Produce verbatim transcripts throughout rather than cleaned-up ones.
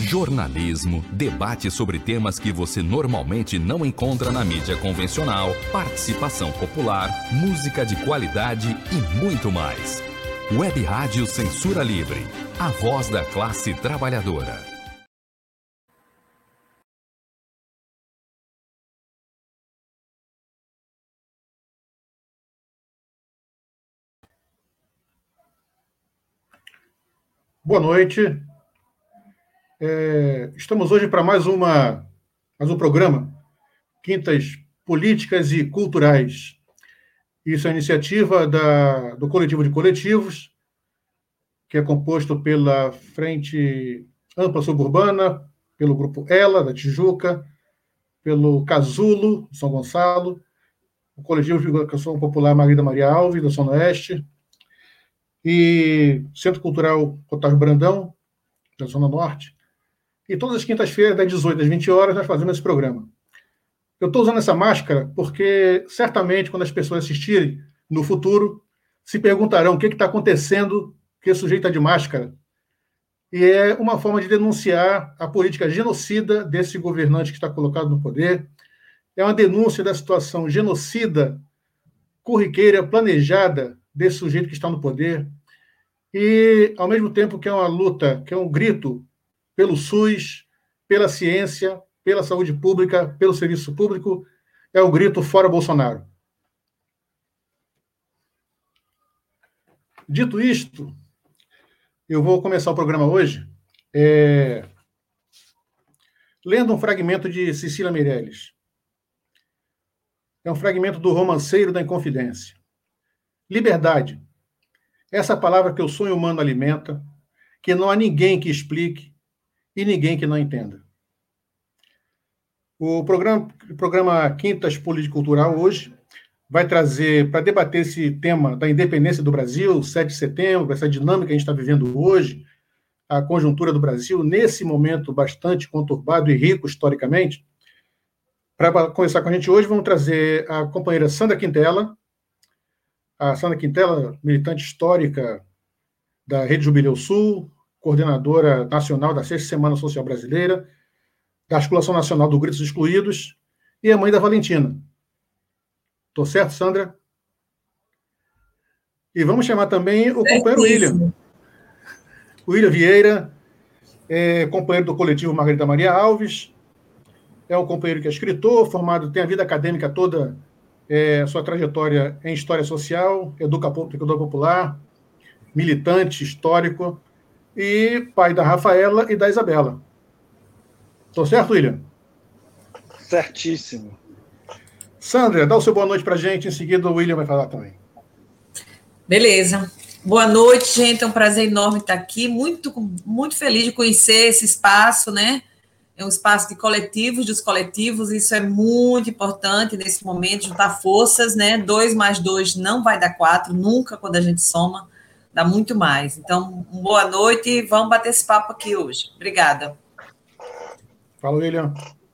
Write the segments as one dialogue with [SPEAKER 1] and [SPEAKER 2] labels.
[SPEAKER 1] jornalismo, debate sobre temas que você normalmente não encontra na mídia convencional, participação popular, música de qualidade e muito mais. Web Rádio Censura Livre, a voz da classe trabalhadora.
[SPEAKER 2] Boa noite. É, estamos hoje para mais, uma, mais um programa, Quintas Políticas e Culturais. Isso é a iniciativa da, do Coletivo de Coletivos, que é composto pela Frente Ampla Suburbana, pelo Grupo Ela, da Tijuca, pelo Casulo, de São Gonçalo, o Coletivo de Educação Popular Margarida Maria Alves, da Zona Oeste, e Centro Cultural Otávio Brandão, da Zona Norte. E todas as quintas-feiras, das dezoito às vinte horas, nós fazemos esse programa. Eu estou usando essa máscara porque, certamente, quando as pessoas assistirem no futuro, se perguntarão o que está acontecendo que esse sujeito está de máscara. E é uma forma de denunciar a política genocida desse governante que está colocado no poder. É uma denúncia da situação genocida, corriqueira, planejada desse sujeito que está no poder. E, ao mesmo tempo que é uma luta, que é um grito pelo SUS, pela ciência, pela saúde pública, pelo serviço público, é o grito fora Bolsonaro. Dito isto, eu vou começar o programa hoje é, lendo um fragmento de Cecília Meirelles. É um fragmento do Romanceiro da Inconfidência. Liberdade. Essa palavra que o sonho humano alimenta, que não há ninguém que explique e ninguém que não entenda. O programa, o programa Quintas Político-Cultural hoje vai trazer, para debater esse tema da independência do Brasil, sete de setembro, essa dinâmica que a gente está vivendo hoje, a conjuntura do Brasil, nesse momento bastante conturbado e rico historicamente. Para conversar com a gente hoje, vamos trazer a companheira Sandra Quintela, a Sandra Quintela, militante histórica da Rede Jubileu Sul, coordenadora nacional da Sexta Semana Social Brasileira, da Articulação Nacional do Gritos Excluídos, e a mãe da Valentina. Estou certo, Sandra? E vamos chamar também o companheiro William. William Vieira, é companheiro do coletivo Margarida Maria Alves, é um companheiro que é escritor, formado, tem a vida acadêmica toda, é, sua trajetória em História Social, educador popular, militante histórico, e pai da Rafaela e da Isabela. Estou certo, William?
[SPEAKER 3] Certíssimo.
[SPEAKER 2] Sandra, dá o seu boa noite para a gente, em seguida o William vai falar também.
[SPEAKER 4] Beleza. Boa noite, gente, é um prazer enorme estar aqui, muito, muito feliz de conhecer esse espaço, né? É um espaço de coletivos, dos coletivos, isso é muito importante nesse momento, juntar forças, né? Dois mais dois não vai dar quatro, nunca quando a gente soma, dá muito mais. Então, boa noite e vamos bater esse papo aqui hoje. Obrigada.
[SPEAKER 2] Fala, William.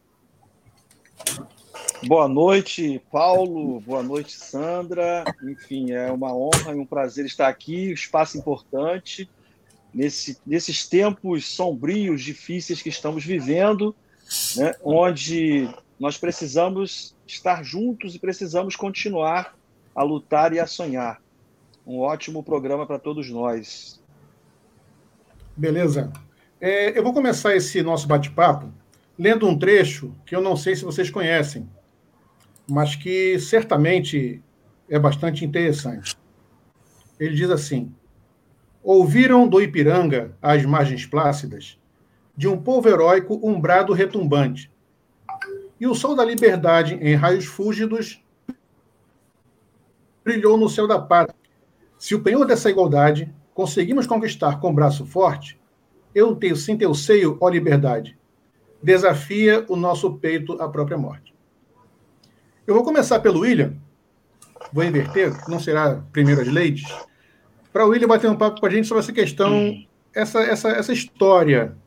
[SPEAKER 3] Boa noite, Paulo. Boa noite, Sandra. Enfim, é uma honra e um prazer estar aqui. Espaço importante nesse, nesses tempos sombrios, difíceis que estamos vivendo, né, onde nós precisamos estar juntos e precisamos continuar a lutar e a sonhar. Um ótimo programa para todos nós.
[SPEAKER 2] Beleza. É, eu vou começar esse nosso bate-papo lendo um trecho que eu não sei se vocês conhecem, mas que certamente é bastante interessante. Ele diz assim: ouviram do Ipiranga, às margens plácidas, de um povo heróico um brado retumbante, e o sol da liberdade, em raios fúlgidos, brilhou no céu da pátria. Se o penhor dessa igualdade conseguimos conquistar com braço forte, eu tenho sim teu seio, ó liberdade, desafia o nosso peito à própria morte. Eu vou começar pelo William, vou inverter, não será primeiro as leites, para o William bater um papo com a gente sobre essa questão, essa, essa, essa história.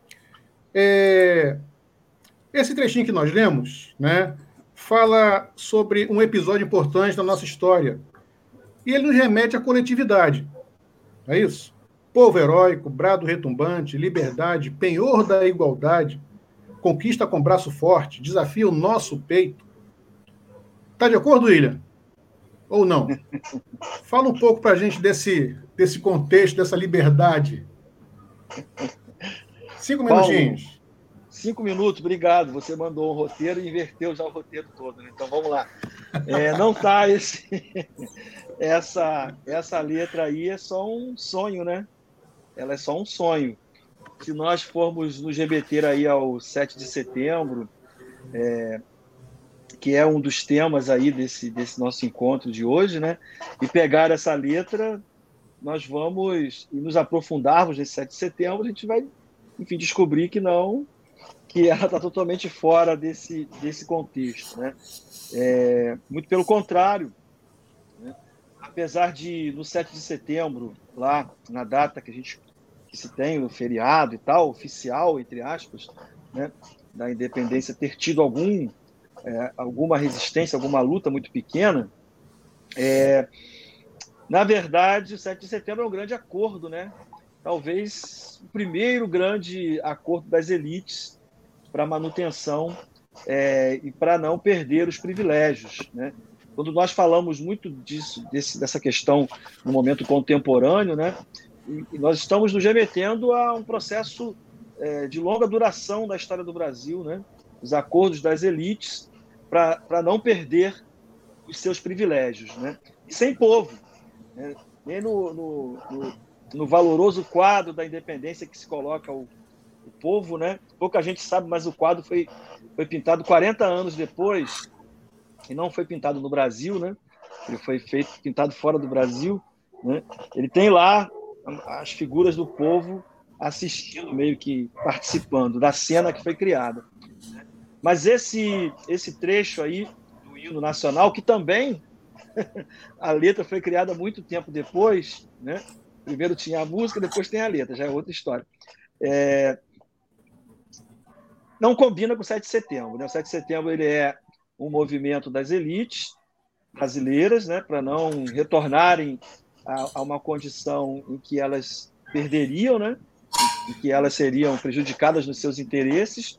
[SPEAKER 2] É, esse trechinho que nós lemos, né, fala sobre um episódio importante da nossa história, e ele nos remete à coletividade, não é isso? Povo heróico, brado retumbante, liberdade, penhor da igualdade, conquista com braço forte, desafia o nosso peito. Tá de acordo, William? Ou não? Fala um pouco para a gente desse, desse contexto, dessa liberdade. Cinco
[SPEAKER 3] Paulo,
[SPEAKER 2] minutinhos.
[SPEAKER 3] Cinco minutos, obrigado. Você mandou um roteiro e inverteu já o roteiro todo, né? Então vamos lá. É, não tá esse, essa, essa letra aí é só um sonho, né? Ela é só um sonho. Se nós formos nos remeter aí ao sete de setembro, é, que é um dos temas aí desse, desse nosso encontro de hoje, né? E pegar essa letra, nós vamos, e nos aprofundarmos nesse sete de setembro, a gente vai, enfim, descobrir que não, que ela está totalmente fora desse, desse contexto, né? É, muito pelo contrário, né? Apesar de, no sete de setembro, lá na data que a gente que se tem, o feriado e tal, oficial, entre aspas, né, da independência, ter tido algum, é, alguma resistência, alguma luta muito pequena, é, na verdade, o sete de setembro é um grande acordo, né? Talvez o primeiro grande acordo das elites para a manutenção é, e para não perder os privilégios, né? Quando nós falamos muito disso, desse, dessa questão no momento contemporâneo, né? E nós estamos nos remetendo a um processo é, de longa duração da história do Brasil, né? Os acordos das elites para não perder os seus privilégios, né? E sem povo, né? Nem no, no, no, no valoroso quadro da independência que se coloca o, o povo, né? Pouca gente sabe, mas o quadro foi, foi pintado quarenta anos depois e não foi pintado no Brasil, né? Ele foi feito, pintado fora do Brasil, né? Ele tem lá as figuras do povo assistindo, meio que participando da cena que foi criada. Mas esse, esse trecho aí do hino nacional, que também a letra foi criada muito tempo depois, né? Primeiro tinha a música, depois tem a letra, já é outra história. É... Não combina com o sete de setembro, né? O sete de setembro ele é um movimento das elites brasileiras, né? Para não retornarem a uma condição em que elas perderiam, né? Em que elas seriam prejudicadas nos seus interesses.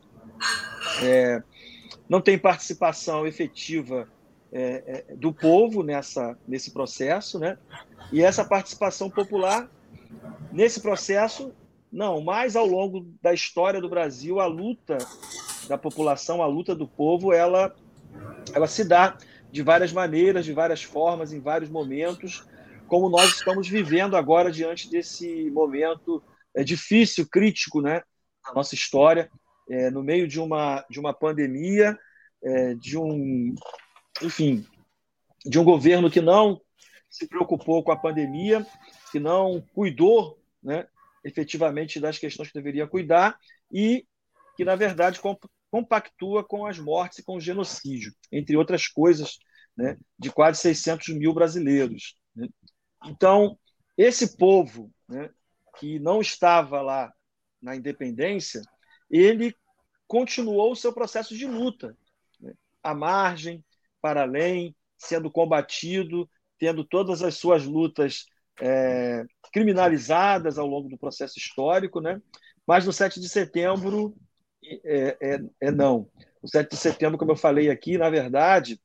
[SPEAKER 3] É, não tem participação efetiva é, é, do povo nessa, nesse processo, né? E essa participação popular nesse processo, não, mas ao longo da história do Brasil, a luta da população, a luta do povo, ela, ela se dá de várias maneiras, de várias formas, em vários momentos, como nós estamos vivendo agora diante desse momento é, difícil, crítico, né, na nossa história, é, no meio de uma, de uma pandemia, é, de um, enfim, de um governo que não se preocupou com a pandemia, que não cuidou, né, efetivamente das questões que deveria cuidar e que, na verdade, compactua com as mortes e com o genocídio, entre outras coisas, né, de quase seiscentos mil brasileiros, né? Então, esse povo, né, que não estava lá na independência, ele continuou o seu processo de luta, né, à margem, para além, sendo combatido, tendo todas as suas lutas é, criminalizadas ao longo do processo histórico, né? Mas no sete de setembro, é, é, é não. O sete de setembro, como eu falei aqui, na verdade,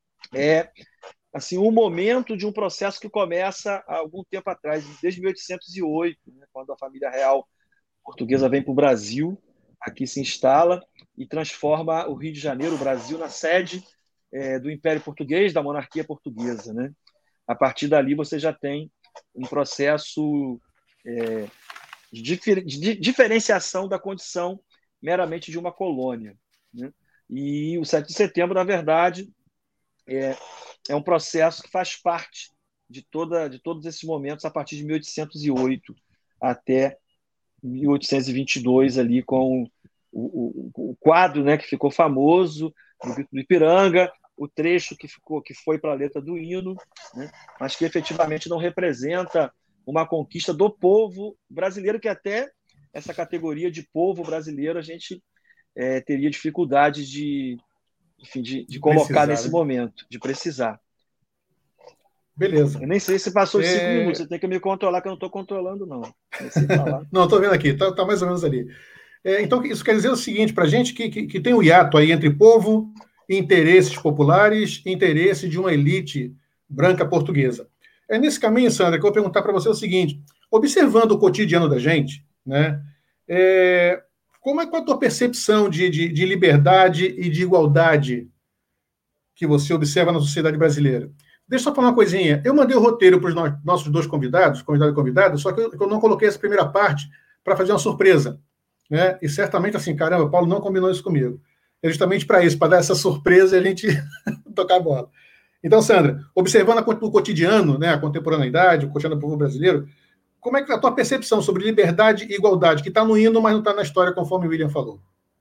[SPEAKER 3] é assim, um momento de um processo que começa há algum tempo atrás, desde mil oitocentos e oito, né, quando a família real portuguesa vem para o Brasil, aqui se instala e transforma o Rio de Janeiro, o Brasil, na sede é, do Império Português, da monarquia portuguesa, né? A partir dali você já tem um processo é, de, difer de diferenciação da condição meramente de uma colônia, né? E o sete de setembro, na verdade, é, é um processo que faz parte de, toda, de todos esses momentos a partir de mil oitocentos e oito até mil oitocentos e vinte e dois, ali com o, o, o quadro, né, que ficou famoso, do Ipiranga, o trecho que, ficou, que foi para a letra do hino, né, mas que efetivamente não representa uma conquista do povo brasileiro, que até essa categoria de povo brasileiro a gente é, teria dificuldade de, enfim, de, de colocar precisar, nesse né? momento, de precisar.
[SPEAKER 2] Beleza.
[SPEAKER 3] Eu nem sei se passou de
[SPEAKER 2] É...
[SPEAKER 3] cinco minutos, você tem que me controlar, que eu não estou controlando, não. Falar.
[SPEAKER 2] Não, estou vendo aqui, está tá mais ou menos ali. É, então, isso quer dizer o seguinte para a gente, que, que, que tem um hiato aí entre povo, interesses populares, interesse de uma elite branca portuguesa. É nesse caminho, Sandra, que eu vou perguntar para você o seguinte, observando o cotidiano da gente, né, é, como é, qual é a tua percepção de, de, de liberdade e de igualdade que você observa na sociedade brasileira? Deixa eu só falar uma coisinha. Eu mandei o roteiro para os nossos dois convidados, convidado e convidado, só que eu, eu não coloquei essa primeira parte para fazer uma surpresa. Né? E certamente, assim, caramba, o Paulo não combinou isso comigo. É justamente para isso, para dar essa surpresa e a gente tocar a bola. Então, Sandra, observando o cotidiano, né, a contemporaneidade, o cotidiano do povo brasileiro, como é que é a tua percepção sobre liberdade e igualdade, que está no hino, mas não está na história, conforme o William falou?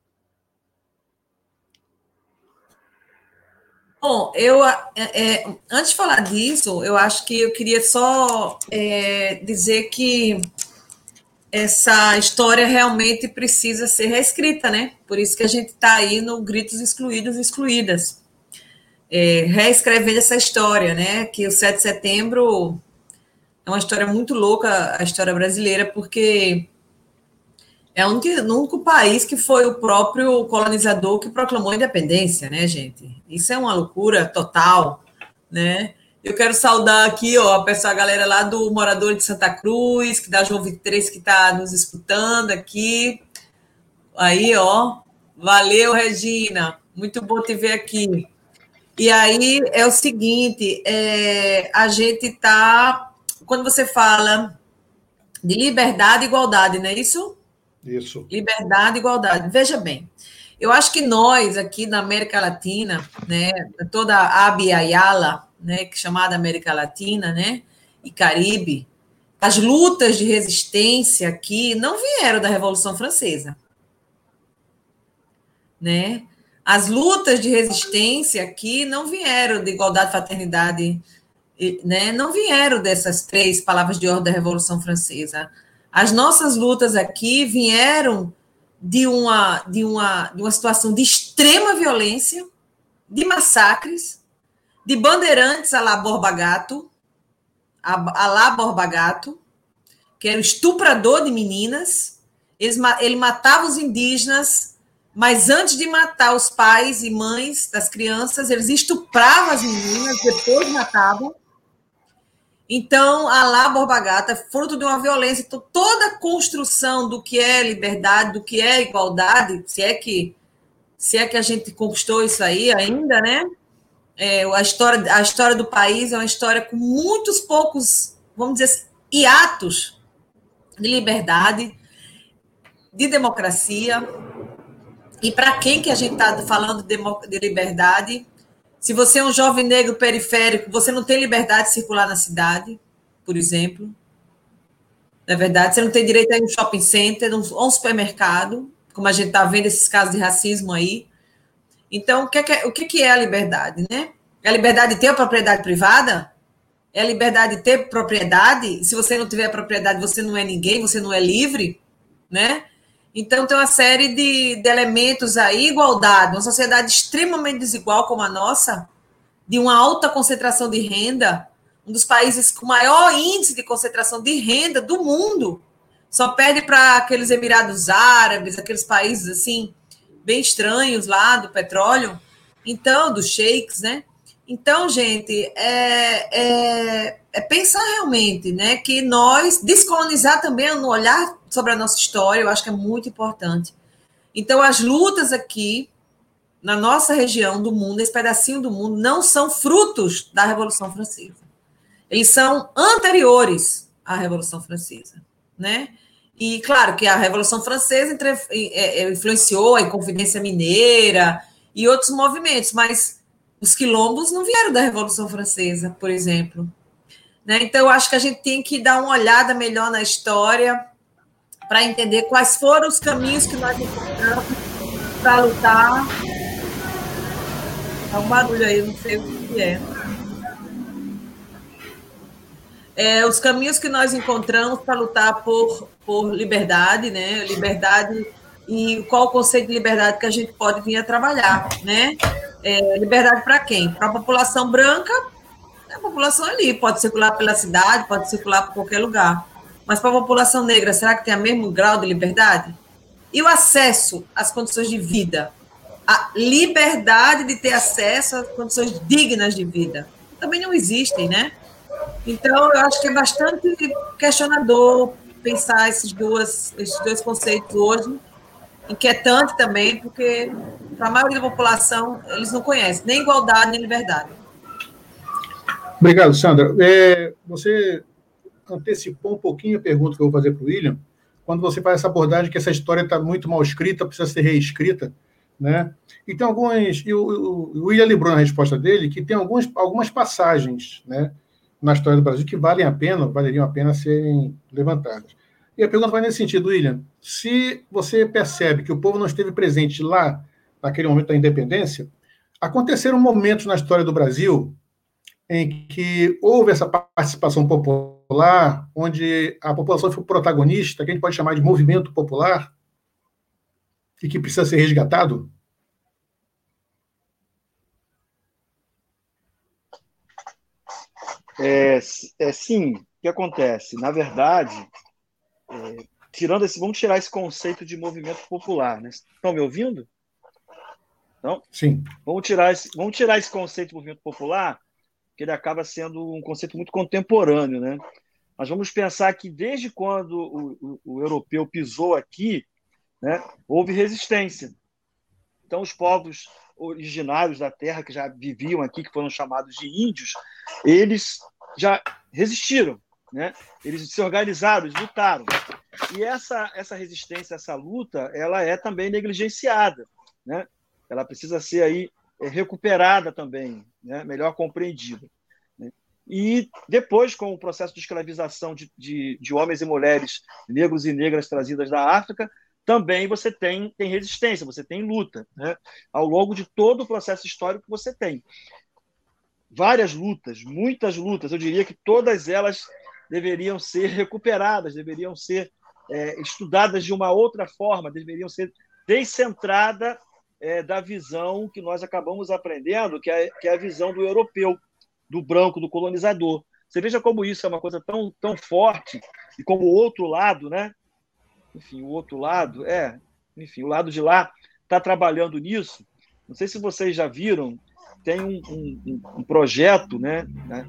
[SPEAKER 4] Bom, eu, é, é, antes de falar disso, eu acho que eu queria só é, dizer que essa história realmente precisa ser reescrita, né? Por isso que a gente está aí no Gritos Excluídos e Excluídas, é, reescrevendo essa história, né? Que o sete de setembro é uma história muito louca, a história brasileira, porque é o único, o único país que foi o próprio colonizador que proclamou a independência, né, gente? Isso é uma loucura total, né? Eu quero saudar aqui, ó, a pessoa, a galera lá do Morador de Santa Cruz, que da João vinte e três, que está nos escutando aqui. Aí, ó, valeu, Regina, muito bom te ver aqui. E aí é o seguinte, é, a gente está, quando você fala de liberdade e igualdade, não é isso?
[SPEAKER 2] Isso.
[SPEAKER 4] Liberdade e igualdade. Veja bem, eu acho que nós aqui na América Latina, né, toda a Abya-Yala, né, chamada América Latina, né, e Caribe, as lutas de resistência aqui não vieram da Revolução Francesa, né? As lutas de resistência aqui não vieram de igualdade, fraternidade, né? Não vieram dessas três palavras de ordem da Revolução Francesa. As nossas lutas aqui vieram de uma, de uma, de uma situação de extrema violência, de massacres, de bandeirantes a la Borba Gato, a, a la Borba Gato, que era o estuprador de meninas. Eles, ele matava os indígenas, mas antes de matar os pais e mães das crianças, eles estupravam as meninas, depois matavam. Então, a la Borba Gato é fruto de uma violência. Então, toda a construção do que é liberdade, do que é igualdade, se é que, se é que a gente conquistou isso aí ainda, né? É, a, história, a história do país é uma história com muitos poucos, vamos dizer assim, hiatos de liberdade, de democracia. E para quem que a gente está falando de, de liberdade? Se você é um jovem negro periférico, você não tem liberdade de circular na cidade, por exemplo. Na verdade, você não tem direito a ir a um shopping center, ou um supermercado, como a gente está vendo esses casos de racismo aí. Então, o que é, o que é a liberdade, né? É a liberdade de ter a propriedade privada? É a liberdade de ter propriedade? Se você não tiver propriedade, você não é ninguém, você não é livre, né? Então, tem uma série de, de elementos aí, igualdade, uma sociedade extremamente desigual como a nossa, de uma alta concentração de renda, um dos países com maior índice de concentração de renda do mundo, só perde para aqueles Emirados Árabes, aqueles países, assim, bem estranhos lá do petróleo, então, dos sheiks, né? Então, gente, é, é, é pensar realmente, né, que nós, descolonizar também no olhar sobre a nossa história, eu acho que é muito importante. Então, as lutas aqui, na nossa região do mundo, esse pedacinho do mundo, não são frutos da Revolução Francesa. Eles são anteriores à Revolução Francesa, né? E, claro, que a Revolução Francesa influenciou a Inconfidência Mineira e outros movimentos, mas os quilombos não vieram da Revolução Francesa, por exemplo. Né? Então, eu acho que a gente tem que dar uma olhada melhor na história para entender quais foram os caminhos que nós encontramos para lutar. Há um barulho aí, não sei o que é. É, os caminhos que nós encontramos para lutar por, por liberdade, né? Liberdade e qual o conceito de liberdade que a gente pode vir a trabalhar, né? É, liberdade para quem? Para a população branca, população ali pode circular pela cidade, pode circular por qualquer lugar. Mas para a população negra, será que tem o mesmo grau de liberdade? E o acesso às condições de vida? A liberdade de ter acesso às condições dignas de vida? Também não existem, né? Então, eu acho que é bastante questionador pensar esses, duas, esses dois conceitos hoje, inquietante também, porque para a maioria da população, eles não conhecem nem igualdade, nem liberdade.
[SPEAKER 2] Obrigado, Sandra. É, você antecipou um pouquinho a pergunta que eu vou fazer para o William, quando você faz essa abordagem que essa história está muito mal escrita, precisa ser reescrita, né? E tem alguns... E o, o William lembrou na resposta dele que tem alguns, algumas passagens, né, na história do Brasil que valem a pena, valeriam a pena serem levantadas. E a pergunta vai nesse sentido, William. Se você percebe que o povo não esteve presente lá, naquele momento da independência, aconteceram momentos na história do Brasil em que houve essa participação popular, onde a população foi protagonista, que a gente pode chamar de movimento popular, e que precisa ser resgatado?
[SPEAKER 3] É, é, sim, o que acontece? Na verdade, é, tirando esse, vamos tirar esse conceito de movimento popular, né? Estão me ouvindo? Não?
[SPEAKER 2] Sim.
[SPEAKER 3] Vamos tirar esse, vamos tirar esse conceito de movimento popular, que ele acaba sendo um conceito muito contemporâneo, né? Mas vamos pensar que desde quando o, o, o europeu pisou aqui, né, houve resistência. Então, os povos originários da terra, que já viviam aqui, que foram chamados de índios, eles já resistiram, né? Eles se organizaram, eles lutaram. E essa, essa resistência, essa luta, ela é também negligenciada, né? Ela precisa ser aí recuperada também, né? Melhor compreendida. Né? E depois, com o processo de escravização de, de, de homens e mulheres, negros e negras trazidas da África, também você tem, tem resistência, você tem luta, né? Ao longo de todo o processo histórico você tem várias lutas, muitas lutas. Eu diria que todas elas deveriam ser recuperadas, deveriam ser é, estudadas de uma outra forma, deveriam ser descentradas é, da visão que nós acabamos aprendendo, que é, que é a visão do europeu, do branco, do colonizador. Você veja como isso é uma coisa tão, tão forte, e como o outro lado, né? Enfim, o outro lado, é, enfim, o lado de lá está trabalhando nisso. Não sei se vocês já viram, tem um, um, um projeto, né,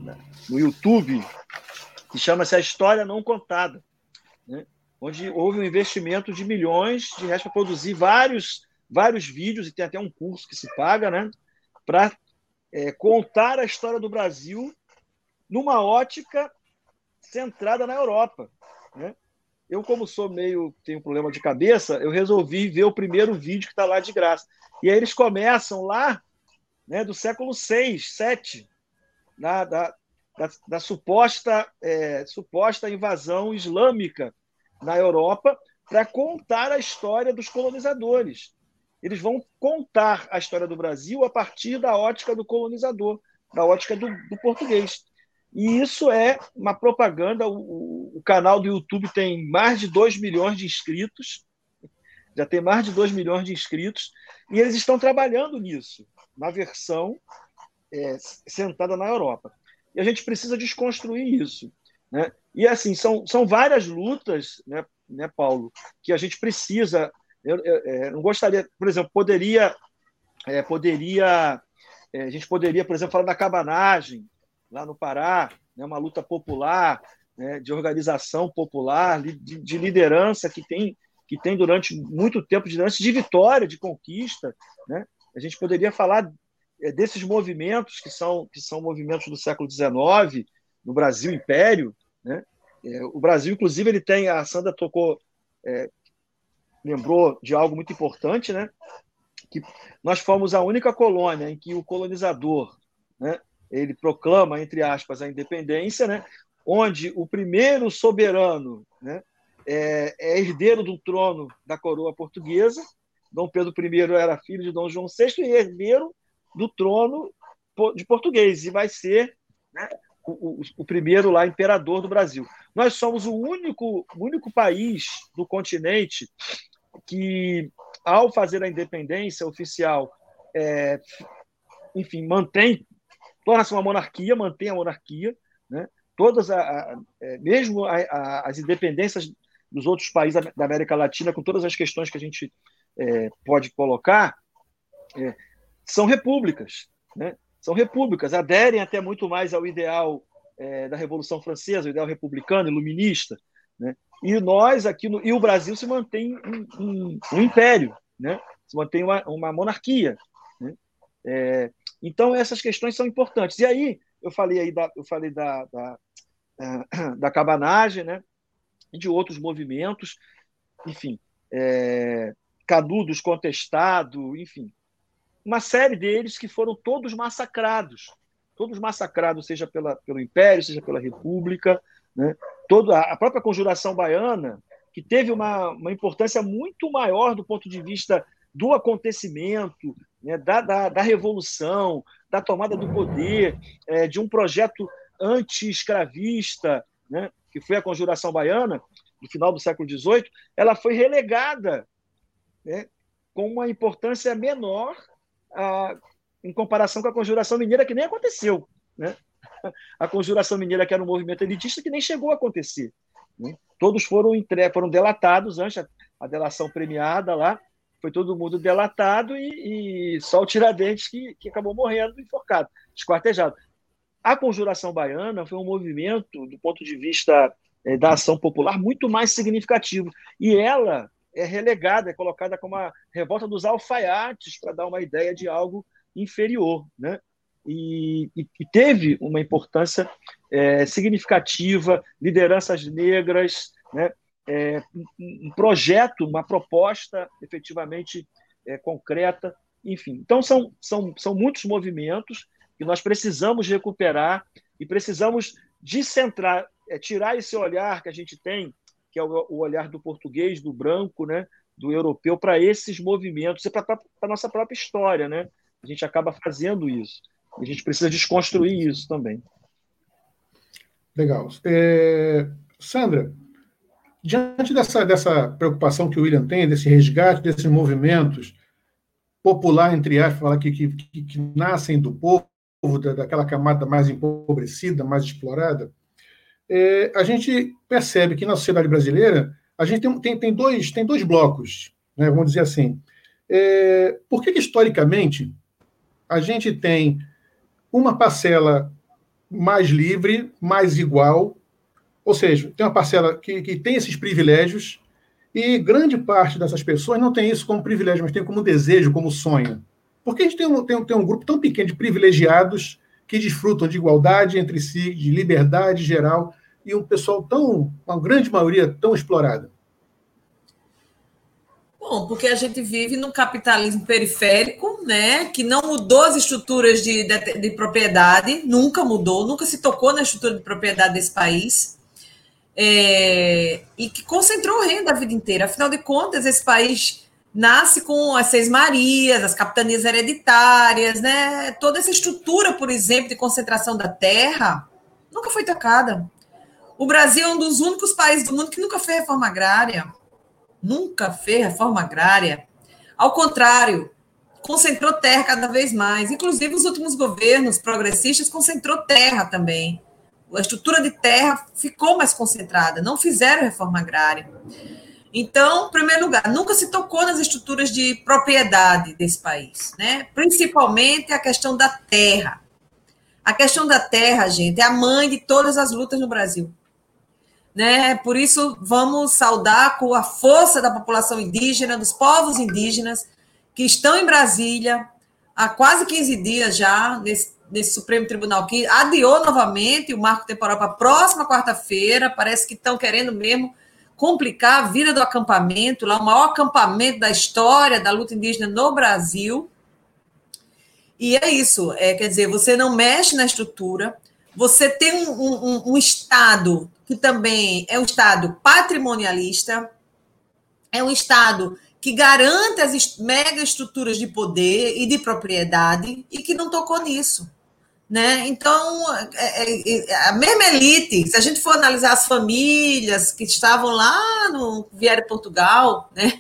[SPEAKER 3] no YouTube que chama-se A História Não Contada, né, onde houve um investimento de milhões de reais para produzir vários, vários vídeos, e tem até um curso que se paga, né, para é, contar a história do Brasil numa ótica centrada na Europa, né? Eu, como sou meio, tenho um problema de cabeça, eu resolvi ver o primeiro vídeo que está lá de graça. E aí eles começam lá, né, do século seis, sete, na, da, da, da suposta, é, suposta invasão islâmica na Europa, para contar a história dos colonizadores. Eles vão contar a história do Brasil a partir da ótica do colonizador, da ótica do, do português. E isso é uma propaganda. O, o canal do YouTube tem mais de dois milhões de inscritos, já tem mais de dois milhões de inscritos, e eles estão trabalhando nisso, na versão é, sentada na Europa. E a gente precisa desconstruir isso, né? E assim, são, são várias lutas, né, né, Paulo, que a gente precisa. Eu, eu, eu não gostaria, por exemplo, poderia, é, poderia é, a gente poderia, por exemplo, falar da cabanagem, lá no Pará, né, uma luta popular, né, de organização popular, de, de liderança que tem, que tem durante muito tempo, de liderança de vitória, de conquista, né? A gente poderia falar é, desses movimentos que são, que são movimentos do século dezenove, no Brasil Império, né? É, o Brasil, inclusive, ele tem, a Sandra tocou, é, lembrou de algo muito importante, né? Que nós fomos a única colônia em que o colonizador, né, ele proclama, entre aspas, a independência, né, onde o primeiro soberano, né, é, é herdeiro do trono da coroa portuguesa. Dom Pedro I era filho de Dom João sexto e herdeiro do trono de português, e vai ser, né, o, o, o primeiro lá imperador do Brasil. Nós somos o único, o único país do continente que, ao fazer a independência oficial, é, enfim, mantém torna-se uma monarquia, mantém a monarquia, né? Todas, a, a, é, mesmo a, a, as independências dos outros países da América Latina, com todas as questões que a gente é, pode colocar, é, são repúblicas, né? São repúblicas, aderem até muito mais ao ideal é, da Revolução Francesa, o ideal republicano, iluminista, né? E nós aqui, no, e o Brasil se mantém um, um, um império, né? Se mantém uma, uma monarquia, né? É, então essas questões são importantes. E aí eu falei aí da, eu falei da, da, da cabanagem, né? E de outros movimentos, enfim, é, canudos contestado, enfim, uma série deles que foram todos massacrados, todos massacrados, seja pela, pelo Império, seja pela República, né? Toda a própria Conjuração Baiana, que teve uma, uma importância muito maior do ponto de vista do acontecimento, né? da, da, da revolução, da tomada do poder, é, de um projeto anti-escravista, né? Que foi a Conjuração Baiana, no final do século dezoito, ela foi relegada, né? Com uma importância menor a, em comparação com a Conjuração Mineira, que nem aconteceu, né? A Conjuração Mineira, que era um movimento elitista, que nem chegou a acontecer, né? Todos foram, entre... foram delatados antes, a, a delação premiada lá, foi todo mundo delatado e, e só o Tiradentes que, que acabou morrendo, enforcado, esquartejado. A Conjuração Baiana foi um movimento, do ponto de vista é, da ação popular, muito mais significativo. E ela é relegada, é colocada como a revolta dos alfaiates, para dar uma ideia de algo inferior, né? E, e, e teve uma importância é, significativa, lideranças negras, né? É, um, um projeto, uma proposta efetivamente é, concreta, enfim. Então, são, são, são muitos movimentos que nós precisamos recuperar e precisamos descentrar, é, tirar esse olhar que a gente tem, que é o, o olhar do português, do branco, né, do europeu, para esses movimentos e para a nossa própria história, né? A gente acaba fazendo isso. A gente precisa desconstruir isso também.
[SPEAKER 2] Legal. É, Sandra, diante dessa, dessa preocupação que o William tem, desse resgate desses movimentos popular, entre aspas, falar que, que, que, que nascem do povo, da, daquela camada mais empobrecida, mais explorada, é, a gente percebe que na sociedade brasileira a gente tem, tem, tem, dois, tem dois blocos, né, vamos dizer assim. É, por que, que, historicamente, a gente tem uma parcela mais livre, mais igual, ou seja, tem uma parcela que, que tem esses privilégios e grande parte dessas pessoas não tem isso como privilégio, mas tem como desejo, como sonho. Porque a gente tem um, tem, tem um grupo tão pequeno de privilegiados que desfrutam de igualdade entre si, de liberdade geral, e um pessoal tão, uma grande maioria tão explorada?
[SPEAKER 4] Bom, porque a gente vive num capitalismo periférico, né, que não mudou as estruturas de, de, de propriedade, nunca mudou, nunca se tocou na estrutura de propriedade desse país, é, e que concentrou renda a vida inteira. Afinal de contas, esse país nasce com as Seis Marias, as capitanias hereditárias, né, toda essa estrutura, por exemplo, de concentração da terra, nunca foi tocada. O Brasil é um dos únicos países do mundo que nunca fez reforma agrária. Nunca fez reforma agrária. Ao contrário, concentrou terra cada vez mais. Inclusive, os últimos governos progressistas concentrou terra também. A estrutura de terra ficou mais concentrada. Não fizeram reforma agrária. Então, em primeiro lugar, nunca se tocou nas estruturas de propriedade desse país, né? Principalmente a questão da terra. A questão da terra, gente, é a mãe de todas as lutas no Brasil. Né? Por isso, vamos saudar com a força da população indígena, dos povos indígenas, que estão em Brasília há quase quinze dias já, nesse, nesse Supremo Tribunal, que adiou novamente o marco temporal para a próxima quarta-feira. Parece que estão querendo mesmo complicar a vida do acampamento, lá o maior acampamento da história da luta indígena no Brasil. E é isso, é, quer dizer, você não mexe na estrutura, você tem um, um, um Estado que também é um Estado patrimonialista, é um Estado que garante as mega estruturas de poder e de propriedade e que não tocou nisso, né? Então, é, é, a mesma elite, se a gente for analisar as famílias que estavam lá no vieram Portugal, né?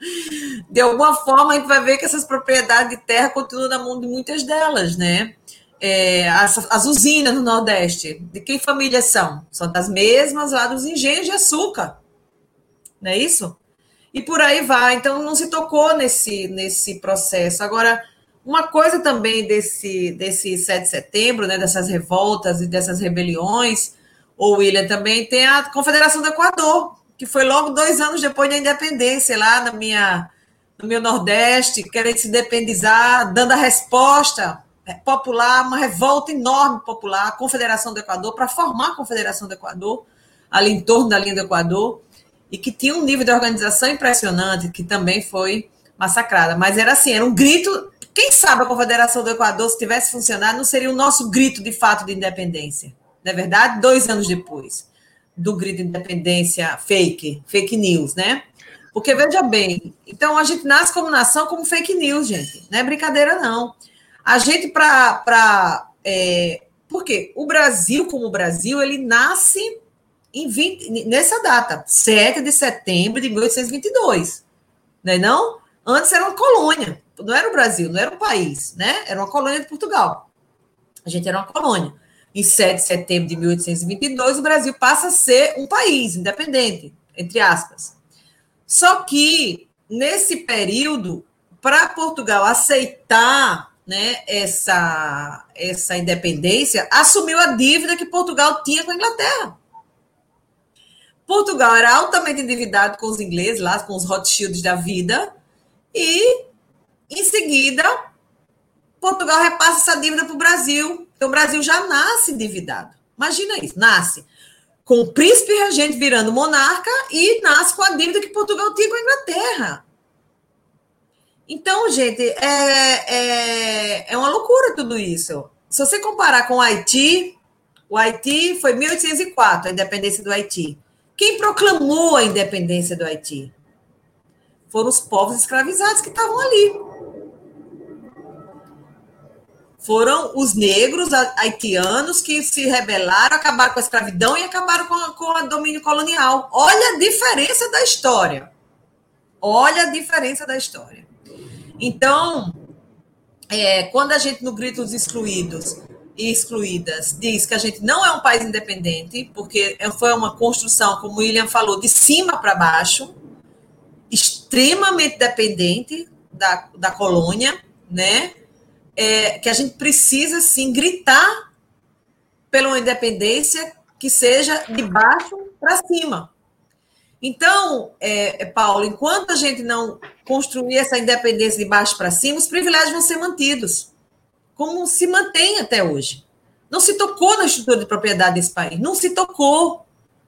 [SPEAKER 4] De alguma forma a gente vai ver que essas propriedades de terra continuam na mão de muitas delas, né? é, as, as usinas no Nordeste, de que famílias são? São das mesmas lá dos engenhos de açúcar, não é isso? E por aí vai. Então, não se tocou nesse, nesse processo. Agora, uma coisa também desse, desse sete de setembro, né, dessas revoltas e dessas rebeliões, o William, também tem a Confederação do Equador, que foi logo dois anos depois da independência, lá na minha, no meu Nordeste, querendo se independizar, dando a resposta popular, uma revolta enorme popular, a Confederação do Equador, para formar a Confederação do Equador, ali em torno da linha do Equador, e que tinha um nível de organização impressionante, que também foi massacrada. Mas era assim, era um grito. Quem sabe a Confederação do Equador, se tivesse funcionado, não seria o nosso grito de fato de independência. Não é verdade? Dois anos depois do grito de independência fake, fake news, né? Porque, veja bem, então a gente nasce como nação como fake news, gente. Não é brincadeira, não. A gente, para... É, por quê? O Brasil, como o Brasil, ele nasce em vinte, nessa data, sete de setembro de mil oitocentos e vinte e dois. Não é não? Antes era uma colônia. Não era o Brasil, não era um país, né? Era uma colônia de Portugal. A gente era uma colônia. Em sete de setembro de mil oitocentos e vinte e dois, o Brasil passa a ser um país independente, entre aspas. Só que, nesse período, para Portugal aceitar, né, essa, essa independência, assumiu a dívida que Portugal tinha com a Inglaterra. Portugal era altamente endividado com os ingleses, lá com os Rothschilds da vida, e, em seguida, Portugal repassa essa dívida para o Brasil. Então, o Brasil já nasce endividado. Imagina isso, nasce com o príncipe regente virando monarca e nasce com a dívida que Portugal tinha com a Inglaterra. Então, gente, é, é, é uma loucura tudo isso. Se você comparar com o Haiti, o Haiti foi mil oitocentos e quatro, a independência do Haiti. Quem proclamou a independência do Haiti? Foram os povos escravizados que estavam ali. Foram os negros haitianos que se rebelaram, acabaram com a escravidão e acabaram com, a, com o domínio colonial. Olha a diferença da história. Olha a diferença da história. Então, é, quando a gente, no Grito dos Excluídos e Excluídas, diz que a gente não é um país independente, porque foi uma construção, como o William falou, de cima para baixo, extremamente dependente da, da colônia, né? É, que a gente precisa, sim, gritar pela uma independência que seja de baixo para cima. Então, é, Paulo, enquanto a gente não construir essa independência de baixo para cima, os privilégios vão ser mantidos, como se mantém até hoje. Não se tocou na estrutura de propriedade desse país, não se tocou.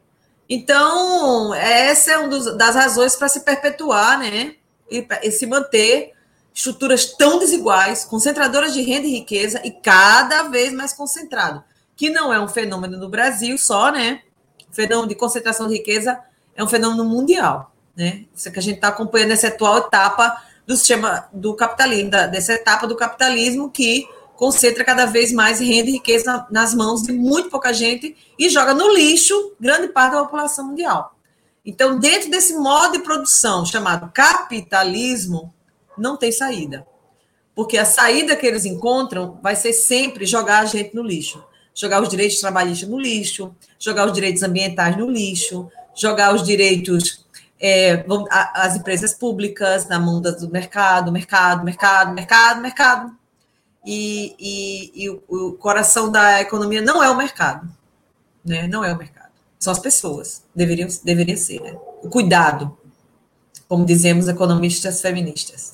[SPEAKER 4] Então, essa é uma das razões para se perpetuar, né, e, e se manter estruturas tão desiguais, concentradoras de renda e riqueza, e cada vez mais concentrado, que não é um fenômeno no Brasil só, né? O fenômeno de concentração de riqueza é um fenômeno mundial, né? Isso que a gente está acompanhando nessa atual etapa do sistema do capitalismo, da, dessa etapa do capitalismo que concentra cada vez mais renda e riqueza nas mãos de muito pouca gente e joga no lixo grande parte da população mundial. Então, dentro desse modo de produção chamado capitalismo, não tem saída. Porque a saída que eles encontram vai ser sempre jogar a gente no lixo. Jogar os direitos trabalhistas no lixo, jogar os direitos ambientais no lixo, jogar os direitos, é, as empresas públicas na mão do mercado, mercado, mercado, mercado, mercado. E, e, e o, o coração da economia não é o mercado. Né? Não é o mercado. São as pessoas. Deveriam, deveria ser. Né? O cuidado, como dizemos economistas feministas.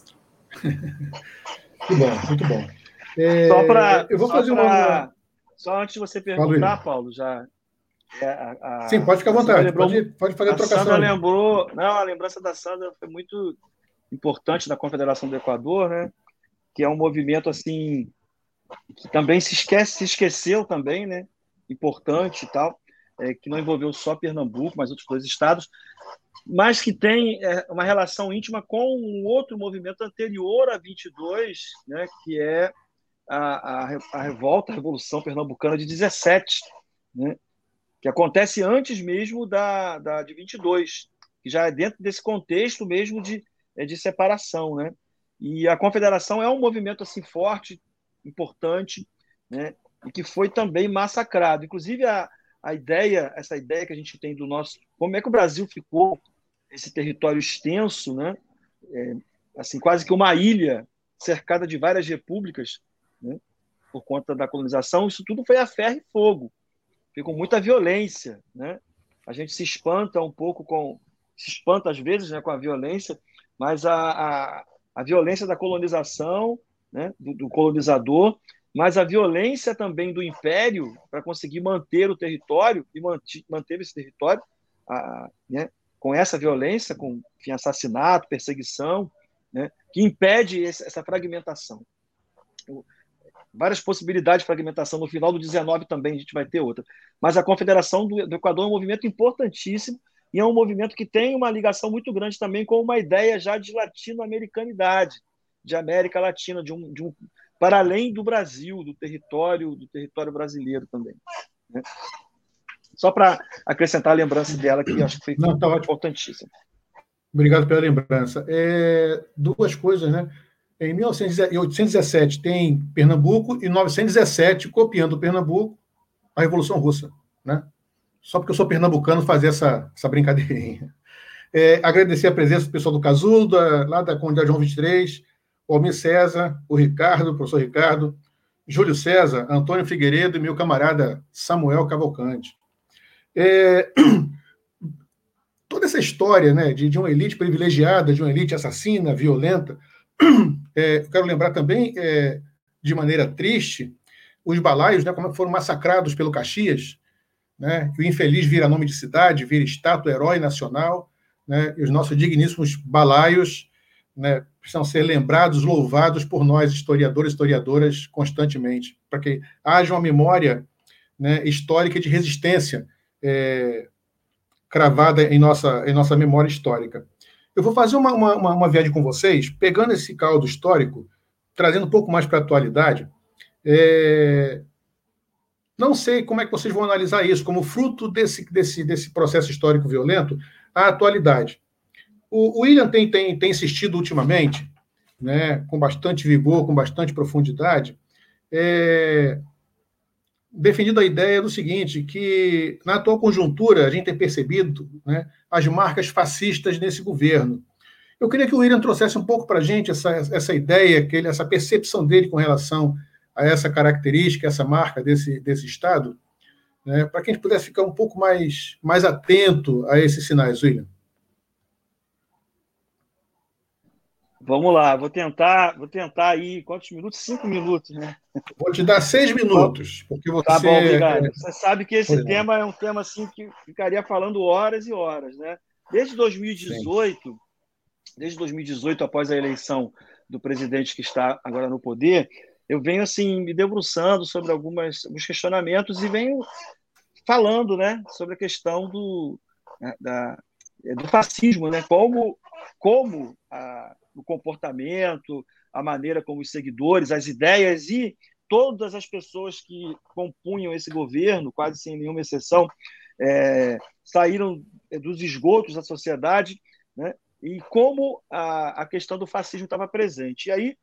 [SPEAKER 2] Muito bom, muito bom. É,
[SPEAKER 3] só para.
[SPEAKER 2] Eu vou fazer
[SPEAKER 3] pra,
[SPEAKER 2] uma.
[SPEAKER 3] Só antes de você perguntar, Paulo, já. É, a, a,
[SPEAKER 2] Sim, pode ficar à vontade.
[SPEAKER 3] Lembrou,
[SPEAKER 2] pode, pode fazer a, a trocação.
[SPEAKER 3] Sandra lembrou. Não, a lembrança da Sandra foi muito importante da Confederação do Equador, né? Que é um movimento assim que também se esquece, se esqueceu também, né? Importante e tal, é, que não envolveu só Pernambuco, mas outros dois estados, mas que tem é, uma relação íntima com um outro movimento anterior a vinte e dois, né, que é a, a, a revolta, a Revolução Pernambucana de dezessete, né, que acontece antes mesmo da, da, de vinte e dois, que já é dentro desse contexto mesmo de, de separação. Né? E a Confederação é um movimento assim, forte, importante, né, e que foi também massacrado. Inclusive, a, a ideia, essa ideia que a gente tem do nosso... Como é que o Brasil ficou, esse território extenso, né, é, assim, quase que uma ilha cercada de várias repúblicas, né, por conta da colonização, isso tudo foi a ferro e fogo, foi com muita violência, né? A gente se espanta um pouco com... Se espanta às vezes, né, com a violência, mas a, a, a violência da colonização, né, do, do colonizador, mas a violência também do império para conseguir manter o território e manter, manter esse território, a, né, com essa violência, com enfim, assassinato, perseguição, né, que impede esse, essa fragmentação. Várias possibilidades de fragmentação. No final do dezenove também a gente vai ter outra. Mas a Confederação do, do Equador é um movimento importantíssimo e é um movimento que tem uma ligação muito grande também com uma ideia já de latino-americanidade, de América Latina, de um, de um, para além do Brasil, do território, do território brasileiro também, né? Só para acrescentar a lembrança dela, que eu acho que foi
[SPEAKER 2] Não, tá
[SPEAKER 3] importantíssima.
[SPEAKER 2] Obrigado pela lembrança. É, duas coisas, né? Em mil oitocentos e dezessete tem Pernambuco e mil novecentos e dezessete, copiando Pernambuco, a Revolução Russa, né? Só porque eu sou pernambucano fazer essa, essa brincadeirinha. É, agradecer a presença do pessoal do Casulo, da, lá da Comunidade João vinte e três, o Almir César, o Ricardo, o professor Ricardo, Júlio César, Antônio Figueiredo e meu camarada Samuel Cavalcante. É, toda essa história, né, de, de uma elite privilegiada, de uma elite assassina, violenta, é, eu quero lembrar também, é, de maneira triste, os balaios, né, como foram massacrados pelo Caxias, né, que o infeliz vira nome de cidade, vira estátua, herói nacional, né, e os nossos digníssimos balaios, né, precisam ser lembrados, louvados por nós, historiadores e historiadoras, constantemente, para que haja uma memória, né, histórica de resistência é, cravada em nossa, em nossa memória histórica. Eu vou fazer uma, uma, uma viagem com vocês, pegando esse caldo histórico, trazendo um pouco mais para a atualidade. É... Não sei como é que vocês vão analisar isso, como fruto desse, desse, desse processo histórico violento, a atualidade. O, o William tem, tem, tem insistido ultimamente, né, com bastante vigor, com bastante profundidade, é, defendido a ideia do seguinte, que na atual conjuntura a gente tem percebido, né, as marcas fascistas nesse governo. Eu queria que o William trouxesse um pouco para a gente essa, essa ideia, que ele, essa percepção dele com relação a essa característica, essa marca desse, desse Estado, né, para que a gente pudesse ficar um pouco mais, mais atento a esses sinais, William.
[SPEAKER 3] Vamos lá, vou tentar, vou tentar aí, quantos minutos? Cinco minutos, né?
[SPEAKER 2] Vou te dar seis minutos, porque você...
[SPEAKER 3] Tá bom, obrigado. Você sabe que esse
[SPEAKER 2] Pois
[SPEAKER 3] tema não. é um tema assim que ficaria falando horas e horas, né? Desde dois mil e dezoito, Sim. desde dois mil e dezoito, após a eleição do presidente que está agora no poder, eu venho assim me debruçando sobre algumas, alguns questionamentos e venho falando, né, sobre a questão do, da, do fascismo, né? Como, como a, o comportamento, a maneira como os seguidores, as ideias e todas as pessoas que compunham esse governo, quase sem nenhuma exceção, é, saíram dos esgotos da sociedade, né? E como a, a questão do fascismo estava presente. E aí,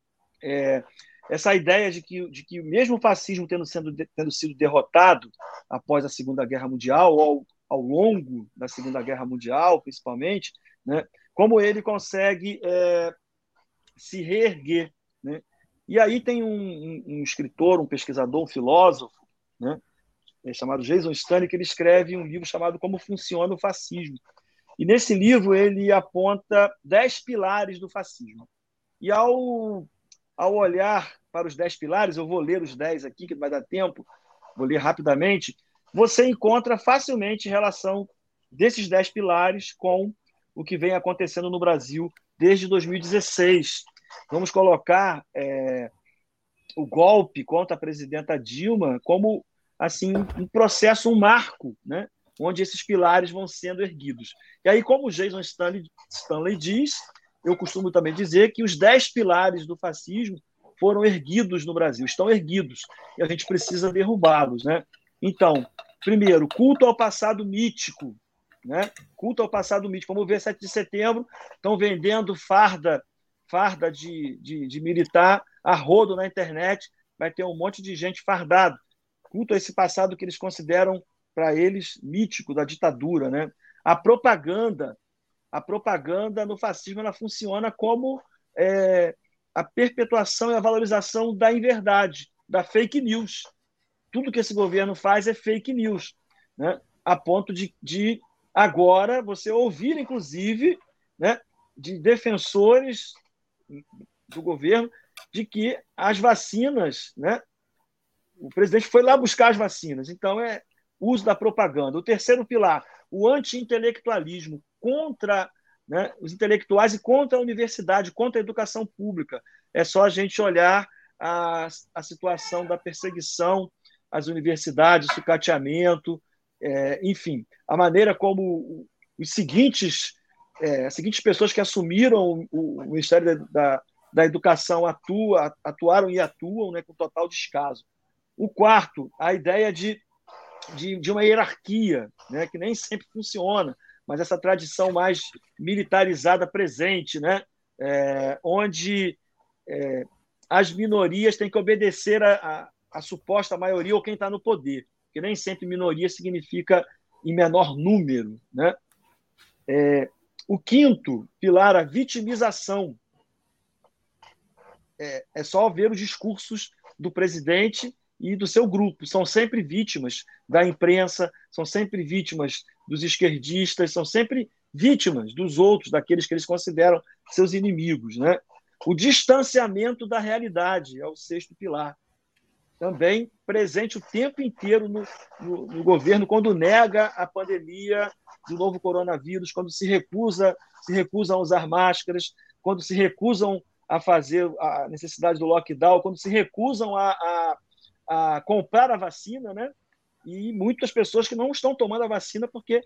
[SPEAKER 3] é, essa ideia de que, de que mesmo o fascismo tendo, sendo, tendo sido derrotado após a Segunda Guerra Mundial, ou ao, ao longo da Segunda Guerra Mundial, principalmente, né, como ele consegue é, se reerguer, né? E aí tem um, um, um escritor, um pesquisador, um filósofo, né, chamado Jason Stanley, que ele escreve um livro chamado Como Funciona o Fascismo. E nesse livro ele aponta dez pilares do fascismo. E ao, ao olhar para os dez pilares, eu vou ler os dez aqui, que não vai dar tempo, vou ler rapidamente, você encontra facilmente relação desses dez pilares com o que vem acontecendo no Brasil desde dois mil e dezesseis. Vamos colocar é, o golpe contra a presidenta Dilma como assim, um processo, um marco, né, onde esses pilares vão sendo erguidos. E aí, como o Jason Stanley, Stanley diz, eu costumo também dizer que os dez pilares do fascismo foram erguidos no Brasil, estão erguidos, e a gente precisa derrubá-los, né? Então, primeiro, culto ao passado mítico, né? Culto ao passado mítico. Vamos ver sete de setembro, estão vendendo farda, farda de, de, de militar a rodo na internet, vai ter um monte de gente fardado, culto a esse passado que eles consideram, para eles, mítico da ditadura, né? A propaganda, a propaganda no fascismo, ela funciona como é, a perpetuação e a valorização da inverdade, da fake news. Tudo que esse governo faz é fake news, né? A ponto de, de agora você ouvir, inclusive, né, de defensores do governo de que as vacinas, né, o presidente foi lá buscar as vacinas. Então, é uso da propaganda. O terceiro pilar, o anti-intelectualismo contra, né, os intelectuais e contra a universidade, contra a educação pública. É só a gente olhar a, a situação da perseguição às universidades, o sucateamento, é, enfim, a maneira como os seguintes, é, as seguintes pessoas que assumiram o, o Ministério da, da, da Educação atua, atuaram e atuam, né, com total descaso. O quarto, a ideia de, de, de uma hierarquia, né, que nem sempre funciona, mas essa tradição mais militarizada presente, né, é, onde é, as minorias têm que obedecer a, a, a suposta maioria ou quem está no poder, porque nem sempre minoria significa em menor número, né? É, o quinto pilar, a vitimização. É, é só ver os discursos do presidente e do seu grupo. São sempre vítimas da imprensa, são sempre vítimas dos esquerdistas, são sempre vítimas dos outros, daqueles que eles consideram seus inimigos, né? O distanciamento da realidade é o sexto pilar. Também presente o tempo inteiro no, no, no governo, quando nega a pandemia do novo coronavírus, quando se recusa, se recusam a usar máscaras, quando se recusam a fazer a necessidade do lockdown, quando se recusam a, a, a comprar a vacina, né? E muitas pessoas que não estão tomando a vacina porque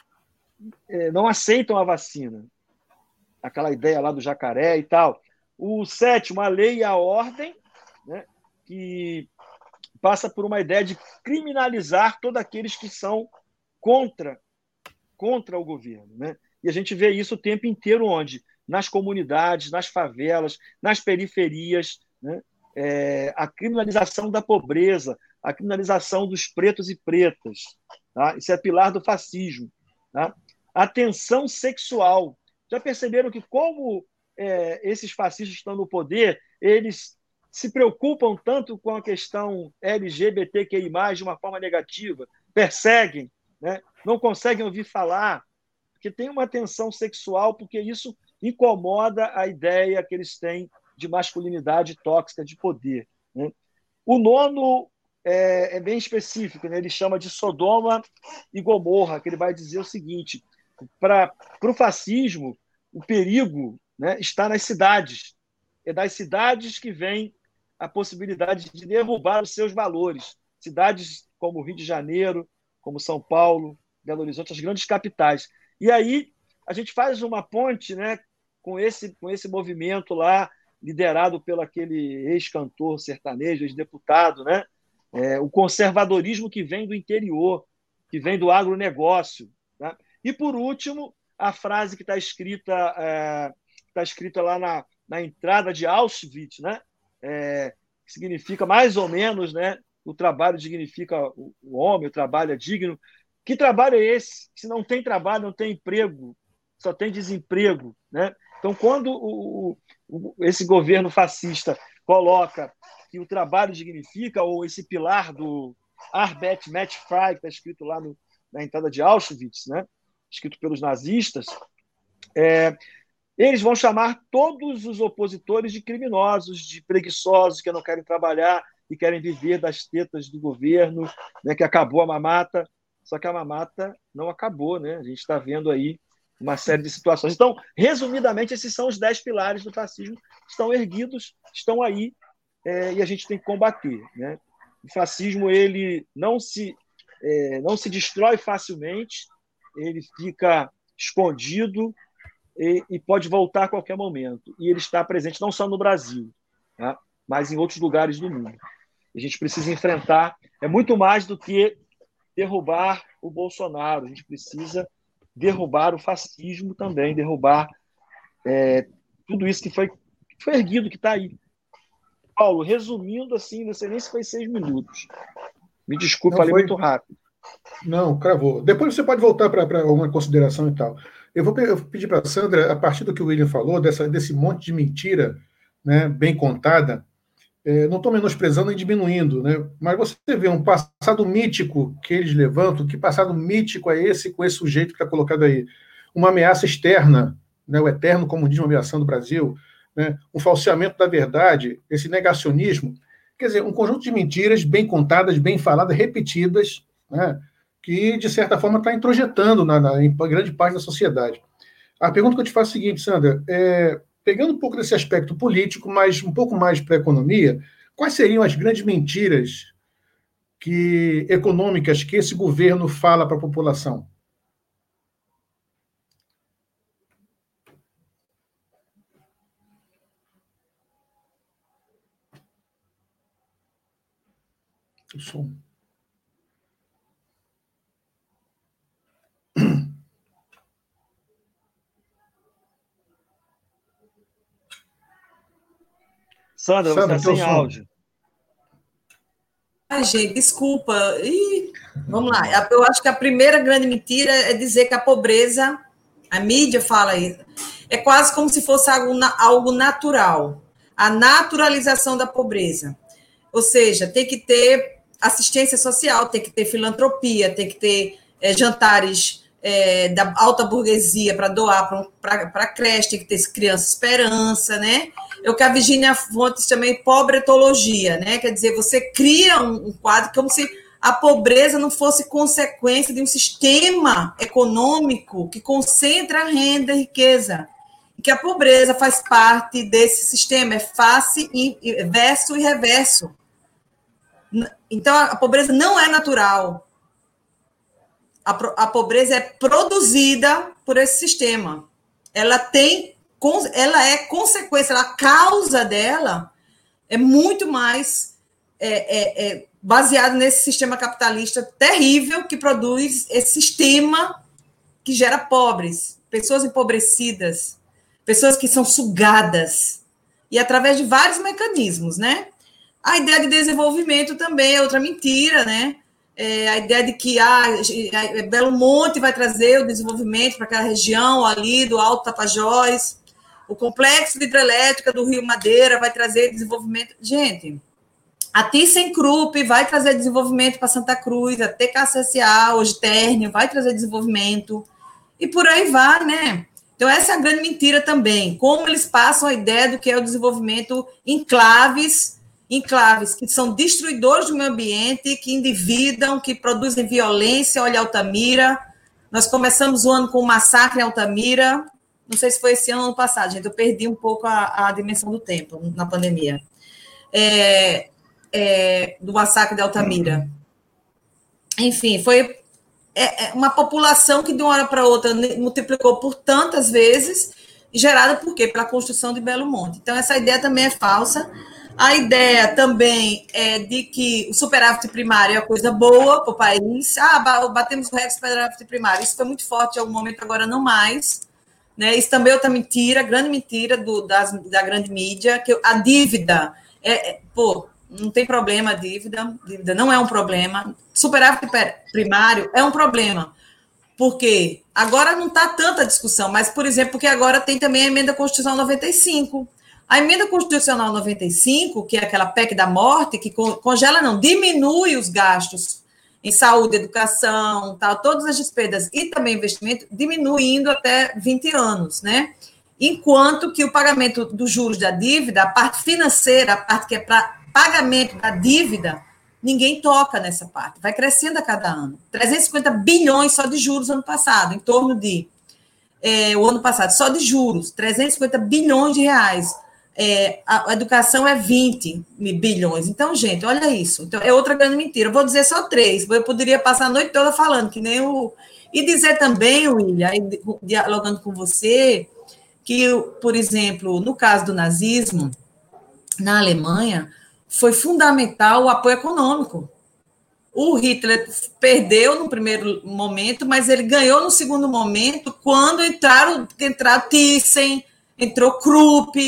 [SPEAKER 3] é, não aceitam a vacina. Aquela ideia lá do jacaré e tal. O sétimo, a lei e a ordem, né? Que passa por uma ideia de criminalizar todos aqueles que são contra, contra o governo, né? E a gente vê isso o tempo inteiro onde? Nas comunidades, nas favelas, nas periferias, né? É, a criminalização da pobreza, a criminalização dos pretos e pretas, tá? Isso é pilar do fascismo, tá? A tensão sexual. Já perceberam que como é, esses fascistas estão no poder, eles se preocupam tanto com a questão L G B T Q I mais, de uma forma negativa, perseguem, né? Não conseguem ouvir falar, porque tem uma tensão sexual, porque isso incomoda a ideia que eles têm de masculinidade tóxica, de poder, né? O nono é, é bem específico, né? Ele chama de Sodoma e Gomorra, que ele vai dizer o seguinte: para o fascismo, o perigo, né, está nas cidades. É das cidades que vem a possibilidade de derrubar os seus valores. Cidades como Rio de Janeiro, como São Paulo, Belo Horizonte, as grandes capitais. E aí a gente faz uma ponte, né, com esse, com esse movimento lá, liderado pelo aquele ex-cantor sertanejo, ex-deputado, né? É, o conservadorismo que vem do interior, que vem do agronegócio, tá? E, por último, a frase que está escrita, é, tá escrita lá na, na entrada de Auschwitz, né? É, que significa mais ou menos, né? O trabalho dignifica o, o homem, o trabalho é digno. Que trabalho é esse? Se não tem trabalho, não tem emprego, só tem desemprego, né? Então, quando o, o, esse governo fascista coloca que o trabalho dignifica, ou esse pilar do Arbeit macht frei, que está escrito lá no, na entrada de Auschwitz, né? Escrito pelos nazistas, é, eles vão chamar todos os opositores de criminosos, de preguiçosos, que não querem trabalhar e querem viver das tetas do governo, né, que acabou a mamata. Só que a mamata não acabou, né? A gente está vendo aí uma série de situações. Então, resumidamente, esses são os dez pilares do fascismo, estão erguidos, estão aí, é, e a gente tem que combater, né? O fascismo, ele não se, é, não se destrói facilmente, ele fica escondido e, e pode voltar a qualquer momento. E ele está presente não só no Brasil, tá? Mas em outros lugares do mundo. A gente precisa enfrentar, é muito mais do que derrubar o Bolsonaro, a gente precisa derrubar o fascismo também, derrubar é, tudo isso que foi, que foi erguido, que está aí. Paulo, resumindo assim, não sei nem se foi seis minutos. Me desculpa,
[SPEAKER 2] Não
[SPEAKER 3] falei
[SPEAKER 2] foi...
[SPEAKER 3] muito rápido.
[SPEAKER 2] Não, cravou. Depois você pode voltar para uma consideração e tal. Eu vou, eu vou pedir para a Sandra, a partir do que o William falou, dessa, desse monte de mentira, né, bem contada, é, não estou menosprezando nem diminuindo, né, mas você vê um passado mítico que eles levantam, que passado mítico é esse com esse sujeito que está colocado aí? Uma ameaça externa, né, o eterno comunismo, ameaçando o Brasil, né, um falseamento da verdade, esse negacionismo, quer dizer, um conjunto de mentiras bem contadas, bem faladas, repetidas, né, que, de certa forma, está introjetando na, na, em grande parte da sociedade. A pergunta que eu te faço é a seguinte, Sandra, é, pegando um pouco desse aspecto político, mas um pouco mais para a economia, quais seriam as grandes mentiras que, econômicas que esse governo fala para a população? O som.
[SPEAKER 3] Sandra, você está sem áudio.
[SPEAKER 4] Ai, gente, desculpa. Ih, vamos lá. Eu acho que a primeira grande mentira é dizer que a pobreza, a mídia fala isso, é quase como se fosse algo, algo natural. A naturalização da pobreza. Ou seja, tem que ter assistência social, tem que ter filantropia, tem que ter é, jantares é, da alta burguesia para doar para a creche, tem que ter criança esperança, né? É o que a Virginia Fontes chama de pobretologia, né? Quer dizer, você cria um, um quadro como se a pobreza não fosse consequência de um sistema econômico que concentra a renda e riqueza. E que a pobreza faz parte desse sistema, é face, e, verso e reverso. Então, a pobreza não é natural. A, a pobreza é produzida por esse sistema. Ela tem... ela é consequência, a causa dela é muito mais é, é, é, baseada nesse sistema capitalista terrível que produz esse sistema que gera pobres, pessoas empobrecidas, pessoas que são sugadas, e através de vários mecanismos, né? A ideia de desenvolvimento também é outra mentira, né? É, a ideia de que ah, Belo Monte vai trazer o desenvolvimento para aquela região ali do Alto Tapajós, o complexo de hidrelétrica do Rio Madeira vai trazer desenvolvimento. Gente, a ThyssenKrupp vai trazer desenvolvimento para Santa Cruz, a T K C S A, hoje Térnio, vai trazer desenvolvimento, e por aí vai, né? Então, essa é a grande mentira também, como eles passam a ideia do que é o desenvolvimento enclaves, enclaves que são destruidores do meio ambiente, que endividam, que produzem violência. Olha, Altamira, nós começamos o ano com um massacre em Altamira, não sei se foi esse ano ou ano passado, gente, eu perdi um pouco a, a dimensão do tempo na pandemia, é, é, do massacre de Altamira. Enfim, foi é, é uma população que de uma hora para outra multiplicou por tantas vezes, e gerada por quê? Pela construção de Belo Monte. Então, essa ideia também é falsa. A ideia também é de que o superávit primário é uma coisa boa para o país. Ah, batemos o recorde do superávit primário. Isso foi muito forte em algum momento, agora não mais. Né? Isso também é outra mentira, grande mentira do, das, da grande mídia, que a dívida, é, é, pô, não tem problema a dívida, dívida não é um problema. Superávit primário é um problema. Por quê? Agora não está tanta discussão, mas, por exemplo, porque agora tem também a emenda constitucional noventa e cinco. A emenda constitucional noventa e cinco, que é aquela P E C da morte, que congela, não, diminui os gastos em saúde, educação, tal, todas as despesas e também investimento, diminuindo até vinte anos, né? Enquanto que o pagamento dos juros da dívida, a parte financeira, a parte que é para pagamento da dívida, ninguém toca nessa parte, vai crescendo a cada ano. trezentos e cinquenta bilhões só de juros ano passado, em torno de, é, o ano passado, só de juros, trezentos e cinquenta bilhões de reais. É, a educação é vinte bilhões. Então, gente, olha isso. Então, é outra grande mentira. Eu vou dizer só três. Eu poderia passar a noite toda falando, que nem o... E dizer também, William, dialogando com você, que, por exemplo, no caso do nazismo, na Alemanha, foi fundamental o apoio econômico. O Hitler perdeu no primeiro momento, mas ele ganhou no segundo momento, quando entraram, entraram Thyssen, entrou Krupp,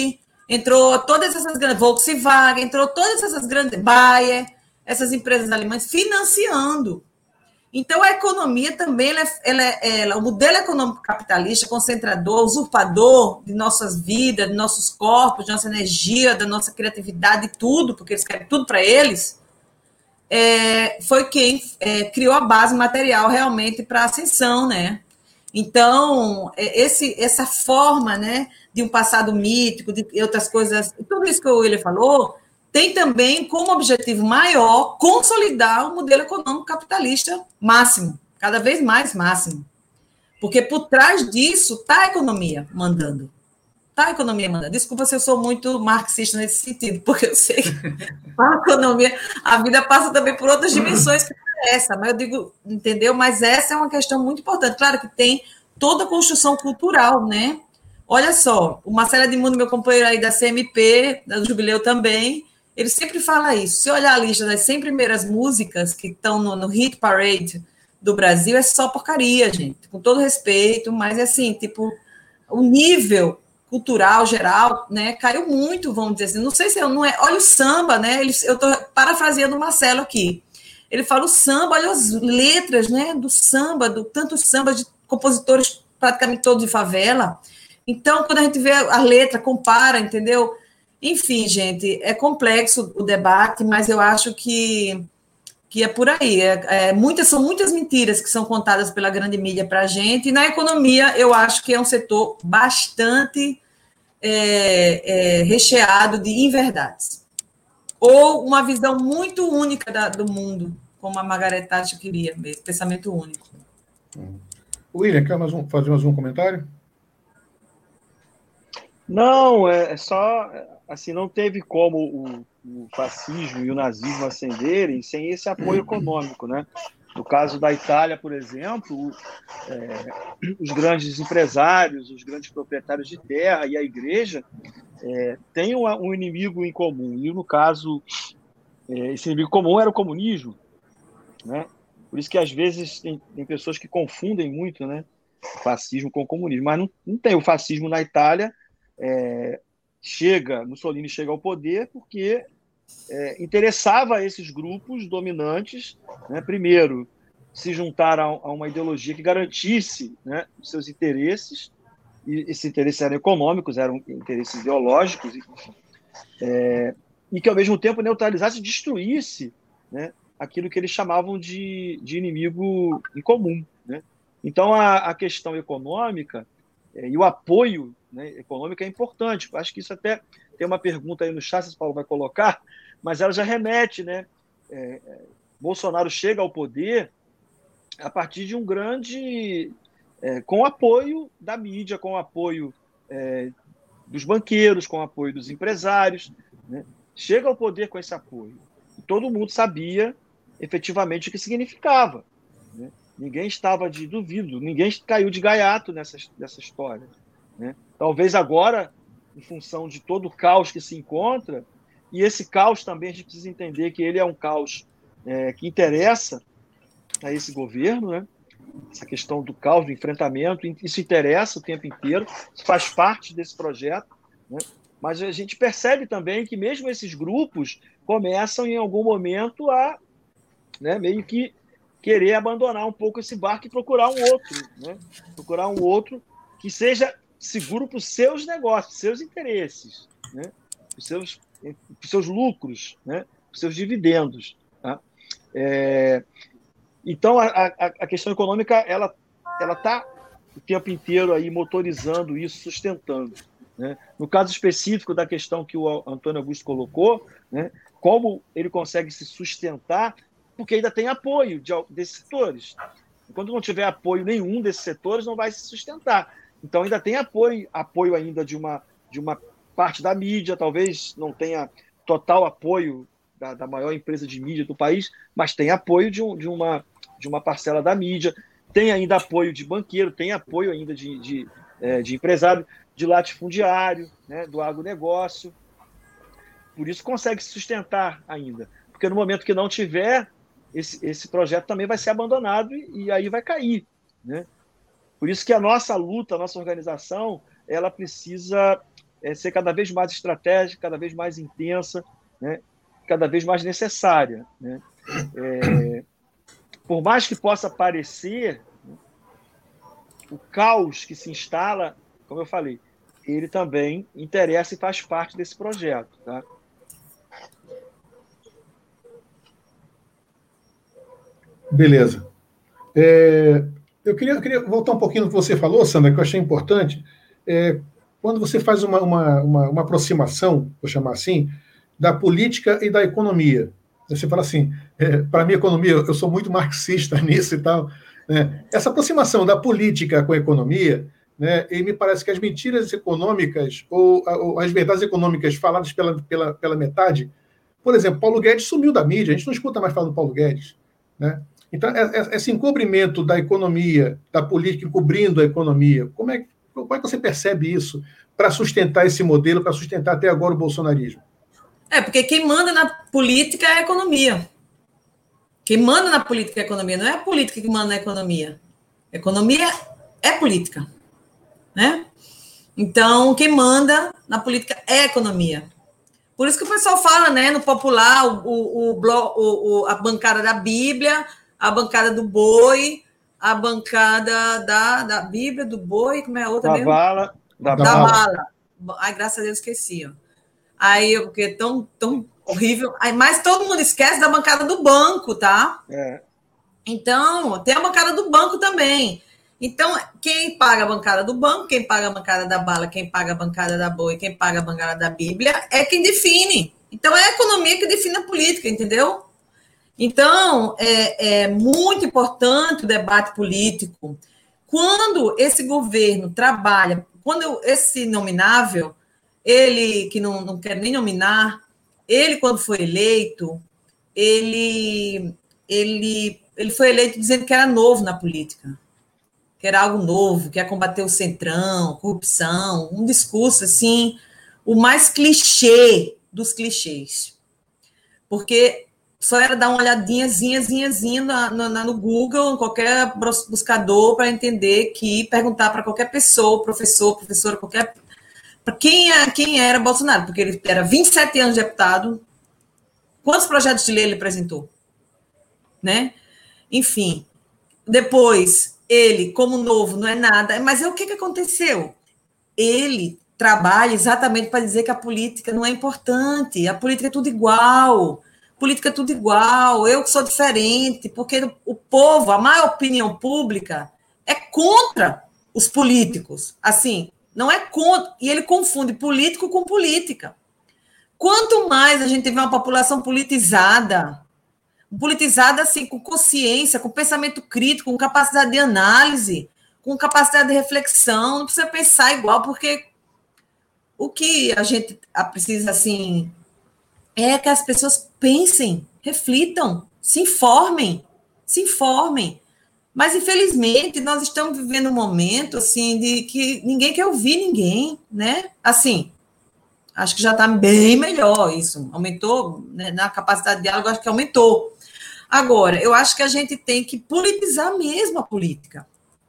[SPEAKER 4] entrou todas essas grandes, Volkswagen, entrou todas essas grandes, Bayer, essas empresas alemãs financiando. Então, a economia também, ela, ela, ela, o modelo econômico capitalista, concentrador, usurpador de nossas vidas, de nossos corpos, de nossa energia, da nossa criatividade, tudo, porque eles querem tudo para eles, é, foi quem é, criou a base material realmente para a ascensão, né? Então, esse, essa forma, né, de um passado mítico, de outras coisas, tudo isso que o William falou, tem também como objetivo maior consolidar o modelo econômico capitalista máximo, cada vez mais máximo. Porque por trás disso está a economia mandando. Está a economia mandando. Desculpa se eu sou muito marxista nesse sentido, porque eu sei que a economia, a vida passa também por outras dimensões que não é essa, mas eu digo, entendeu? Mas essa é uma questão muito importante. Claro que tem toda a construção cultural, né? Olha só, o Marcelo Edmundo, meu companheiro aí da C M P, do Jubileu também, ele sempre fala isso. Se olhar a lista das cem primeiras músicas que estão no, no Hit Parade do Brasil, é só porcaria, gente. Com todo respeito, mas assim, tipo, o nível cultural geral, né, caiu muito, vamos dizer assim. Não sei se eu não é. Olha o samba, né? Ele, eu estou parafraseando o Marcelo aqui. Ele fala o samba, olha as letras, né, do samba, do tanto samba de compositores praticamente todos de favela. Então, quando a gente vê a letra, compara, entendeu? Enfim, gente, é complexo o debate, mas eu acho que, que é por aí. É, é, muitas, são muitas mentiras que são contadas pela grande mídia para a gente, e na economia eu acho que é um setor bastante é, é, recheado de inverdades. Ou uma visão muito única da, do mundo, como a Margaret Thatcher queria mesmo, pensamento único.
[SPEAKER 2] William, quer mais um, fazer mais um comentário?
[SPEAKER 3] Não, é só, assim, não teve como o, o fascismo e o nazismo ascenderem sem esse apoio econômico, né? No caso da Itália, por exemplo, é, os grandes empresários, os grandes proprietários de terra e a igreja é, têm um, um inimigo em comum. E, no caso, é, esse inimigo comum era o comunismo, né? Por isso que, às vezes, tem, tem pessoas que confundem muito, né, o fascismo com o comunismo. Mas não, não tem o fascismo na Itália. É, chega, Mussolini chega ao poder porque é, interessava a esses grupos dominantes, né, primeiro, se juntar a, a uma ideologia que garantisse, né, os seus interesses, e esses interesses eram econômicos, eram interesses ideológicos, e, é, e que, ao mesmo tempo, neutralizasse e destruísse, né, aquilo que eles chamavam de, de inimigo em comum, né? Então, a, a questão econômica é, e o apoio, né, econômico é importante. Acho que isso até tem uma pergunta aí no chat, se o Paulo vai colocar, mas ela já remete, né? É, Bolsonaro chega ao poder a partir de um grande... É, com o apoio da mídia, com o apoio é, dos banqueiros, com o apoio dos empresários, né? Chega ao poder com esse apoio. E todo mundo sabia efetivamente o que significava, né? Ninguém estava de duvido, ninguém caiu de gaiato nessa, nessa história, né? Talvez agora, em função de todo o caos que se encontra, e esse caos também a gente precisa entender que ele é um caos é, que interessa a esse governo, né? Essa questão do caos, do enfrentamento, isso interessa o tempo inteiro, faz parte desse projeto, né? Mas a gente percebe também que mesmo esses grupos começam em algum momento a, né, meio que querer abandonar um pouco esse barco e procurar um outro, né? Procurar um outro que seja seguro para os seus negócios, seus interesses, né? Os seus, os seus lucros, né? Os seus dividendos, tá? É, então, a, a, a questão econômica, ela ela está o tempo inteiro aí motorizando isso, sustentando, né? No caso específico da questão que o Antônio Augusto colocou, né, como ele consegue se sustentar, porque ainda tem apoio de, desses setores. Quando não tiver apoio nenhum desses setores, não vai se sustentar. Então, ainda tem apoio, apoio ainda de uma, de uma parte da mídia, talvez não tenha total apoio da, da maior empresa de mídia do país, mas tem apoio de, um, de, uma, de uma parcela da mídia, tem ainda apoio de banqueiro, tem apoio ainda de, de, é, de empresário, de latifundiário, né, do agronegócio. Por isso consegue se sustentar ainda. Porque no momento que não tiver, esse, esse projeto também vai ser abandonado e, e aí vai cair, né? Por isso que a nossa luta, a nossa organização, ela precisa é ser cada vez mais estratégica, cada vez mais intensa, né? Cada vez mais necessária, né? É, por mais que possa parecer, né, o caos que se instala, como eu falei, ele também interessa e faz parte desse projeto, tá?
[SPEAKER 2] Beleza. É, eu, queria, eu queria voltar um pouquinho no que você falou, Sandra, que eu achei importante. É, quando você faz uma, uma, uma, uma aproximação, vou chamar assim, da política e da economia. Você fala assim, é, para mim, economia, eu sou muito marxista nisso e tal. Né? Essa aproximação da política com a economia, né, e me parece que as mentiras econômicas ou, ou as verdades econômicas faladas pela, pela, pela metade, por exemplo, Paulo Guedes sumiu da mídia, a gente não escuta mais falar do Paulo Guedes. Né? Então, esse encobrimento da economia, da política encobrindo a economia, como é, como é que você percebe isso para sustentar esse modelo, para sustentar até agora o bolsonarismo?
[SPEAKER 4] É, porque quem manda na política é a economia. Quem manda na política é a economia, não é a política que manda na economia. A economia é política, né? Então, quem manda na política é a economia. Por isso que o pessoal fala, né, no popular, o, o, o, o, a bancada da Bíblia, a bancada do boi, a bancada da, da Bíblia, do boi, como é a outra
[SPEAKER 3] da
[SPEAKER 4] mesmo?
[SPEAKER 3] Bala, da,
[SPEAKER 4] da
[SPEAKER 3] bala.
[SPEAKER 4] bala. Ai, graças a Deus, esqueci. Ó. Aí, porque é tão, tão horrível. Aí, mas todo mundo esquece da bancada do banco, tá?
[SPEAKER 3] É.
[SPEAKER 4] Então, tem a bancada do banco também. Então, quem paga a bancada do banco, quem paga a bancada da bala, quem paga a bancada da boi, quem paga a bancada da Bíblia, é quem define. Então, é a economia que define a política, entendeu? Então, é, é muito importante o debate político. Quando esse governo trabalha, quando esse nominável, ele, que não, não quer nem nominar, ele, quando foi eleito, ele, ele, ele foi eleito dizendo que era novo na política, que era algo novo, que ia combater o centrão, corrupção, um discurso, assim, o mais clichê dos clichês. Porque só era dar uma olhadinha, zinha, zinha, zinha na, na, no Google, em qualquer buscador, para entender que perguntar para qualquer pessoa, professor, professora, qualquer... para quem, quem era Bolsonaro, porque ele era vinte e sete anos de deputado. Quantos projetos de lei ele apresentou? Né? Enfim, depois, ele, como novo, não é nada. Mas é o que, que aconteceu? Ele trabalha exatamente para dizer que a política não é importante, a política é tudo igual, política é tudo igual, eu que sou diferente, porque o povo, a maior opinião pública, é contra os políticos. Assim, não é contra, e ele confunde político com política. Quanto mais a gente tiver uma população politizada, politizada assim, com consciência, com pensamento crítico, com capacidade de análise, com capacidade de reflexão, não precisa pensar igual, porque o que a gente precisa, assim, é que as pessoas pensem, reflitam, se informem, se informem. Mas, infelizmente, nós estamos vivendo um momento, assim, de que ninguém quer ouvir ninguém, né? Assim, acho que já está bem melhor isso. Aumentou, né, na capacidade de diálogo, acho que aumentou. Agora, eu acho que a gente tem que politizar mesmo a política.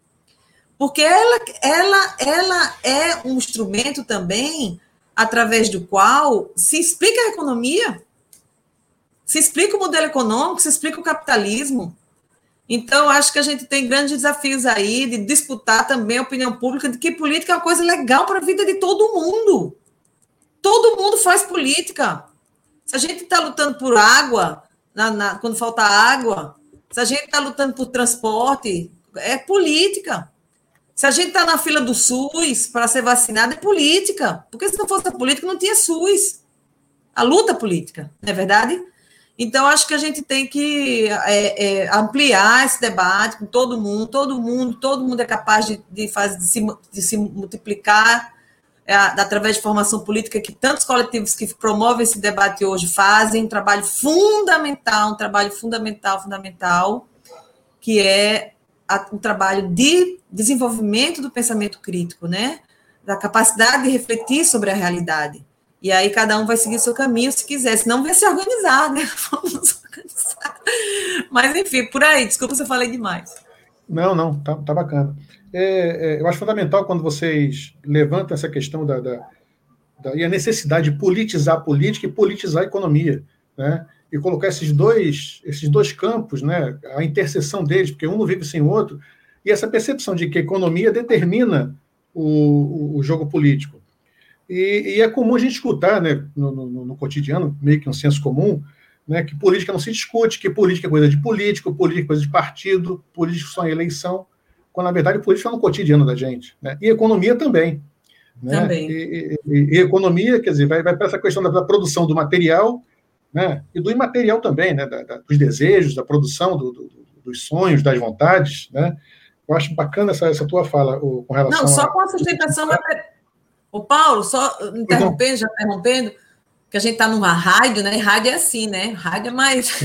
[SPEAKER 4] Porque ela, ela, ela é um instrumento também através do qual se explica a economia, se explica o modelo econômico, se explica o capitalismo. Então, acho que a gente tem grandes desafios aí de disputar também a opinião pública de que política é uma coisa legal para a vida de todo mundo. Todo mundo faz política. Se a gente está lutando por água, na, na, quando falta água, se a gente está lutando por transporte, é política. Se a gente está na fila do SUS para ser vacinado, é política. Porque se não fosse a política, não tinha SUS. A luta política, não é verdade? Então, acho que a gente tem que é, é, ampliar esse debate com todo mundo, todo mundo, todo mundo é capaz de, de, fazer, de, se, de se multiplicar é, através de formação política, que tantos coletivos que promovem esse debate hoje fazem, um trabalho fundamental, um trabalho fundamental, fundamental, que é um trabalho de desenvolvimento do pensamento crítico, né? Da capacidade de refletir sobre a realidade. E aí cada um vai seguir o seu caminho, se quiser, senão vai se organizar, né? Vamos organizar. Mas, enfim, por aí, desculpa se eu falei demais.
[SPEAKER 2] Não, não, tá, tá bacana. É, é, eu acho fundamental quando vocês levantam essa questão da, da, da, e a necessidade de politizar a política e politizar a economia, né? E colocar esses dois, esses dois campos, né? A interseção deles, porque um não vive sem o outro, e essa percepção de que a economia determina o, o, o jogo político. E, e é comum a gente escutar, né, no, no, no cotidiano, meio que um senso comum, né, que política não se discute, que política é coisa de político, política é coisa de partido, político só em eleição, quando, na verdade, política é no cotidiano da gente. Né? E economia também. Né?
[SPEAKER 4] Também.
[SPEAKER 2] E, e, e economia, quer dizer, vai, vai para essa questão da, da produção do material, né, e do imaterial também, né, da, da, dos desejos, da produção, do, do, dos sonhos, das vontades. Né? Eu acho bacana essa, essa tua fala o, com relação
[SPEAKER 4] Não, só
[SPEAKER 2] a...
[SPEAKER 4] com a sustentação... O Paulo, só interrompendo, já interrompendo, que a gente está numa rádio, né? Rádio é assim, né? Rádio é mais...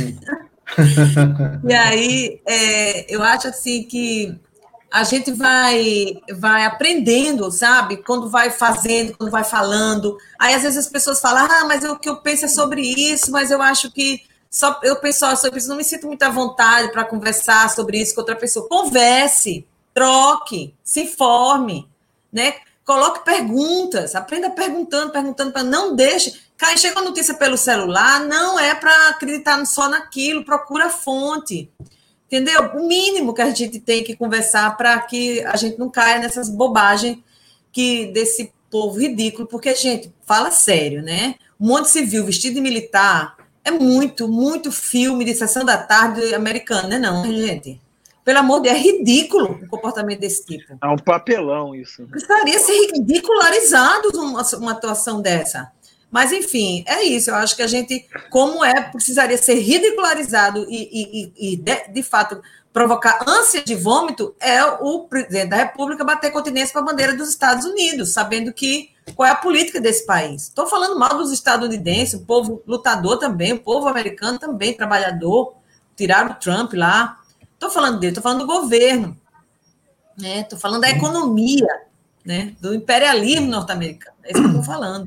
[SPEAKER 4] E aí, é, eu acho assim que a gente vai, vai aprendendo, sabe? Quando vai fazendo, quando vai falando. Aí, às vezes, as pessoas falam, ah, mas o que eu penso é sobre isso, mas eu acho que só eu penso só sobre isso, não me sinto muita vontade para conversar sobre isso com outra pessoa. Converse, troque, se informe, né? Coloque perguntas, aprenda perguntando, perguntando, para não deixe. Cai, chega a notícia pelo celular, não é para acreditar só naquilo, procura a fonte. Entendeu? O mínimo que a gente tem que conversar para que a gente não caia nessas bobagens que, desse povo ridículo, porque, gente, fala sério, né? Um monte de civil vestido de militar é muito, muito filme de sessão da tarde americano, né, não, gente? Pelo amor de Deus, é ridículo o comportamento desse tipo.
[SPEAKER 3] É um papelão isso.
[SPEAKER 4] Precisaria ser ridicularizado uma, uma atuação dessa. Mas, enfim, é isso. Eu acho que a gente, como é, precisaria ser ridicularizado e, e, e de, de fato, provocar ânsia de vômito, é o presidente da República bater continência para a bandeira dos Estados Unidos, sabendo que qual é a política desse país. Estou falando mal dos estadunidenses, o povo lutador também, o povo americano também, trabalhador, tiraram o Trump lá. Estou falando dele, estou falando do governo, né? Estou falando da economia, né? Do imperialismo norte-americano. É isso que eu estou falando.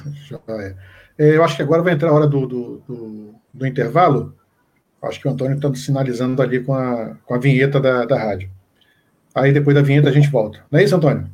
[SPEAKER 2] Eu acho que agora vai entrar a hora do, do, do, do intervalo. Acho que o Antônio está sinalizando ali com a, com a vinheta da, da rádio. Aí depois da vinheta a gente volta. Não é isso, Antônio?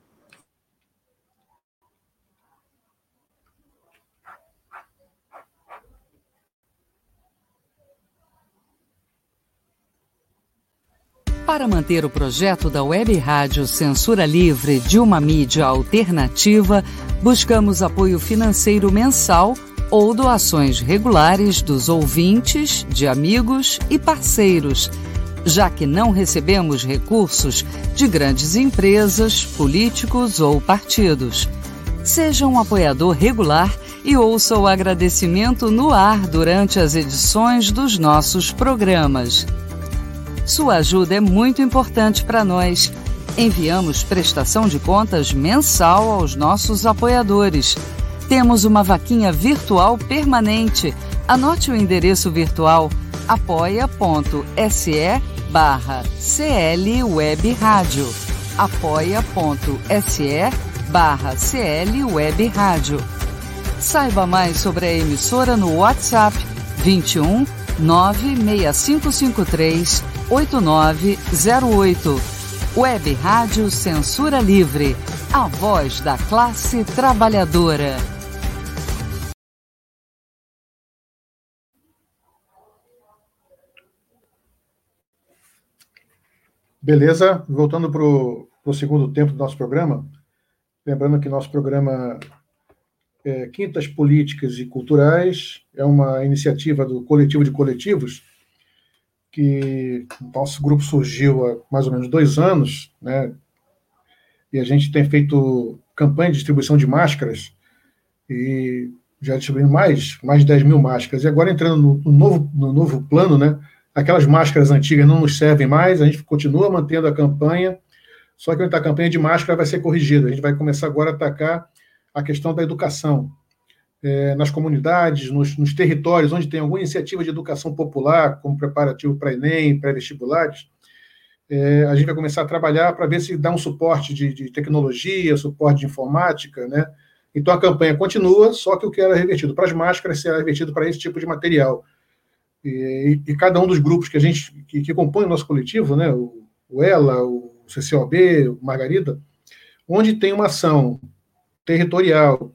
[SPEAKER 5] Para manter o projeto da Web Rádio Censura Livre de uma mídia alternativa, buscamos apoio financeiro mensal ou doações regulares dos ouvintes, de amigos e parceiros, já que não recebemos recursos de grandes empresas, políticos ou partidos. Seja um apoiador regular e ouça o agradecimento no ar durante as edições dos nossos programas. Sua ajuda é muito importante para nós. Enviamos prestação de contas mensal aos nossos apoiadores. Temos uma vaquinha virtual permanente. Anote o endereço virtual apoia.se barra CL Web Rádio. apoia.se barra CL Web Rádio. Saiba mais sobre a emissora no WhatsApp vinte e um, nove seis cinco cinco três, oito nove zero oito. Web Rádio Censura Livre, a voz da classe trabalhadora.
[SPEAKER 2] Beleza, voltando para o segundo tempo do nosso programa, lembrando que nosso programa é Quintas Políticas e Culturais, é uma iniciativa do Coletivo de Coletivos, que o nosso grupo surgiu há mais ou menos dois anos, né? E a gente tem feito campanha de distribuição de máscaras, e já distribuímos mais, mais de dez mil máscaras, e agora entrando no, no, novo, no novo plano, né? Aquelas máscaras antigas não nos servem mais, a gente continua mantendo a campanha, só que a campanha de máscara vai ser corrigida, a gente vai começar agora a atacar a questão da educação, É, nas comunidades, nos, nos territórios onde tem alguma iniciativa de educação popular, como preparativo para Enem, pré-vestibulares, é, a gente vai começar a trabalhar para ver se dá um suporte de, de tecnologia, suporte de informática, né? Então a campanha continua, só que o que era revertido para as máscaras será revertido para esse tipo de material. E, e, e cada um dos grupos que a gente que, que compõe o nosso coletivo, né? o, o ELA, o C C O B, o Margarida, onde tem uma ação territorial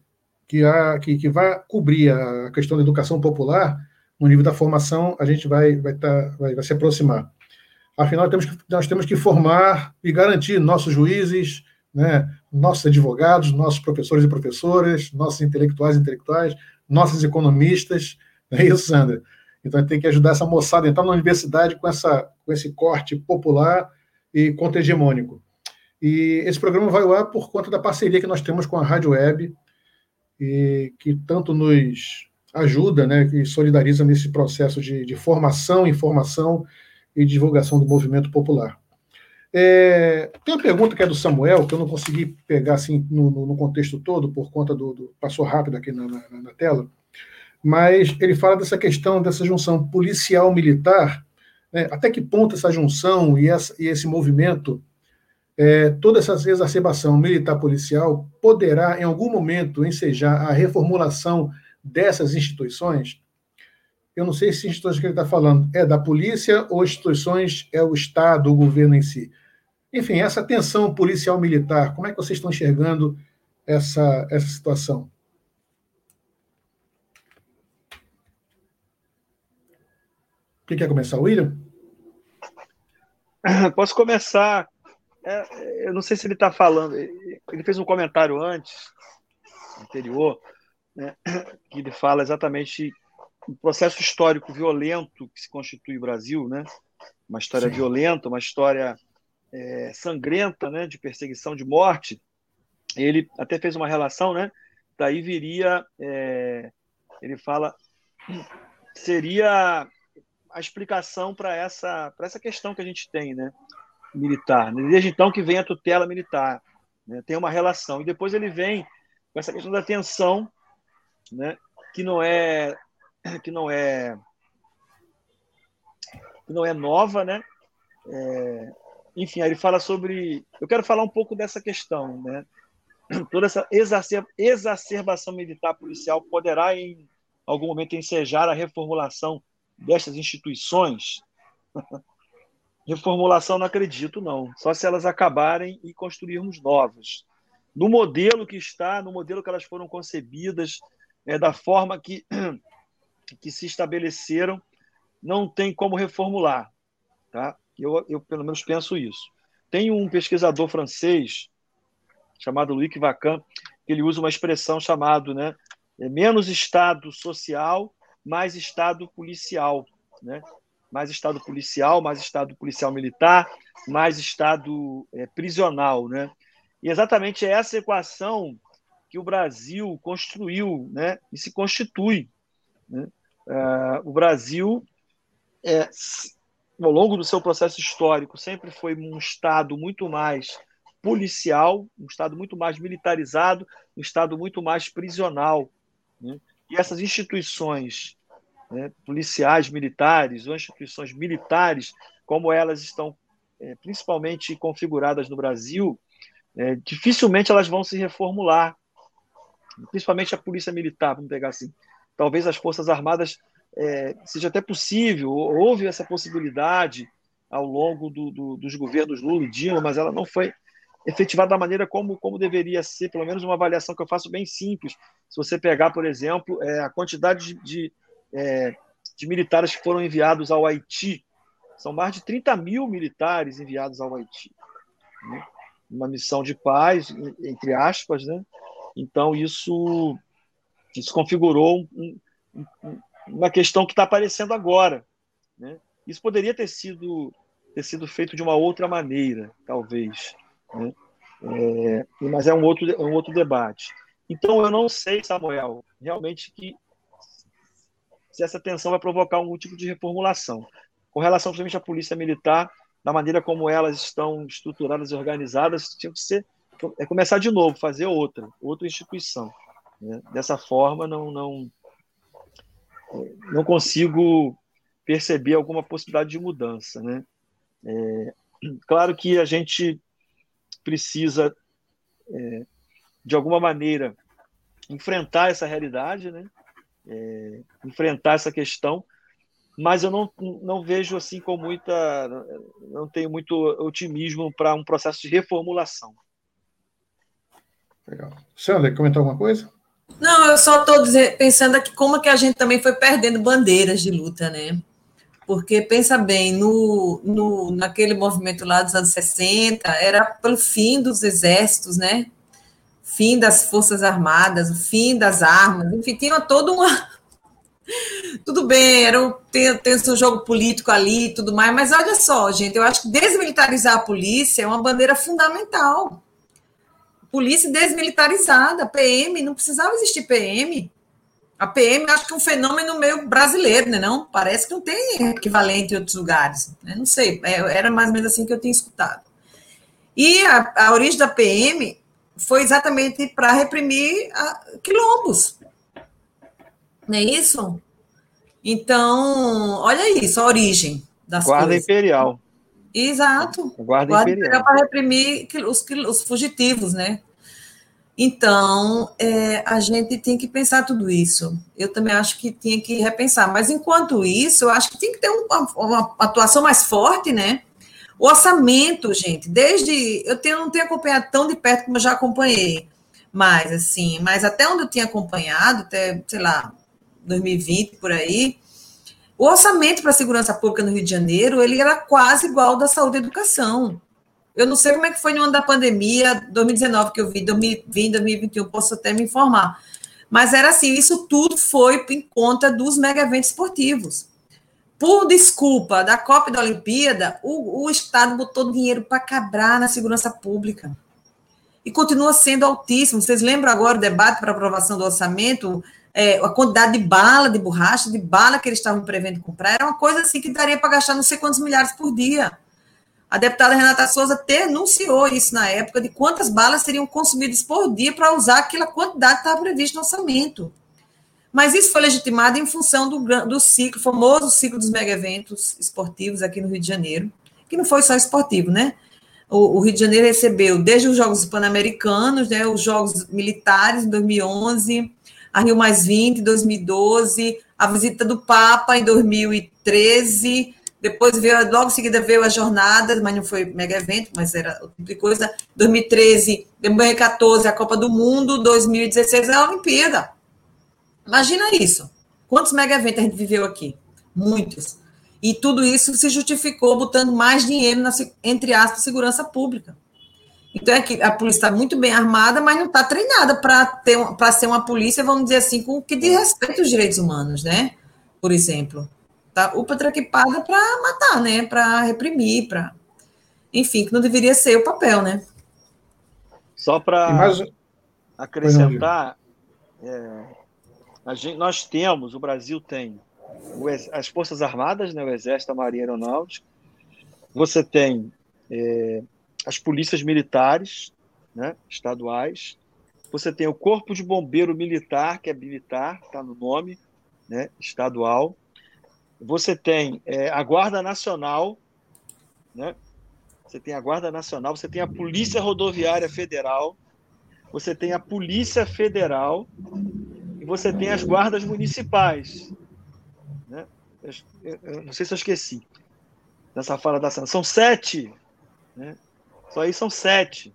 [SPEAKER 2] que, há, que, que vai cobrir a questão da educação popular no nível da formação, a gente vai, vai, tá, vai, vai se aproximar. Afinal, temos que, nós temos que formar e garantir nossos juízes, né, nossos advogados, nossos professores e professoras, nossos intelectuais e intelectuais, nossos economistas. Não é isso, Sandra? Então, a gente tem que ajudar essa moçada a entrar na universidade com, essa, com esse corte popular e contra-hegemônico. E esse programa vai ao ar por conta da parceria que nós temos com a Rádio Web, e que tanto nos ajuda, né, que solidariza nesse processo de, de formação, informação e divulgação do movimento popular. É, tem uma pergunta que é do Samuel, que eu não consegui pegar assim, no, no contexto todo, por conta do, do... Passou rápido aqui na, na, na tela, mas ele fala dessa questão, dessa junção policial-militar, né, até que ponto essa junção e, essa, e esse movimento, é, toda essa exacerbação militar-policial poderá, em algum momento, ensejar a reformulação dessas instituições? Eu não sei se instituições que ele está falando é da polícia ou instituições é o Estado, o governo em si. Enfim, essa tensão policial-militar, como é que vocês estão enxergando essa, essa situação? Quem quer começar, William?
[SPEAKER 3] Posso começar. É, eu não sei se ele está falando. Ele fez um comentário antes, anterior, né, que ele fala exatamente o processo histórico violento que se constitui o Brasil, né? Uma história Sim. violenta, uma história é, sangrenta, né? De perseguição, de morte. Ele até fez uma relação, né? Daí viria, é, ele fala, seria a explicação para essa, para essa questão que a gente tem, né? Militar. Desde então que vem a tutela militar, né? Tem uma relação. E depois ele vem com essa questão da tensão, né? Que não é que não é que não é nova, né? É, enfim, aí ele fala sobre... Eu quero falar um pouco dessa questão, né? Toda essa exacer, exacerbação militar policial poderá, em algum momento, ensejar a reformulação destas instituições? Reformulação não acredito, não. Só se elas acabarem e construirmos novas. No modelo que está, no modelo que elas foram concebidas, é, da forma que, que se estabeleceram, não tem como reformular. Tá? Eu, eu, pelo menos, penso isso. Tem um pesquisador francês, chamado Luc Vacan, que ele usa uma expressão chamada, né, menos Estado social, mais Estado policial. Né? Mais Estado policial, mais Estado policial militar, mais Estado é, prisional. Né? E exatamente essa equação que o Brasil construiu, né, e se constitui. Né? Uh, o Brasil, é, ao longo do seu processo histórico, sempre foi um Estado muito mais policial, um Estado muito mais militarizado, um Estado muito mais prisional. Né? E essas instituições, né, policiais, militares, ou instituições militares, como elas estão é, principalmente configuradas no Brasil, é, dificilmente elas vão se reformular, principalmente a polícia militar, vamos pegar assim. Talvez as Forças Armadas é, seja até possível, houve essa possibilidade ao longo do, do, dos governos Lula e Dilma, mas ela não foi efetivada da maneira como, como deveria ser, pelo menos uma avaliação que eu faço bem simples. Se você pegar, por exemplo, é, a quantidade de, de, é, de militares que foram enviados ao Haiti, são mais de trinta mil militares enviados ao Haiti. Né? Uma missão de paz, entre aspas, né? Então, isso, isso configurou um, um, uma questão que está aparecendo agora. Né? Isso poderia ter sido, ter sido feito de uma outra maneira, talvez. Né? É, mas é um outro, um outro debate. Então, eu não sei, Samuel, realmente que se essa tensão vai provocar algum tipo de reformulação. Com relação, principalmente, à polícia militar, da maneira como elas estão estruturadas e organizadas, tinha que ser é começar de novo, fazer outra, outra instituição. Né? Dessa forma, não, não, não consigo perceber alguma possibilidade de mudança. Né? É, claro que a gente precisa, é, de alguma maneira, enfrentar essa realidade, né? É, enfrentar essa questão, mas eu não, não vejo assim com muita... não tenho muito otimismo para um processo de reformulação.
[SPEAKER 2] Legal. Sandra, quer comentar alguma coisa?
[SPEAKER 4] Não, eu só estou pensando aqui como que a gente também foi perdendo bandeiras de luta, né? Porque, pensa bem, no, no, naquele movimento lá dos anos sessenta, era pelo fim dos exércitos, né? Fim das forças armadas, o fim das armas, enfim, tinha todo uma... Tudo bem, era um, tem, tem um jogo político ali e tudo mais, mas olha só, gente, eu acho que desmilitarizar a polícia é uma bandeira fundamental. Polícia desmilitarizada, P M, não precisava existir P M. A P M acho que é um fenômeno meio brasileiro, né? Não? Parece que não tem equivalente em outros lugares. Né? Não sei, era mais ou menos assim que eu tinha escutado. E a, a origem da P M foi exatamente para reprimir a, quilombos. Não é isso? Então, olha isso, a origem das
[SPEAKER 3] Guarda
[SPEAKER 4] coisas.
[SPEAKER 3] Imperial.
[SPEAKER 4] Exato.
[SPEAKER 3] Guarda,
[SPEAKER 4] Guarda
[SPEAKER 3] Imperial.
[SPEAKER 4] Para reprimir os, os fugitivos, né? Então, é, a gente tem que pensar tudo isso. Eu também acho que tinha que repensar. Mas, enquanto isso, eu acho que tem que ter uma, uma atuação mais forte, né? O orçamento, gente, desde... Eu tenho, não tenho acompanhado tão de perto como eu já acompanhei. Mas, assim, mas até onde eu tinha acompanhado, até, sei lá, dois mil e vinte, por aí, o orçamento para a segurança pública no Rio de Janeiro, ele era quase igual ao da saúde e educação. Eu não sei como é que foi no ano da pandemia, dois mil e dezenove que eu vi, dois mil e vinte, dois mil e vinte e um, posso até me informar. Mas era assim, isso tudo foi em conta dos mega eventos esportivos. Por desculpa da Copa e da Olimpíada, o, o Estado botou dinheiro para quebrar na segurança pública. E continua sendo altíssimo. Vocês lembram agora o debate para aprovação do orçamento? É, a quantidade de bala, de borracha, de bala que eles estavam prevendo comprar, era uma coisa assim que daria para gastar não sei quantos milhares por dia. A deputada Renata Souza denunciou isso na época, de quantas balas seriam consumidas por dia para usar aquela quantidade que estava prevista no orçamento. Mas isso foi legitimado em função do, do ciclo, famoso ciclo dos mega-eventos esportivos aqui no Rio de Janeiro, que não foi só esportivo, né? O, o Rio de Janeiro recebeu desde os Jogos Pan-Americanos, né, os Jogos Militares em dois mil e onze, a Rio Mais vinte em dois mil e doze, a visita do Papa em dois mil e treze, depois veio, logo em seguida veio a jornada, mas não foi mega evento, mas era outro tipo de coisa, dois mil e treze, dois mil e quatorze a Copa do Mundo, dois mil e dezesseis a Olimpíada. Imagina isso. Quantos mega eventos a gente viveu aqui? Muitos. E tudo isso se justificou botando mais dinheiro na, entre aspas, segurança pública. Então, é que a polícia está muito bem armada, mas não está treinada para ser uma polícia, vamos dizer assim, com que diz respeito aos direitos humanos, né? Por exemplo. Está ultra equipada para matar, né? Para reprimir, para... Enfim, que não deveria ser o papel, né?
[SPEAKER 3] Só para
[SPEAKER 2] mais...
[SPEAKER 3] acrescentar, é, a gente, nós temos, o Brasil tem o, as Forças Armadas, né? O Exército, a Marinha Aeronáutica, você tem... É, as polícias militares, né, estaduais, você tem o Corpo de Bombeiro Militar, que é militar, está no nome, né, estadual, você tem é, a Guarda Nacional, né, você tem a Guarda Nacional, você tem a Polícia Rodoviária Federal, você tem a Polícia Federal e você tem as guardas municipais. Né? Eu, eu, eu não sei se eu esqueci nessa fala da ação. São sete, né? Só aí são sete.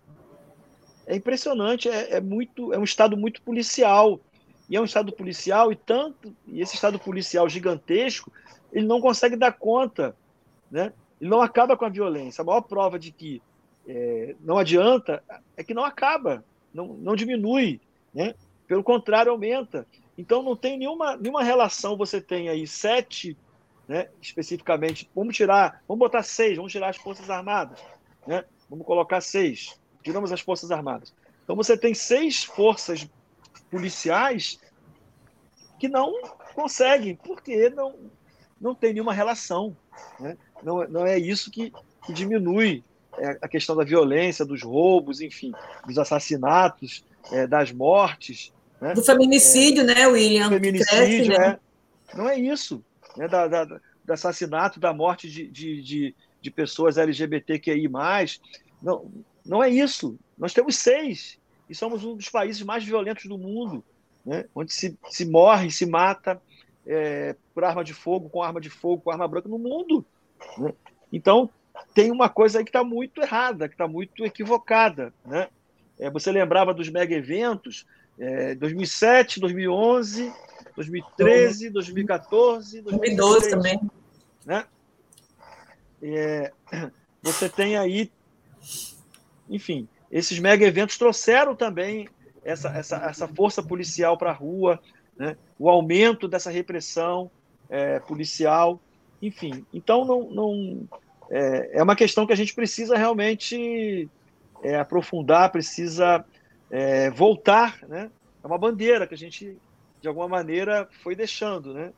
[SPEAKER 3] É impressionante, é, é, muito, é um estado muito policial. E é um estado policial, e tanto, e esse estado policial gigantesco, ele não consegue dar conta, né? Ele não acaba com a violência. A maior prova de que é, não adianta é que não acaba, não, não diminui, né? Pelo contrário, aumenta. Então não tem nenhuma, nenhuma relação. Você tem aí sete, né, especificamente, vamos tirar, vamos botar seis, vamos tirar as Forças Armadas, né? Vamos colocar seis. Tiramos as Forças Armadas. Então, você tem seis forças policiais que não conseguem, porque não, não tem nenhuma relação. Né? Não, não é isso que, que diminui é, a questão da violência, dos roubos, enfim, dos assassinatos, é, das mortes. Né?
[SPEAKER 4] Do feminicídio, é, né, William?
[SPEAKER 3] Do feminicídio, cresce, né? É, não é isso. Né? Da, da, do assassinato, da morte de... de, de de pessoas L G B T Q I mais, não, não é isso. Nós temos seis, e somos um dos países mais violentos do mundo, né? Onde se, se morre, se mata é, por arma de fogo, com arma de fogo, com arma branca no mundo. Né? Então, tem uma coisa aí que está muito errada, que está muito equivocada. Né? É, você lembrava dos mega eventos, É, dois mil e sete, dois mil e onze, dois mil e treze, dois mil e quatorze,
[SPEAKER 4] dois mil e doze também.
[SPEAKER 3] Né? É, você tem aí, enfim, esses mega eventos trouxeram também essa, essa, essa força policial para a rua, né? O aumento dessa repressão é, policial, enfim. Então, não, não, é, é uma questão que a gente precisa realmente é, aprofundar, precisa é, voltar, né? É uma bandeira que a gente, de alguma maneira, foi deixando, né?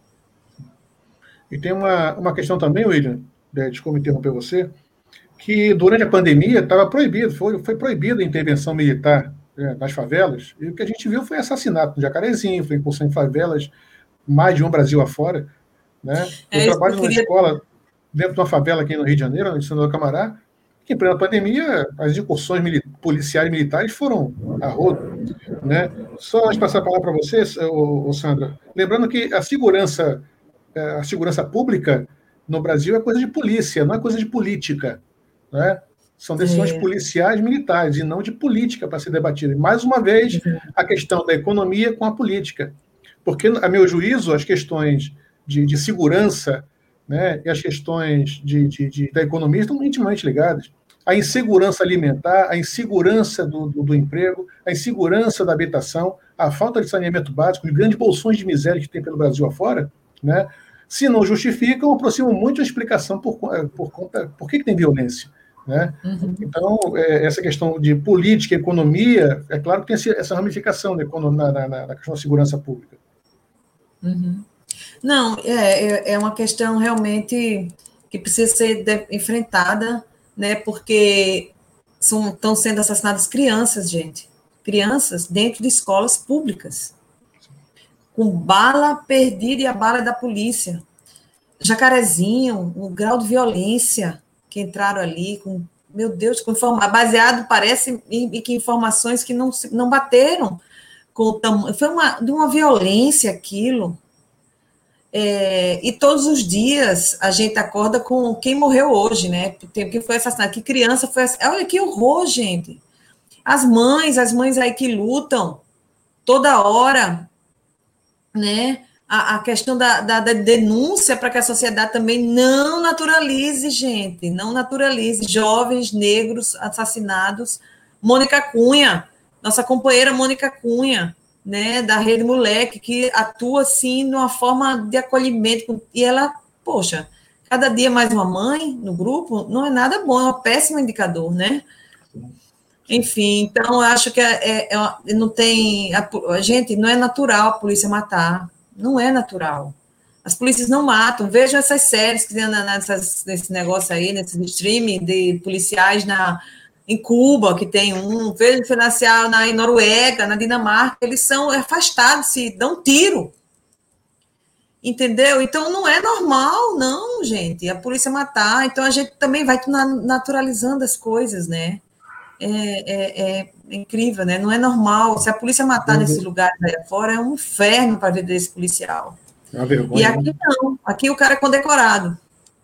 [SPEAKER 2] E tem uma, uma questão também, William, desculpa interromper você, que durante a pandemia estava proibido, foi, foi proibida a intervenção militar, né, nas favelas, e o que a gente viu foi assassinato no Jacarezinho, foi incursão em favelas, mais de um Brasil afora, né? Eu
[SPEAKER 4] é
[SPEAKER 2] trabalho
[SPEAKER 4] eu
[SPEAKER 2] numa
[SPEAKER 4] queria...
[SPEAKER 2] escola, dentro de uma favela aqui no Rio de Janeiro, no Senador Camará, que em plena pandemia as incursões mili- policiais e militares foram a rodo, né? Só antes de passar a palavra para você, ô, ô, Sandra, lembrando que a segurança, a segurança pública no Brasil é coisa de polícia, não é coisa de política, né? São decisões
[SPEAKER 4] É.
[SPEAKER 2] policiais militares e não de política para ser debatida. E, mais uma vez, a questão da economia com a política. Porque, a meu juízo, as questões de, de segurança, né, e as questões de, de, de, da economia estão intimamente ligadas. A insegurança alimentar, a insegurança do, do, do emprego, a insegurança da habitação, a falta de saneamento básico, os grandes bolsões de miséria que tem pelo Brasil afora, né, se não justificam, aproximam muito a explicação por, por conta por que, que tem violência. Né?
[SPEAKER 4] Uhum.
[SPEAKER 2] Então, é, essa questão de política e economia, é claro que tem essa ramificação na, na, na, na questão da segurança pública.
[SPEAKER 4] Uhum. Não, é, é uma questão realmente que precisa ser de, enfrentada, né, porque são, estão sendo assassinadas crianças, gente, crianças dentro de escolas públicas, com bala perdida e a bala da polícia. Jacarezinho, o grau de violência que entraram ali, com, meu Deus, com informa, baseado, parece, em, em que informações que não, não bateram com o tamanho, foi uma, de uma violência aquilo. É, e todos os dias a gente acorda com quem morreu hoje, né? Quem foi assassinado, que criança foi assassinada. Olha que horror, gente. As mães, as mães aí que lutam toda hora, né? A, a questão da, da, da denúncia para que a sociedade também não naturalize, gente, não naturalize jovens negros assassinados. Mônica Cunha, nossa companheira Mônica Cunha, né, da Rede Moleque, que atua, assim, de uma forma de acolhimento, e ela, poxa, cada dia mais uma mãe no grupo, não é nada bom, é um péssimo indicador, né? Enfim, então, eu acho que é, é, é, não tem, a, a gente, não é natural a polícia matar, não é natural. As polícias não matam, vejam essas séries que tem nessas, nesse negócio aí, nesse streaming de policiais na... em Cuba, que tem um, veja financiar na em Noruega, na Dinamarca, eles são afastados, se dão tiro. Entendeu? Então, não é normal, não, gente, a polícia matar. Então, a gente também vai naturalizando as coisas, né? É, é, é incrível, né? Não é normal. Se a polícia matar nesses lugares aí fora, é um inferno para a vida desse policial.
[SPEAKER 2] É uma vergonha.
[SPEAKER 4] E aqui não. Aqui o cara é condecorado.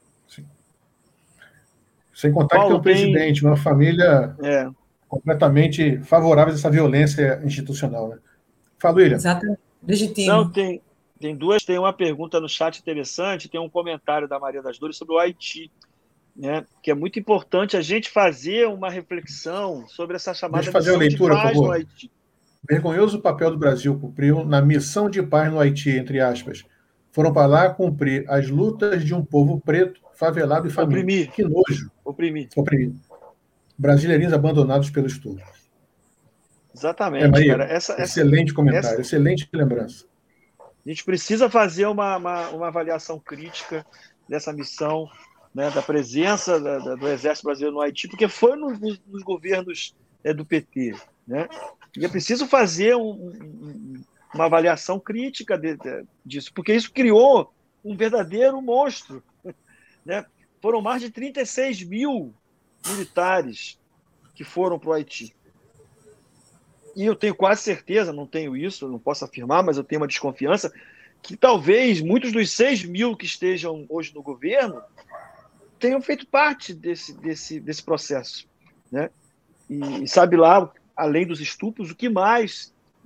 [SPEAKER 2] Sem contar Paulo, que tem um tem... presidente, uma família é. completamente favorável a essa violência institucional. Né? Fala, William.
[SPEAKER 4] Exatamente. Legítimo.
[SPEAKER 3] Não, tem, tem duas, tem uma pergunta no chat interessante, tem um comentário da Maria das Dores sobre o Haiti, né? Que é muito importante a gente fazer uma reflexão sobre essa chamada
[SPEAKER 2] Deixa eu fazer a leitura,
[SPEAKER 3] de paz
[SPEAKER 2] por favor.
[SPEAKER 3] no Haiti.
[SPEAKER 2] Vergonhoso papel do Brasil cumpriu na missão de paz no Haiti, entre aspas. Foram para lá cumprir as lutas de um povo preto, favelado e faminto.
[SPEAKER 3] Oprimir.
[SPEAKER 2] Que nojo.
[SPEAKER 3] Oprimir.
[SPEAKER 2] Oprimir. Brasileirinhos abandonados pelos turcos.
[SPEAKER 3] Exatamente,
[SPEAKER 2] é, Maria,
[SPEAKER 3] cara. Essa,
[SPEAKER 2] excelente
[SPEAKER 3] essa,
[SPEAKER 2] comentário,
[SPEAKER 3] essa...
[SPEAKER 2] excelente lembrança.
[SPEAKER 3] A gente precisa fazer uma, uma, uma avaliação crítica dessa missão, né, da presença da, da, do Exército Brasileiro no Haiti, porque foi no, nos, nos governos é, do P T. Né? E é preciso fazer um, um, uma avaliação crítica de, de, disso, porque isso criou um verdadeiro monstro. Né? Foram mais de trinta e seis mil militares que foram para o Haiti. E eu tenho quase certeza, não tenho isso, não posso afirmar, mas eu tenho uma desconfiança, que talvez muitos dos seis mil que estejam hoje no governo tenham feito parte desse, desse, desse processo. Né? E, e sabe lá, além dos estupros, o que mais,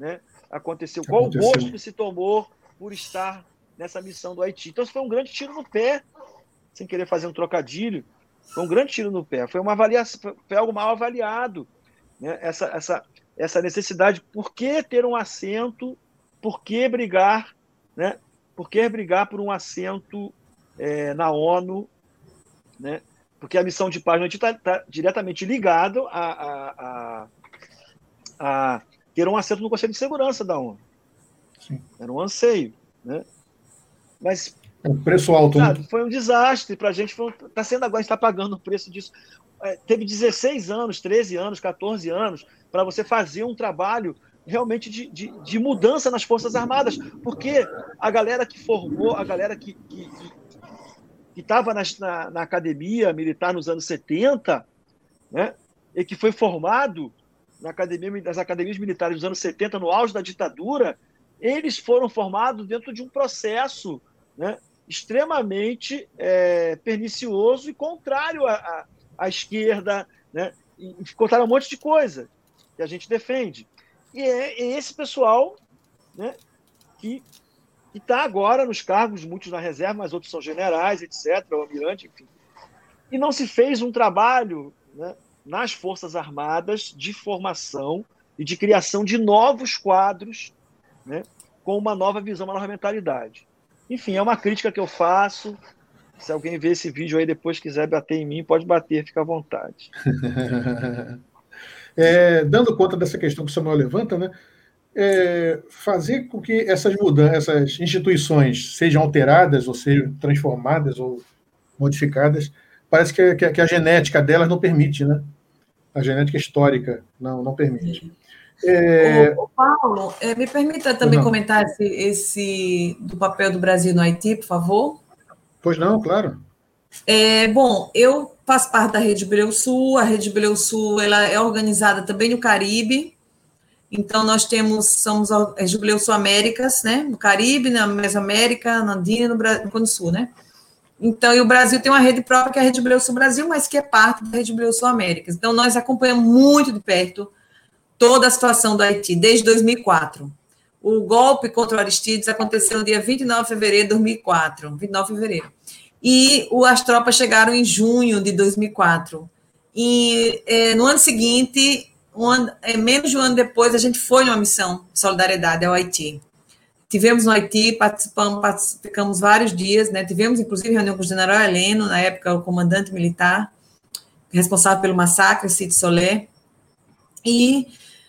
[SPEAKER 3] né, aconteceu, qual
[SPEAKER 2] aconteceu.
[SPEAKER 3] o gosto que se tomou por estar nessa missão do Haiti. Então, isso foi um grande tiro no pé, sem querer fazer um trocadilho, foi um grande tiro no pé, foi, uma avaliação, foi algo mal avaliado, né, essa, essa, essa necessidade, por que ter um assento, por que brigar, né, por que brigar por um assento é, na ONU, né, porque a missão de paz no Haiti está tá diretamente ligada a, a, a, a ter um assento no Conselho de Segurança da ONU.
[SPEAKER 2] Sim.
[SPEAKER 3] Era um anseio, né? Mas
[SPEAKER 2] é um preço alto,
[SPEAKER 3] sabe,
[SPEAKER 2] né?
[SPEAKER 3] foi um desastre para a gente, está sendo agora, a gente está pagando o preço disso. É, teve dezesseis anos, treze anos, quatorze anos para você fazer um trabalho realmente de, de, de mudança nas Forças Armadas, porque a galera que formou, a galera que que, que estava na, na academia militar nos anos setenta, né, e que foi formado na academia, nas academias militares dos anos setenta, no auge da ditadura, eles foram formados dentro de um processo, né, extremamente é, pernicioso e contrário à, à, à esquerda, né, e, e contaram um monte de coisa que a gente defende. E é, é esse pessoal, né, que está agora nos cargos, muitos na reserva, mas outros são generais, etcétera, o almirante, enfim. E não se fez um trabalho, né, nas Forças Armadas de formação e de criação de novos quadros, né, com uma nova visão, uma nova mentalidade. Enfim, é uma crítica que eu faço. Se alguém ver esse vídeo aí depois quiser bater em mim, pode bater, fica à vontade.
[SPEAKER 2] É, dando conta dessa questão que o Samuel levanta, né, é, fazer com que essas mudanças, essas instituições sejam alteradas ou sejam transformadas ou modificadas, parece que, que, que a genética delas não permite, né? A genética histórica não, não permite.
[SPEAKER 4] É... O, o Paulo, é, me permita também
[SPEAKER 2] não.
[SPEAKER 4] comentar esse, esse do papel do Brasil no Haiti, por favor?
[SPEAKER 2] Pois não, claro.
[SPEAKER 4] É, bom, eu faço parte da Rede Jubileu Sul, a Rede Jubileu Sul ela é organizada também no Caribe, então nós temos, somos a Jubileu Sul Américas, né, no Caribe, na Mesoamérica, na Andina e no, no Cone Sul, né? Então, e o Brasil tem uma rede própria, que é a Rede Jubileu Sul Brasil, mas que é parte da Rede Jubileu Sul Américas. Então, nós acompanhamos muito de perto toda a situação do Haiti, desde dois mil e quatro. O golpe contra o Aristides aconteceu no dia vinte e nove de fevereiro de dois mil e quatro, vinte e nove de fevereiro. E o, as tropas chegaram em junho de dois mil e quatro. E é, no ano seguinte, um ano, é, menos de um ano depois, a gente foi numa missão de solidariedade ao Haiti. Tivemos no Haiti, participamos, participamos vários dias, né? Tivemos, inclusive, reunião com o general Heleno, na época, o comandante militar, responsável pelo massacre, Cite Solé, e,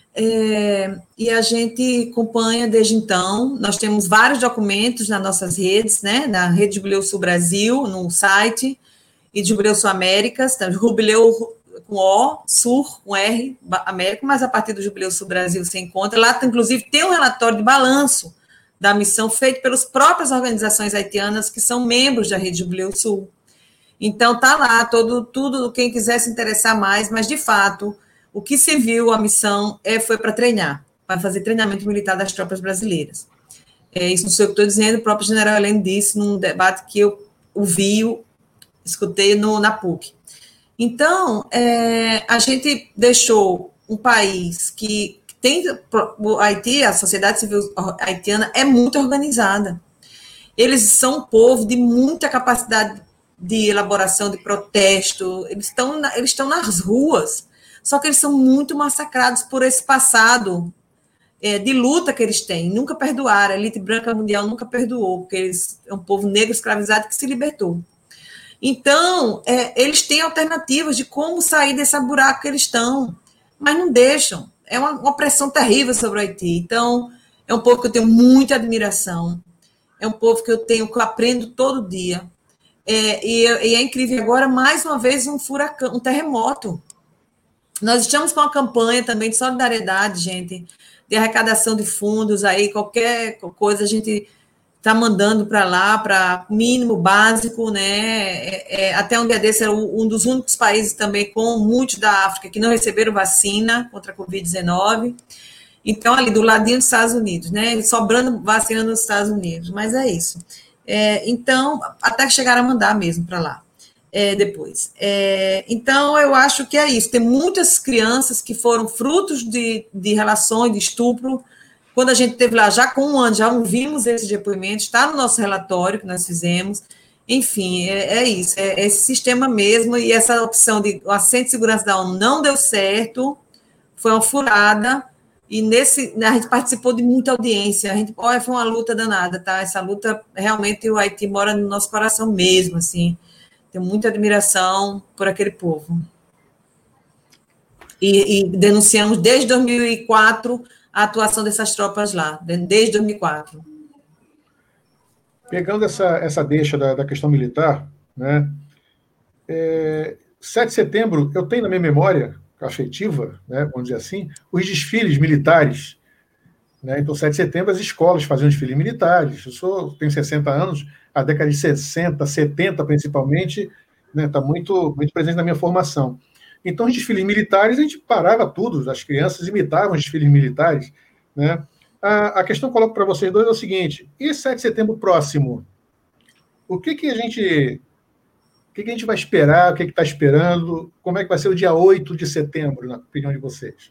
[SPEAKER 4] é, e a gente acompanha desde então. Nós temos vários documentos nas nossas redes, né? Na Rede Jubileu Sul Brasil, no site, e Jubileu Sul Américas, tá? Jubileu com O, Sur, com R, América, mas a partir do Jubileu Sul Brasil você encontra. Lá, inclusive, tem um relatório de balanço da missão feito pelas próprias organizações haitianas que são membros da Rede Jubileu Sul. Então, tá lá todo, tudo, quem quiser se interessar mais, mas, de fato, o que se viu a missão é, foi para treinar, para fazer treinamento militar das tropas brasileiras. É, isso não sei o que estou dizendo, o próprio general Heleno disse num debate que eu ouvi, escutei no, na P U C. Então, é, a gente deixou um país que tem, o Haiti, a sociedade civil haitiana é muito organizada. Eles são um povo de muita capacidade de elaboração, de protesto, eles estão, eles estão nas ruas, só que eles são muito massacrados por esse passado é, de luta que eles têm, nunca perdoaram, a elite branca mundial nunca perdoou, porque eles é um povo negro escravizado que se libertou. Então, é, eles têm alternativas de como sair desse buraco que eles estão, mas não deixam. É uma, uma pressão terrível sobre o Haiti. Então, é um povo que eu tenho muita admiração, é um povo que eu tenho, que eu aprendo todo dia. É, e, e é incrível agora, mais uma vez, um furacão, um terremoto. Nós estamos com uma campanha também de solidariedade, gente, de arrecadação de fundos, aí qualquer coisa a gente está mandando para lá, para mínimo básico, né? É, é, até um dia desse era um dos únicos países também, com muitos da África, que não receberam vacina contra a covid dezenove. Então, ali do ladinho dos Estados Unidos, né? Sobrando vacina nos Estados Unidos, mas é isso. É, então, até que chegaram a mandar mesmo para lá, é, depois. É, então, eu acho que é isso. Tem muitas crianças que foram frutos de, de relações, de estupro, Quando a gente teve lá, já com um ano, já ouvimos esse depoimento, está no nosso relatório que nós fizemos. Enfim, é, é isso, é, é esse sistema mesmo, e essa opção de o assento de segurança da ONU não deu certo, foi uma furada, e nesse, a gente participou de muita audiência, a gente, olha, foi uma luta danada, tá? Essa luta, realmente, o Haiti mora no nosso coração mesmo, assim, tenho muita admiração por aquele povo. E, e denunciamos desde dois mil e quatro a atuação dessas tropas lá, desde dois mil e quatro.
[SPEAKER 2] Pegando essa, essa deixa da, da questão militar, né, é, sete de setembro, eu tenho na minha memória afetiva, né, vamos dizer assim, os desfiles militares. Né, então, sete de setembro, as escolas faziam desfiles militares. Eu sou, tenho sessenta anos, a década de sessenta, setenta, principalmente, né, está muito, muito presente na minha formação. Então, os desfiles militares, a gente parava tudo, as crianças imitavam os desfiles militares, né? A, a questão que eu coloco para vocês dois é o seguinte: e sete de setembro próximo? O que, que a gente o que, que a gente vai esperar? O que está esperando? Como é que vai ser o dia oito de setembro, na opinião de vocês?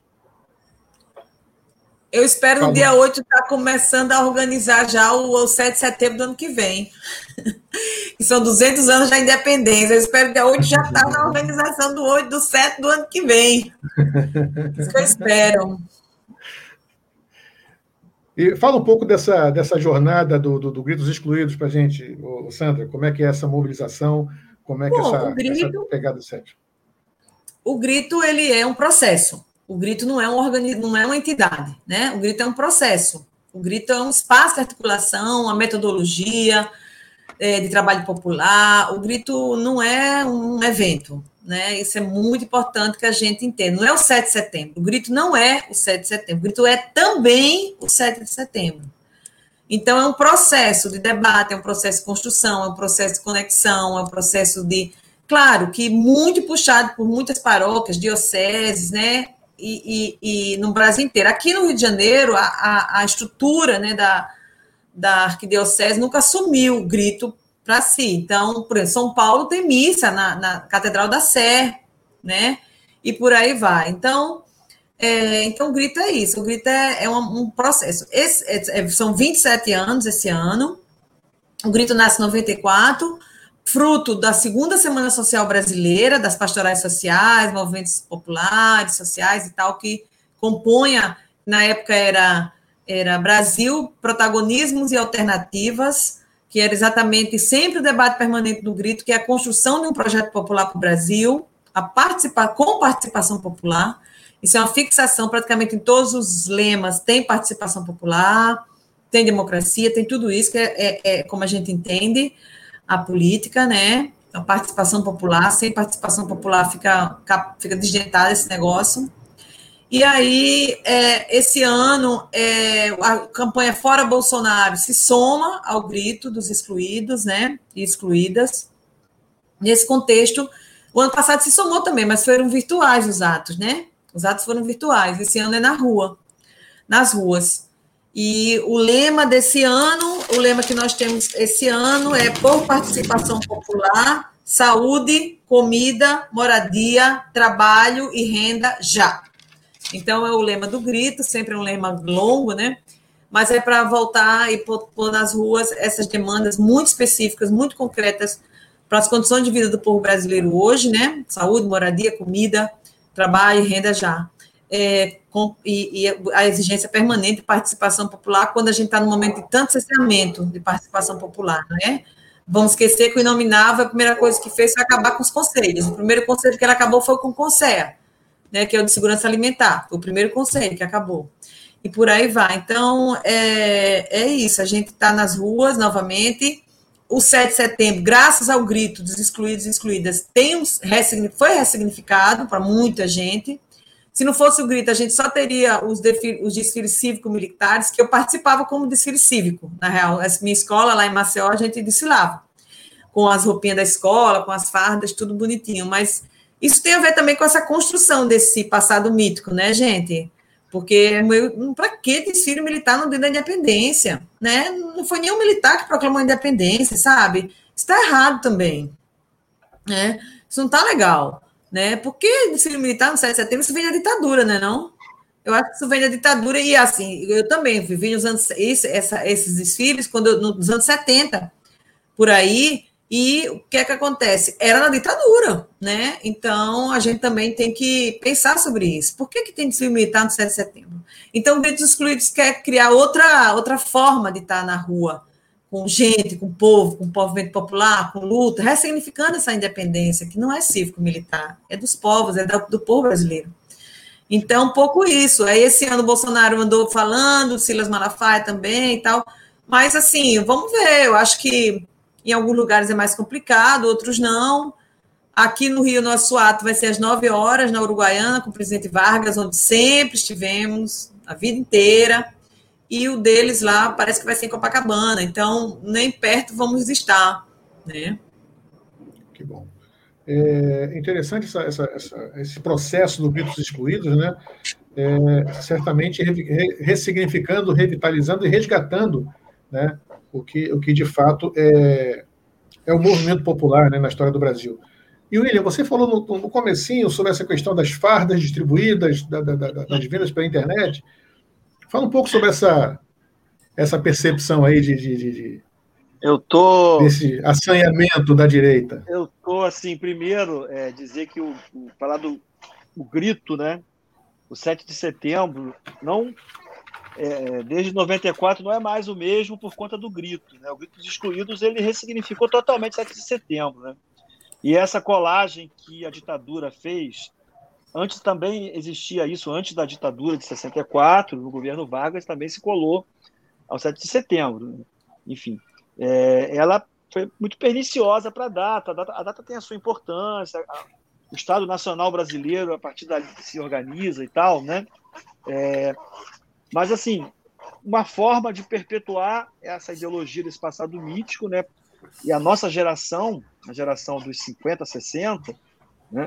[SPEAKER 4] Eu espero Falou. no dia oito estar tá começando a organizar já o, o sete de setembro do ano que vem. Que são duzentos anos da independência. Eu espero que dia oito já estar tá na organização do oito, do sete do ano que vem. Isso que eu espero.
[SPEAKER 2] E fala um pouco dessa, dessa jornada do, do, do Gritos Excluídos para a gente, ô, Sandra. Como é que é essa mobilização? Como é que Bom, essa, grito, essa pegada sete?
[SPEAKER 4] O grito, ele é um processo. O grito não é, um organi- não é uma entidade, né? O grito é um processo. O grito é um espaço de articulação, uma metodologia é, de trabalho popular. O grito não é um evento, né? Isso é muito importante que a gente entenda. Não é o sete de setembro. O grito não é o sete de setembro. O grito é também o sete de setembro. Então, é um processo de debate, é um processo de construção, é um processo de conexão, é um processo de... Claro, que muito puxado por muitas paróquias, dioceses, né? E, e, e no Brasil inteiro. Aqui no Rio de Janeiro, a, a, a estrutura, né, da, da arquidiocese nunca assumiu o grito para si. Então, por exemplo, São Paulo tem missa na, na Catedral da Sé, né? E por aí vai. Então, é, então o grito é isso. O grito é, é um, um processo. Esse, é, são vinte e sete anos esse ano. O grito nasce em noventa e quatro, fruto da segunda Semana Social Brasileira, das pastorais sociais, movimentos populares, sociais e tal, que compunha, na época era, era Brasil, Protagonismos e Alternativas, que era exatamente sempre o debate permanente do grito, que é a construção de um projeto popular para o Brasil, a participar, com participação popular. Isso é uma fixação praticamente em todos os lemas, tem participação popular, tem democracia, tem tudo isso, que é, é, é como a gente entende a política, né? A participação popular, sem participação popular fica, fica desdentado esse negócio. E aí, é, esse ano, é, a campanha Fora Bolsonaro se soma ao grito dos excluídos, né? E excluídas. Nesse contexto, o ano passado se somou também, mas foram virtuais os atos, né? Os atos foram virtuais. Esse ano é na rua, nas ruas. E o lema desse ano, o lema que nós temos esse ano é por participação popular, saúde, comida, moradia, trabalho e renda já. Então, é o lema do grito, sempre é um lema longo, né? Mas é para voltar e pôr, pôr nas ruas essas demandas muito específicas, muito concretas para as condições de vida do povo brasileiro hoje, né? Saúde, moradia, comida, trabalho e renda já. É, com, e, e a exigência permanente de participação popular quando a gente está num momento de tanto cessamento de participação popular, não é? Vamos esquecer que o Inominável, a primeira coisa que fez foi acabar com os conselhos. O primeiro conselho que ele acabou foi com o CONSEA, né, que é o de segurança alimentar, foi o primeiro conselho que acabou. E por aí vai. Então, é, é isso, a gente está nas ruas novamente. O sete de setembro, graças ao grito dos excluídos e excluídas, tem um, foi ressignificado para muita gente. Se não fosse o grito, a gente só teria os, desfiles, os desfiles cívico-militares, que eu participava como desfile cívico, na real. A minha escola, lá em Maceió, a gente desfilava, com as roupinhas da escola, com as fardas, tudo bonitinho. Mas isso tem a ver também com essa construção desse passado mítico, né, gente? Porque, para que desfile militar no dia da independência? Né? Não foi nenhum militar que proclamou a independência, sabe? Isso está errado também. Né? Isso não está legal. Né? Porque desfile militar no sete de setembro, isso vem da ditadura, né, não? Eu acho que isso vem da ditadura, e assim, eu também vivi nos anos, isso, essa, esses desfiles quando eu, nos anos setenta, por aí, e o que é que acontece? Era na ditadura, né? Então, a gente também tem que pensar sobre isso. Por que, que tem desfile militar no sete de setembro? Então, o Grito dos Excluídos quer criar outra, outra forma de estar na rua, com gente, com povo, com movimento popular, com luta, ressignificando essa independência, que não é cívico-militar, é dos povos, é do, do povo brasileiro. Então, um pouco isso. Aí, esse ano, o Bolsonaro andou falando, Silas Malafaia também e tal. Mas, assim, vamos ver. Eu acho que em alguns lugares é mais complicado, outros não. Aqui no Rio, nosso ato vai ser às nove horas, na Uruguaiana, com o presidente Vargas, onde sempre estivemos, a vida inteira. E o deles lá parece que vai ser em Copacabana. Então, nem perto vamos estar, né?
[SPEAKER 2] Que bom. É interessante essa, essa, essa, esse processo do Gritos Excluídos, né? É, certamente re, ressignificando, revitalizando e resgatando, né, o, que, o que de fato é, é o movimento popular, né, na história do Brasil. E, William, você falou no, no comecinho sobre essa questão das fardas distribuídas, da, da, da, das vendas pela internet. Fala um pouco sobre essa, essa percepção aí de, de, de, de
[SPEAKER 3] Eu tô
[SPEAKER 2] desse assanhamento da direita.
[SPEAKER 3] Eu tô assim, primeiro, é, dizer que o, o falar do o grito, né? O sete de setembro, não, é, desde noventa e quatro não é mais o mesmo por conta do grito, né? O Grito dos Excluídos, ele ressignificou totalmente o sete de setembro, né? E essa colagem que a ditadura fez, antes também existia isso, antes da ditadura de sessenta e quatro, no governo Vargas também se colou ao sete de setembro, né? Enfim, é, ela foi muito perniciosa para a data. A data. A data tem a sua importância, a, o Estado Nacional Brasileiro, a partir dali, se organiza e tal, né? É, mas, assim, uma forma de perpetuar essa ideologia desse passado mítico, né? E a nossa geração, a geração dos cinquenta, sessenta, né?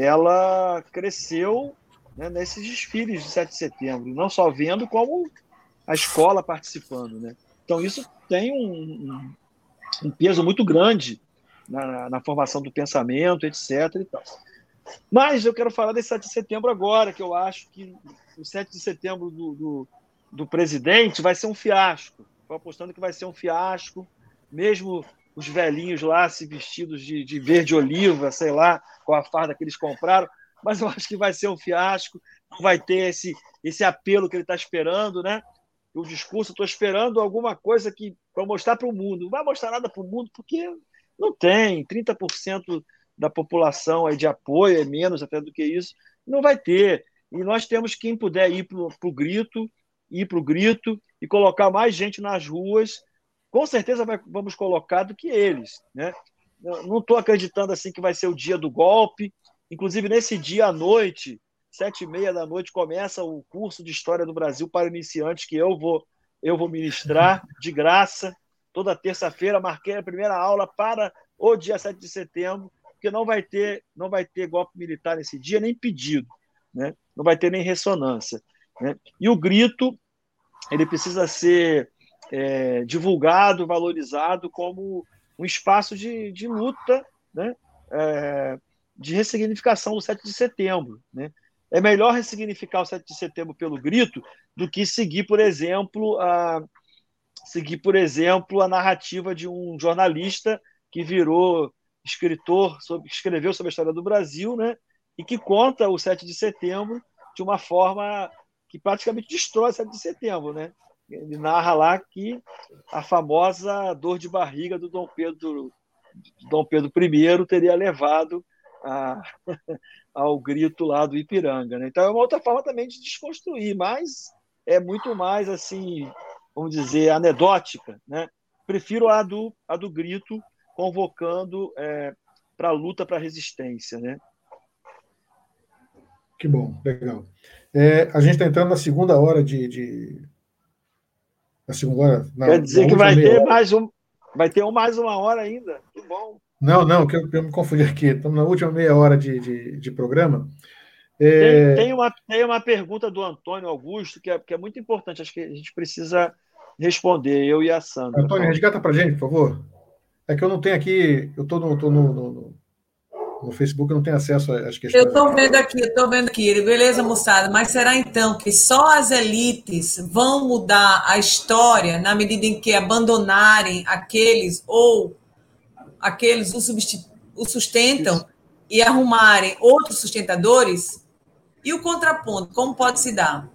[SPEAKER 3] Ela cresceu, né, nesses desfiles de sete de setembro, não só vendo, como a escola participando, né? Então, isso tem um, um, um peso muito grande na, na formação do pensamento, etcétera. E tal. Mas eu quero falar desse sete de setembro agora, que eu acho que o sete de setembro do, do, do presidente vai ser um fiasco. Estou apostando que vai ser um fiasco, mesmo os velhinhos lá se vestidos de, de verde oliva, sei lá, com a farda que eles compraram, mas eu acho que vai ser um fiasco, não vai ter esse, esse apelo que ele está esperando, né? O discurso, estou esperando alguma coisa que para mostrar para o mundo. Não vai mostrar nada para o mundo, porque não tem. trinta por cento da população aí de apoio, é menos até do que isso, não vai ter. E nós temos, quem puder ir para o grito, ir para o grito e colocar mais gente nas ruas, com certeza vai, vamos colocar do que eles, né? Não estou acreditando assim que vai ser o dia do golpe. Inclusive, nesse dia à noite, sete e meia da noite, começa o curso de História do Brasil para iniciantes que eu vou, eu vou ministrar de graça. Toda terça-feira, marquei a primeira aula para o dia sete de setembro, porque não vai ter, não vai ter golpe militar nesse dia, nem pedido, né? Não vai ter nem ressonância, né? E o grito, ele precisa ser é, divulgado, valorizado como um espaço de, de luta, né? É, de ressignificação do sete de setembro, né? É melhor ressignificar o sete de setembro pelo grito do que seguir, por exemplo, a, seguir, por exemplo, a narrativa de um jornalista que virou escritor, sobre, escreveu sobre a história do Brasil, né? E que conta o sete de setembro de uma forma que praticamente destrói o sete de setembro, né? Ele narra lá que a famosa dor de barriga do Dom Pedro, Dom Pedro I teria levado a, ao grito lá do Ipiranga, né? Então é uma outra forma também de desconstruir, mas é muito mais, assim, vamos dizer, anedótica, né? Prefiro a do, a do grito convocando é, para a luta, para a resistência, né?
[SPEAKER 2] Que bom, legal. É, a gente está entrando na segunda hora de... de... Na segunda hora... Na,
[SPEAKER 3] Quer dizer
[SPEAKER 2] na
[SPEAKER 3] que vai ter,
[SPEAKER 2] hora.
[SPEAKER 3] mais um, vai ter mais uma hora ainda. Que bom.
[SPEAKER 2] Não, não, que eu, eu me confundi aqui. Estamos na última meia hora de, de, de programa.
[SPEAKER 3] É... Tem, tem,
[SPEAKER 2] É...
[SPEAKER 3] uma, tem uma pergunta do Antônio Augusto que é, que é muito importante, acho que a gente precisa responder, eu e a Sandra.
[SPEAKER 2] Antônio, resgata para a gente, por favor. É que eu não tenho aqui, eu estou no, no, no, No Facebook eu não tenho acesso às questões.
[SPEAKER 4] Eu estou vendo aqui, eu estou vendo aqui. Beleza, moçada, mas será então que só as elites vão mudar a história na medida em que abandonarem aqueles ou aqueles o, o sustentam e arrumarem outros sustentadores? E o contraponto, como pode se dar?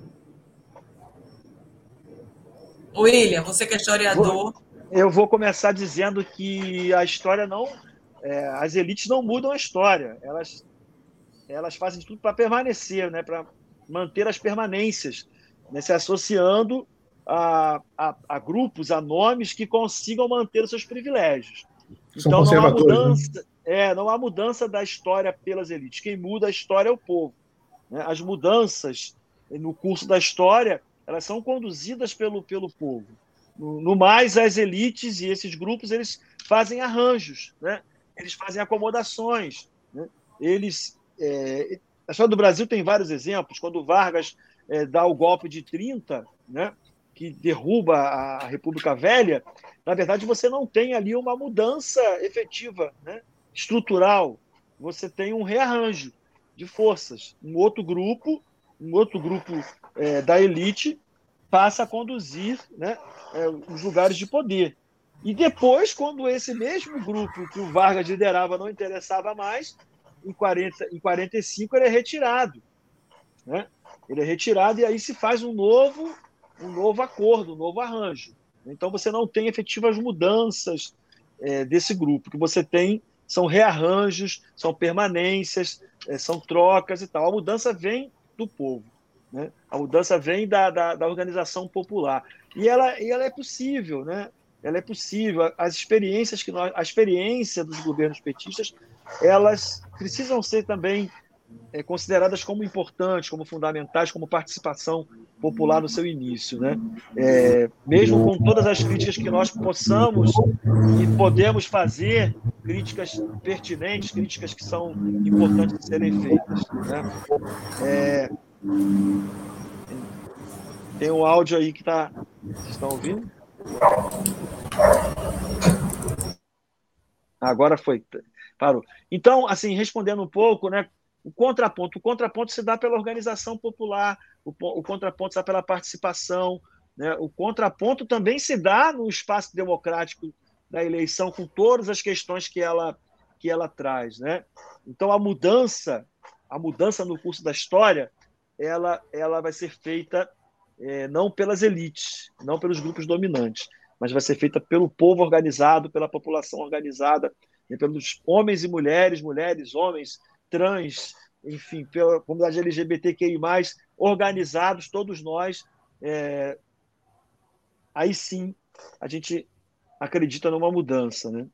[SPEAKER 4] William, você que é historiador.
[SPEAKER 3] Eu vou começar dizendo que a história não... É, as elites não mudam a história. Elas, elas fazem tudo para permanecer, né? Para manter as permanências, né? Se associando a, a, a grupos, a nomes que consigam manter os seus privilégios.
[SPEAKER 2] São
[SPEAKER 3] então, não há, mudança,
[SPEAKER 2] né?
[SPEAKER 3] é, não há mudança da história pelas elites. Quem muda a história é o povo. Né? As mudanças no curso da história, elas são conduzidas pelo, pelo povo. No, no mais, as elites e esses grupos, eles fazem arranjos, né? Eles fazem acomodações. Né? Eles, é, a história do Brasil tem vários exemplos. Quando Vargas é, dá o golpe de trinta, né, que derruba a República Velha, na verdade, você não tem ali uma mudança efetiva, né, estrutural. Você tem um rearranjo de forças. Um outro grupo, um outro grupo é, da elite passa a conduzir, né, é, os lugares de poder. E depois, quando esse mesmo grupo que o Vargas liderava não interessava mais, em, quarenta, em quarenta e cinco ele é retirado. Né? Ele é retirado e aí se faz um novo, um novo acordo, um novo arranjo. Então você não tem efetivas mudanças é, desse grupo. O que você tem são rearranjos, são permanências, é, são trocas e tal. A mudança vem do povo. Né? A mudança vem da, da, da organização popular. E ela, e ela é possível, né? Ela é possível. As experiências que nós, a experiência dos governos petistas, elas precisam ser também é, consideradas como importantes, como fundamentais, como participação popular no seu início, né? É, mesmo com todas as críticas que nós possamos e podemos fazer, críticas pertinentes, críticas que são importantes de serem feitas, né? É, tem um áudio aí que está... Vocês estão ouvindo? Agora foi, parou. Então, assim, respondendo um pouco, né, o contraponto, o contraponto se dá pela organização popular, o, o contraponto se dá pela participação, né, o contraponto também se dá no espaço democrático da eleição, com todas as questões que ela, que ela traz, né? Então, a mudança, a mudança no curso da história, ela, ela vai ser feita É, não pelas elites, não pelos grupos dominantes, mas vai ser feita pelo povo organizado, pela população organizada, né, pelos homens e mulheres, mulheres, homens, trans, enfim, pela comunidade L G B T Q I mais, organizados, todos nós. É, aí sim a gente acredita numa mudança, né?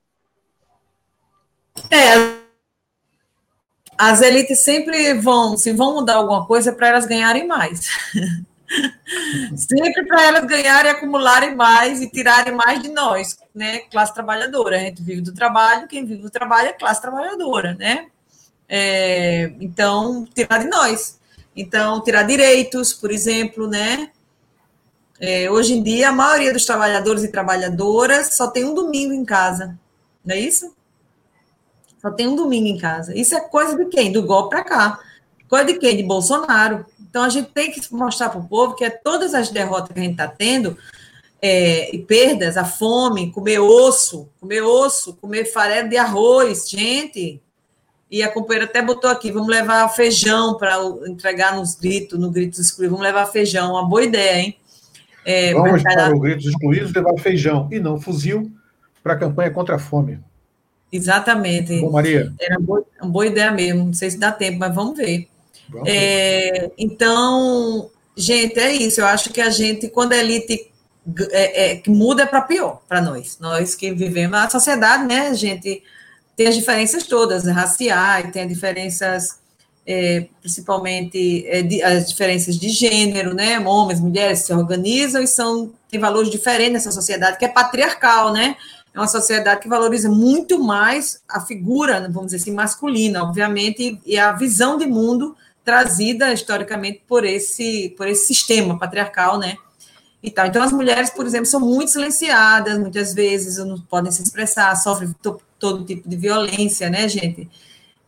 [SPEAKER 4] É, as elites sempre vão, se vão mudar alguma coisa, é para elas ganharem mais. Sempre para elas ganharem, acumularem mais e tirarem mais de nós, né? Classe trabalhadora. A gente vive do trabalho, quem vive do trabalho é classe trabalhadora, né? É, então, tirar de nós. Então, tirar direitos, por exemplo, né? É, hoje em dia, a maioria dos trabalhadores e trabalhadoras só tem um domingo em casa, não é isso? Só tem um domingo em casa. Isso é coisa de quem? Do golpe para cá. Coisa de quem? De Bolsonaro. Então, a gente tem que mostrar para o povo que é todas as derrotas que a gente está tendo, é, e perdas, a fome, comer osso, comer osso, comer farelo de arroz, gente. E a companheira até botou aqui, vamos levar feijão para entregar nos gritos, no Gritos Excluídos, vamos levar feijão, uma boa ideia, hein? É,
[SPEAKER 2] vamos para dar... o Gritos Excluídos levar feijão, e não fuzil, para a campanha contra a fome.
[SPEAKER 4] Exatamente.
[SPEAKER 2] Bom, Maria.
[SPEAKER 4] Era uma boa, uma boa ideia mesmo, não sei se dá tempo, mas vamos ver. É, então, gente, é isso. Eu acho que a gente, quando a elite é, é, muda, é para pior, para nós. Nós que vivemos na sociedade, né? A gente tem as diferenças todas, raciais, tem as diferenças, é, principalmente é, de, as diferenças de gênero, né? Homens, mulheres se organizam e são, tem valores diferentes nessa sociedade, que é patriarcal, né? É uma sociedade que valoriza muito mais a figura, vamos dizer assim, masculina, obviamente, e a visão de mundo trazida historicamente por esse, por esse sistema patriarcal, né? E tal. Então, as mulheres, por exemplo, são muito silenciadas, muitas vezes não podem se expressar, sofrem to, todo tipo de violência, né, gente?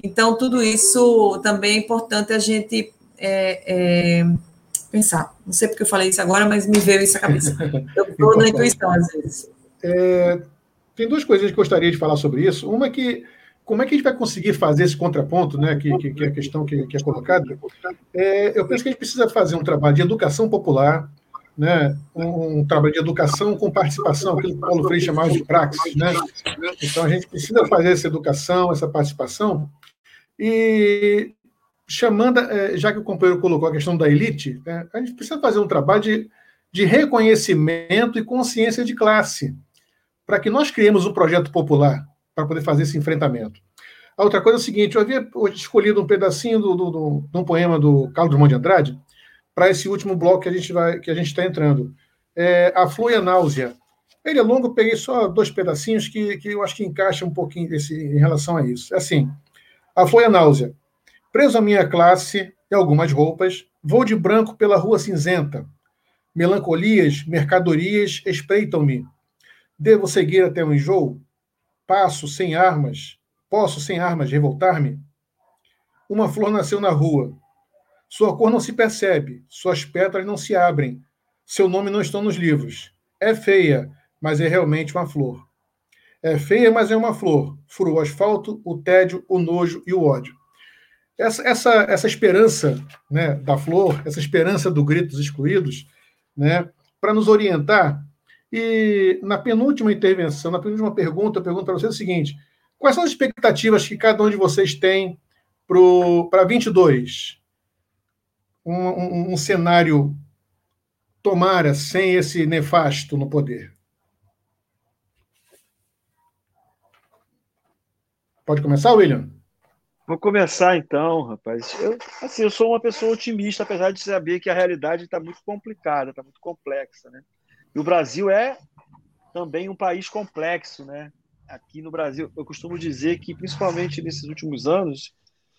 [SPEAKER 4] Então, tudo isso também é importante a gente é, é, pensar. Não sei porque eu falei isso agora, mas me veio isso à cabeça. Eu estou na intuição, às vezes.
[SPEAKER 2] É, tem duas coisas que eu gostaria de falar sobre isso. Uma que, como é que a gente vai conseguir fazer esse contraponto, né, que, que, que é a questão que, que é colocada? É, eu penso que a gente precisa fazer um trabalho de educação popular, né, um, um trabalho de educação com participação, aquilo que o Paulo Freire chamava de praxis, né? Então, a gente precisa fazer essa educação, essa participação, e chamando, já que o companheiro colocou a questão da elite, né, a gente precisa fazer um trabalho de, de reconhecimento e consciência de classe, para que nós criemos um projeto popular para poder fazer esse enfrentamento. A outra coisa é o seguinte, eu havia escolhido um pedacinho do, do, do, de um poema do Carlos Drummond de Andrade para esse último bloco que a gente vai, que a gente está entrando. É, A Flor e a Náusea. Ele é longo, eu peguei só dois pedacinhos que, que eu acho que encaixa um pouquinho esse, em relação a isso. É assim, A Flor e a Náusea. Preso à minha classe e algumas roupas, vou de branco pela rua cinzenta. Melancolias, mercadorias espreitam-me. Devo seguir até o enjoo? Passo sem armas? Posso sem armas revoltar-me? Uma flor nasceu na rua. Sua cor não se percebe, suas pétalas não se abrem, seu nome não está nos livros. É feia, mas é realmente uma flor. É feia, mas é uma flor. Fura o asfalto, o tédio, o nojo e o ódio. Essa, essa, essa esperança, né, da flor, essa esperança do grito dos excluídos, né, para nos orientar. E na penúltima intervenção, na penúltima pergunta, eu pergunto para vocês o seguinte: quais são as expectativas que cada um de vocês tem para vinte e dois? Um, um, um cenário, tomara, sem esse nefasto no poder. Pode começar, William?
[SPEAKER 3] Vou começar então, rapaz. Eu, assim, eu sou uma pessoa otimista, apesar de saber que a realidade está muito complicada, está muito complexa, né? E o Brasil é também um país complexo, né? Aqui no Brasil, eu costumo dizer que, principalmente nesses últimos anos,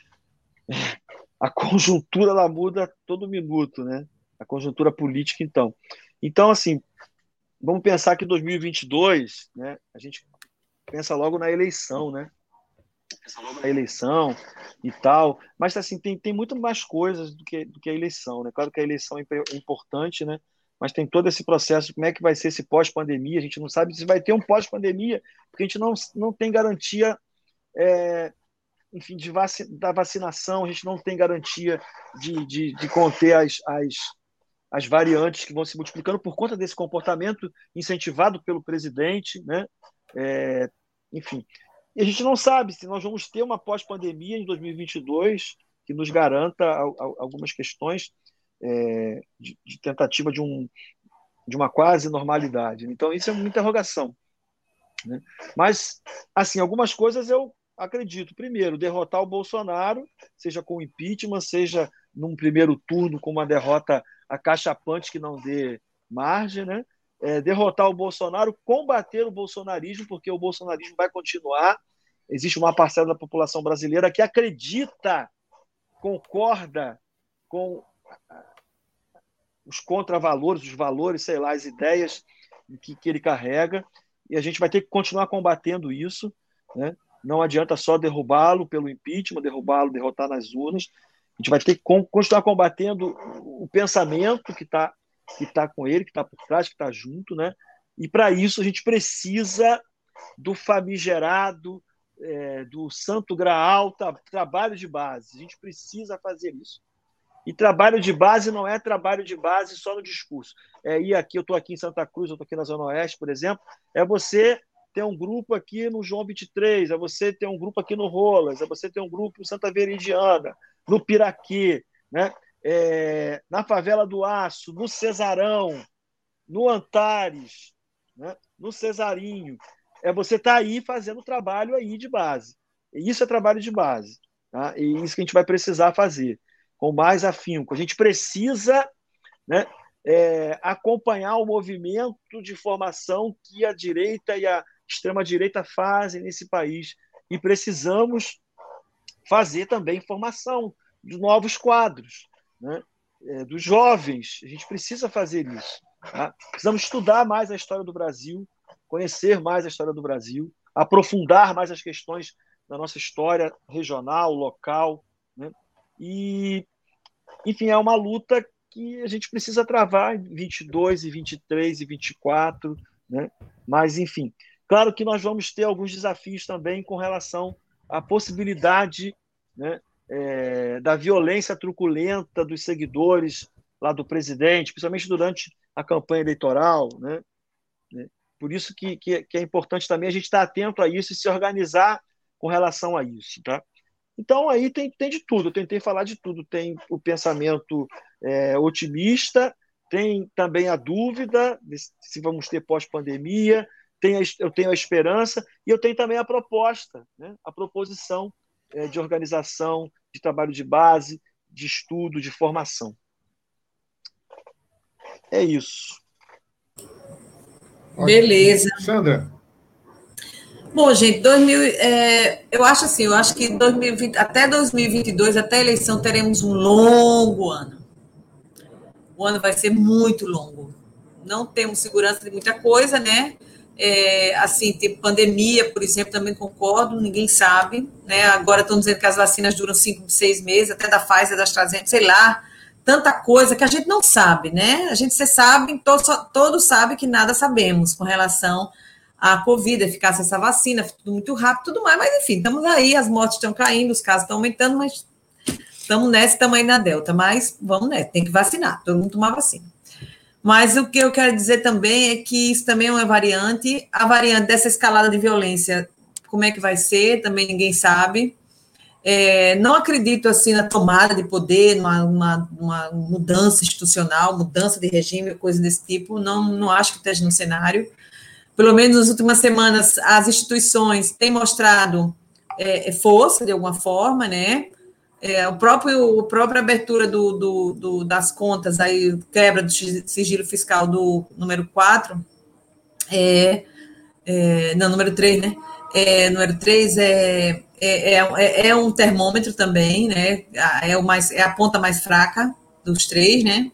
[SPEAKER 3] a conjuntura ela muda todo minuto, né? A conjuntura política, então. Então, assim, vamos pensar que dois mil e vinte e dois, né? A gente pensa logo na eleição, né? Pensa logo na eleição e tal. Mas, assim, tem, tem muito mais coisas do que, do que a eleição, né? Claro que a eleição é importante, né? Mas tem todo esse processo, como é que vai ser esse pós-pandemia, a gente não sabe se vai ter um pós-pandemia, porque a gente não, não tem garantia, é, enfim, de vac, da vacinação, a gente não tem garantia de, de, de conter as, as, as variantes que vão se multiplicando por conta desse comportamento incentivado pelo presidente, né? É, enfim, e a gente não sabe se nós vamos ter uma pós-pandemia em dois mil e vinte e dois que nos garanta algumas questões É, de, de tentativa de, um, de uma quase normalidade. Então, isso é uma interrogação, né? Mas, assim, algumas coisas eu acredito. Primeiro, derrotar o Bolsonaro, seja com impeachment, seja num primeiro turno com uma derrota acachapante que não dê margem, né? É, derrotar o Bolsonaro, combater o bolsonarismo, porque o bolsonarismo vai continuar. Existe uma parcela da população brasileira que acredita, concorda com os contravalores, os valores, sei lá, as ideias que, que ele carrega, e a gente vai ter que continuar combatendo isso, né? Não adianta só derrubá-lo pelo impeachment, derrubá-lo, derrotar nas urnas, a gente vai ter que continuar combatendo o pensamento que está que tá com ele, que está por trás, que está junto, né? E para isso a gente precisa do famigerado, é, do santo graal, tá, trabalho de base, a gente precisa fazer isso. E trabalho de base não é trabalho de base só no discurso. É ir aqui, eu estou aqui em Santa Cruz, eu estou aqui na Zona Oeste, por exemplo, é você ter um grupo aqui no João vinte e três, é você ter um grupo aqui no Rolas, é você ter um grupo no Santa Veridiana, no Piraquê, né? É, na Favela do Aço, no Cesarão, no Antares, né? No Cesarinho. É você estar tá aí fazendo trabalho aí de base. E isso é trabalho de base, tá? E isso que a gente vai precisar fazer com mais afinco. A gente precisa, né, é, acompanhar o movimento de formação que a direita e a extrema-direita fazem nesse país. E precisamos fazer também formação de novos quadros, né, é, dos jovens. A gente precisa fazer isso. Tá? Precisamos estudar mais a história do Brasil, conhecer mais a história do Brasil, aprofundar mais as questões da nossa história regional, local, né? E, enfim, é uma luta que a gente precisa travar em vinte e dois, e vinte e três, e vinte e quatro, né? Mas, enfim, claro que nós vamos ter alguns desafios também com relação à possibilidade, né, é, da violência truculenta dos seguidores lá do presidente, principalmente durante a campanha eleitoral, né? Por isso que, que, que é importante também a gente estar atento a isso e se organizar com relação a isso, tá? Então, aí tem, tem de tudo, eu tentei falar de tudo. Tem o pensamento é, otimista, tem também a dúvida de se vamos ter pós-pandemia, tem a, eu tenho a esperança e eu tenho também a proposta, né? A proposição é, de organização, de trabalho de base, de estudo, de formação. É isso.
[SPEAKER 4] Beleza.
[SPEAKER 2] Sandra.
[SPEAKER 4] Bom, gente, dois mil, é, eu acho assim, eu acho que dois mil e vinte, até dois mil e vinte e dois, até a eleição, teremos um longo ano. O ano vai ser muito longo. Não temos segurança de muita coisa, né? É, assim, tem pandemia, por exemplo, também concordo, ninguém sabe, né? Agora estão dizendo que as vacinas duram cinco, seis meses, até da Pfizer, da AstraZeneca, sei lá, tanta coisa que a gente não sabe, né? A gente, você sabe, todos, todos sabem que nada sabemos com relação a Covid, a eficácia dessa vacina, tudo muito rápido, tudo mais, mas enfim, estamos aí, as mortes estão caindo, os casos estão aumentando, mas estamos nessa, estamos aí na Delta, mas vamos nessa, tem que vacinar, todo mundo tomar vacina. Mas o que eu quero dizer também é que isso também é uma variante, a variante dessa escalada de violência, como é que vai ser, também ninguém sabe. É, não acredito assim na tomada de poder, numa, numa, numa mudança institucional, mudança de regime, coisa desse tipo, não, não acho que esteja no cenário. Pelo menos nas últimas semanas, as instituições têm mostrado é, força, de alguma forma, né? É, o próprio, a própria abertura do, do, do, das contas, aí, quebra do sigilo fiscal do número quatro, é, é, não, número três, né? É, número três é, é, é, é um termômetro também, né? É, o mais, é a ponta mais fraca dos três, né?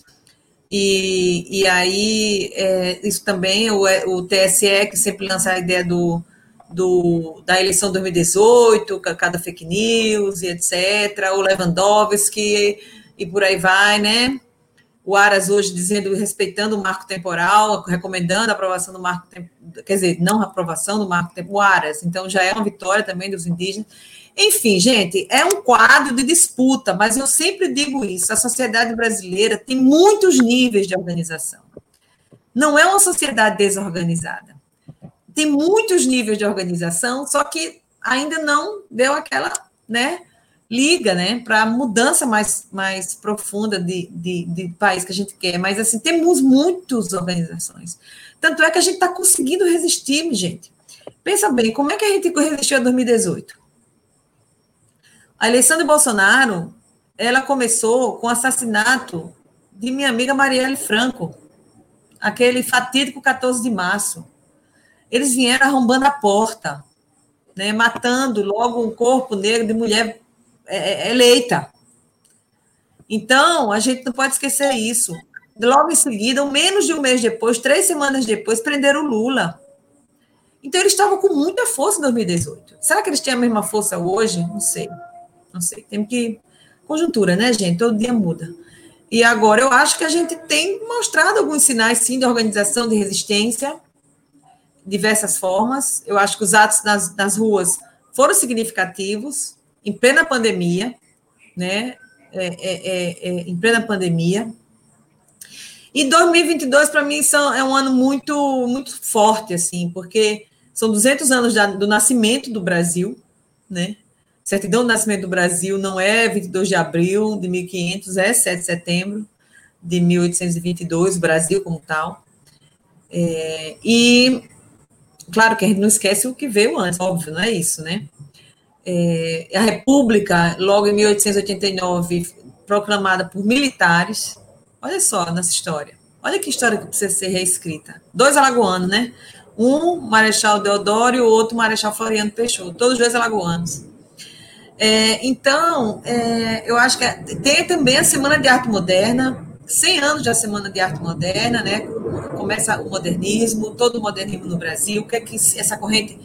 [SPEAKER 4] E, e aí, é, isso também, o, o T S E, que sempre lança a ideia do, do, da eleição de dois mil e dezoito, cada fake news e etcétera, o Lewandowski e por aí vai, né? O Aras hoje dizendo, respeitando o marco temporal, recomendando a aprovação do marco temporal, quer dizer, não a aprovação do marco temporal, o Aras, então já é uma vitória também dos indígenas. Enfim, gente, é um quadro de disputa, mas eu sempre digo isso, a sociedade brasileira tem muitos níveis de organização. Não é uma sociedade desorganizada. Tem muitos níveis de organização, só que ainda não deu aquela, né, liga, né, para a mudança mais, mais profunda de, de, de país que a gente quer. Mas, assim, temos muitas organizações. Tanto é que a gente está conseguindo resistir, gente. Pensa bem, como é que a gente resistiu a dois mil e dezoito? A eleição de Bolsonaro, ela começou com o assassinato de minha amiga Marielle Franco, aquele fatídico quatorze de março. Eles vieram arrombando a porta, né, matando logo um corpo negro de mulher eleita. Então, a gente não pode esquecer isso. Logo em seguida, menos de um mês depois, três semanas depois, prenderam o Lula. Então, eles estavam com muita força em dois mil e dezoito. Será que eles têm a mesma força hoje? Não sei. Não sei. Temos que... Conjuntura, né, gente? Todo dia muda. E agora, eu acho que a gente tem mostrado alguns sinais, sim, de organização, de resistência, diversas formas. Eu acho que os atos nas, nas ruas foram significativos, em plena pandemia, né? É, é, é, é, em plena pandemia. E dois mil e vinte e dois, para mim, são, é um ano muito, muito forte, assim, porque são duzentos anos da, do nascimento do Brasil, né? Certidão do nascimento do Brasil não é vinte e dois de abril de mil e quinhentos, é sete de setembro de mil oitocentos e vinte e dois, o Brasil como tal. É, e, claro que a gente não esquece o que veio antes, óbvio, não é isso, né? É, a República, logo em mil oitocentos e oitenta e nove, proclamada por militares. Olha só nessa história. Olha que história que precisa ser reescrita. Dois alagoanos, né? Um, Marechal Deodoro, e o outro, Marechal Floriano Peixoto. Todos dois alagoanos. É, então, é, eu acho que é, tem também a Semana de Arte Moderna, cem anos da Semana de Arte Moderna, né? Começa o modernismo, todo o modernismo no Brasil, o que é que essa corrente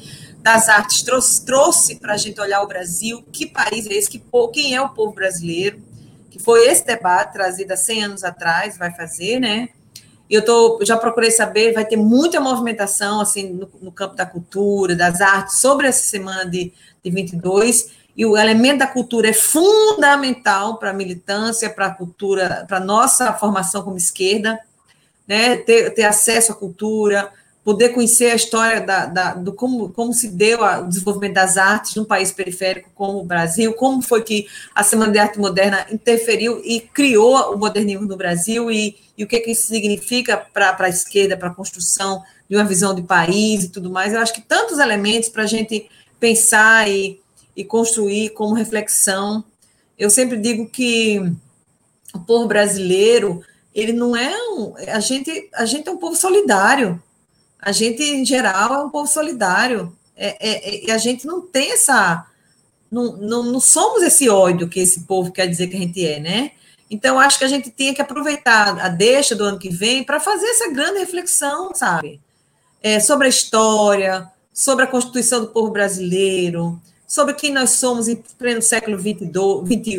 [SPEAKER 4] das artes trouxe, trouxe para a gente olhar o Brasil, que país é esse, que, quem é o povo brasileiro, que foi esse debate trazido há cem anos atrás, vai fazer, né? E eu tô, já procurei saber, vai ter muita movimentação assim, no, no campo da cultura, das artes, sobre essa semana de, de vinte e dois, e o elemento da cultura é fundamental para a militância, para a cultura, para a nossa formação como esquerda, né? ter, ter acesso à cultura, poder conhecer a história da, da, do como, como se deu a, o desenvolvimento das artes num país periférico como o Brasil, como foi que a Semana de Arte Moderna interferiu e criou o modernismo no Brasil, e, e o que, que isso significa para a esquerda, para a construção de uma visão de país e tudo mais. Eu acho que tantos elementos para a gente pensar e, e construir como reflexão. Eu sempre digo que o povo brasileiro, ele não é um... A gente, a gente é um povo solidário. A gente, em geral, é um povo solidário. É, é, é, a gente não tem essa... Não, não, não somos esse ódio que esse povo quer dizer que a gente é, né? Então, acho que a gente tinha que aproveitar a deixa do ano que vem para fazer essa grande reflexão, sabe? É, sobre a história, sobre a constituição do povo brasileiro, sobre quem nós somos em pleno século vinte e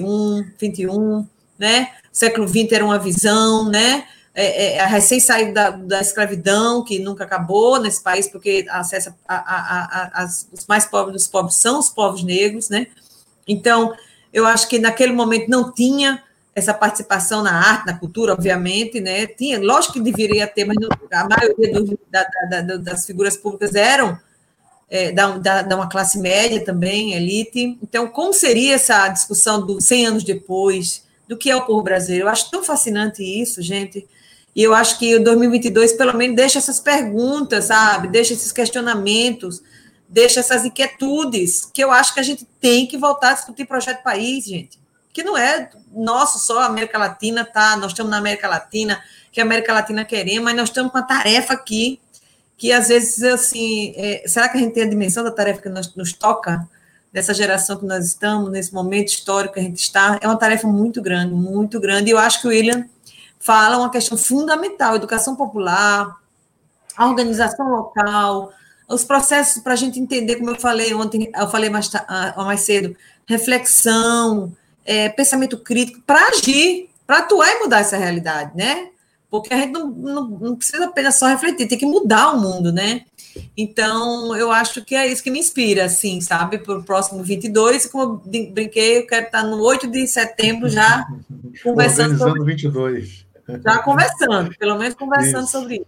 [SPEAKER 4] um, né? O século vinte era uma visão, né? É, é, a recém saída da, da escravidão, que nunca acabou nesse país, porque acesso a, a, a, a, as, os mais pobres dos pobres são os povos negros, né? Então, eu acho que naquele momento não tinha essa participação na arte, na cultura, obviamente, né? Tinha, lógico que deveria ter, mas não, a maioria do, da, da, da, das figuras públicas eram é, da, da, da uma classe média também, elite. Então, como seria essa discussão do cem anos depois, do que é o povo brasileiro? Eu acho tão fascinante isso, gente. E eu acho que o dois mil e vinte e dois, pelo menos, deixa essas perguntas, sabe? Deixa esses questionamentos, deixa essas inquietudes, que eu acho que a gente tem que voltar a discutir projeto de país, gente. Que não é nosso só, a América Latina, tá? Nós estamos na América Latina, que a América Latina queremos, mas nós estamos com uma tarefa aqui, que às vezes, assim, é, será que a gente tem a dimensão da tarefa que nos, nos toca, dessa geração que nós estamos, nesse momento histórico que a gente está? É uma tarefa muito grande, muito grande, e eu acho que o William fala uma questão fundamental, educação popular, a organização local, os processos para a gente entender, como eu falei ontem, eu falei mais, mais cedo, reflexão, é, pensamento crítico, para agir, para atuar e mudar essa realidade, né? Porque a gente não, não, não precisa apenas só refletir, tem que mudar o mundo, né? Então, eu acho que é isso que me inspira, assim, sabe, para o próximo vinte e dois, e como eu brinquei, eu quero estar no oito de setembro já conversando
[SPEAKER 2] Organizando
[SPEAKER 4] sobre...
[SPEAKER 2] vinte e dois.
[SPEAKER 4] Já conversando, pelo menos conversando isso. sobre isso.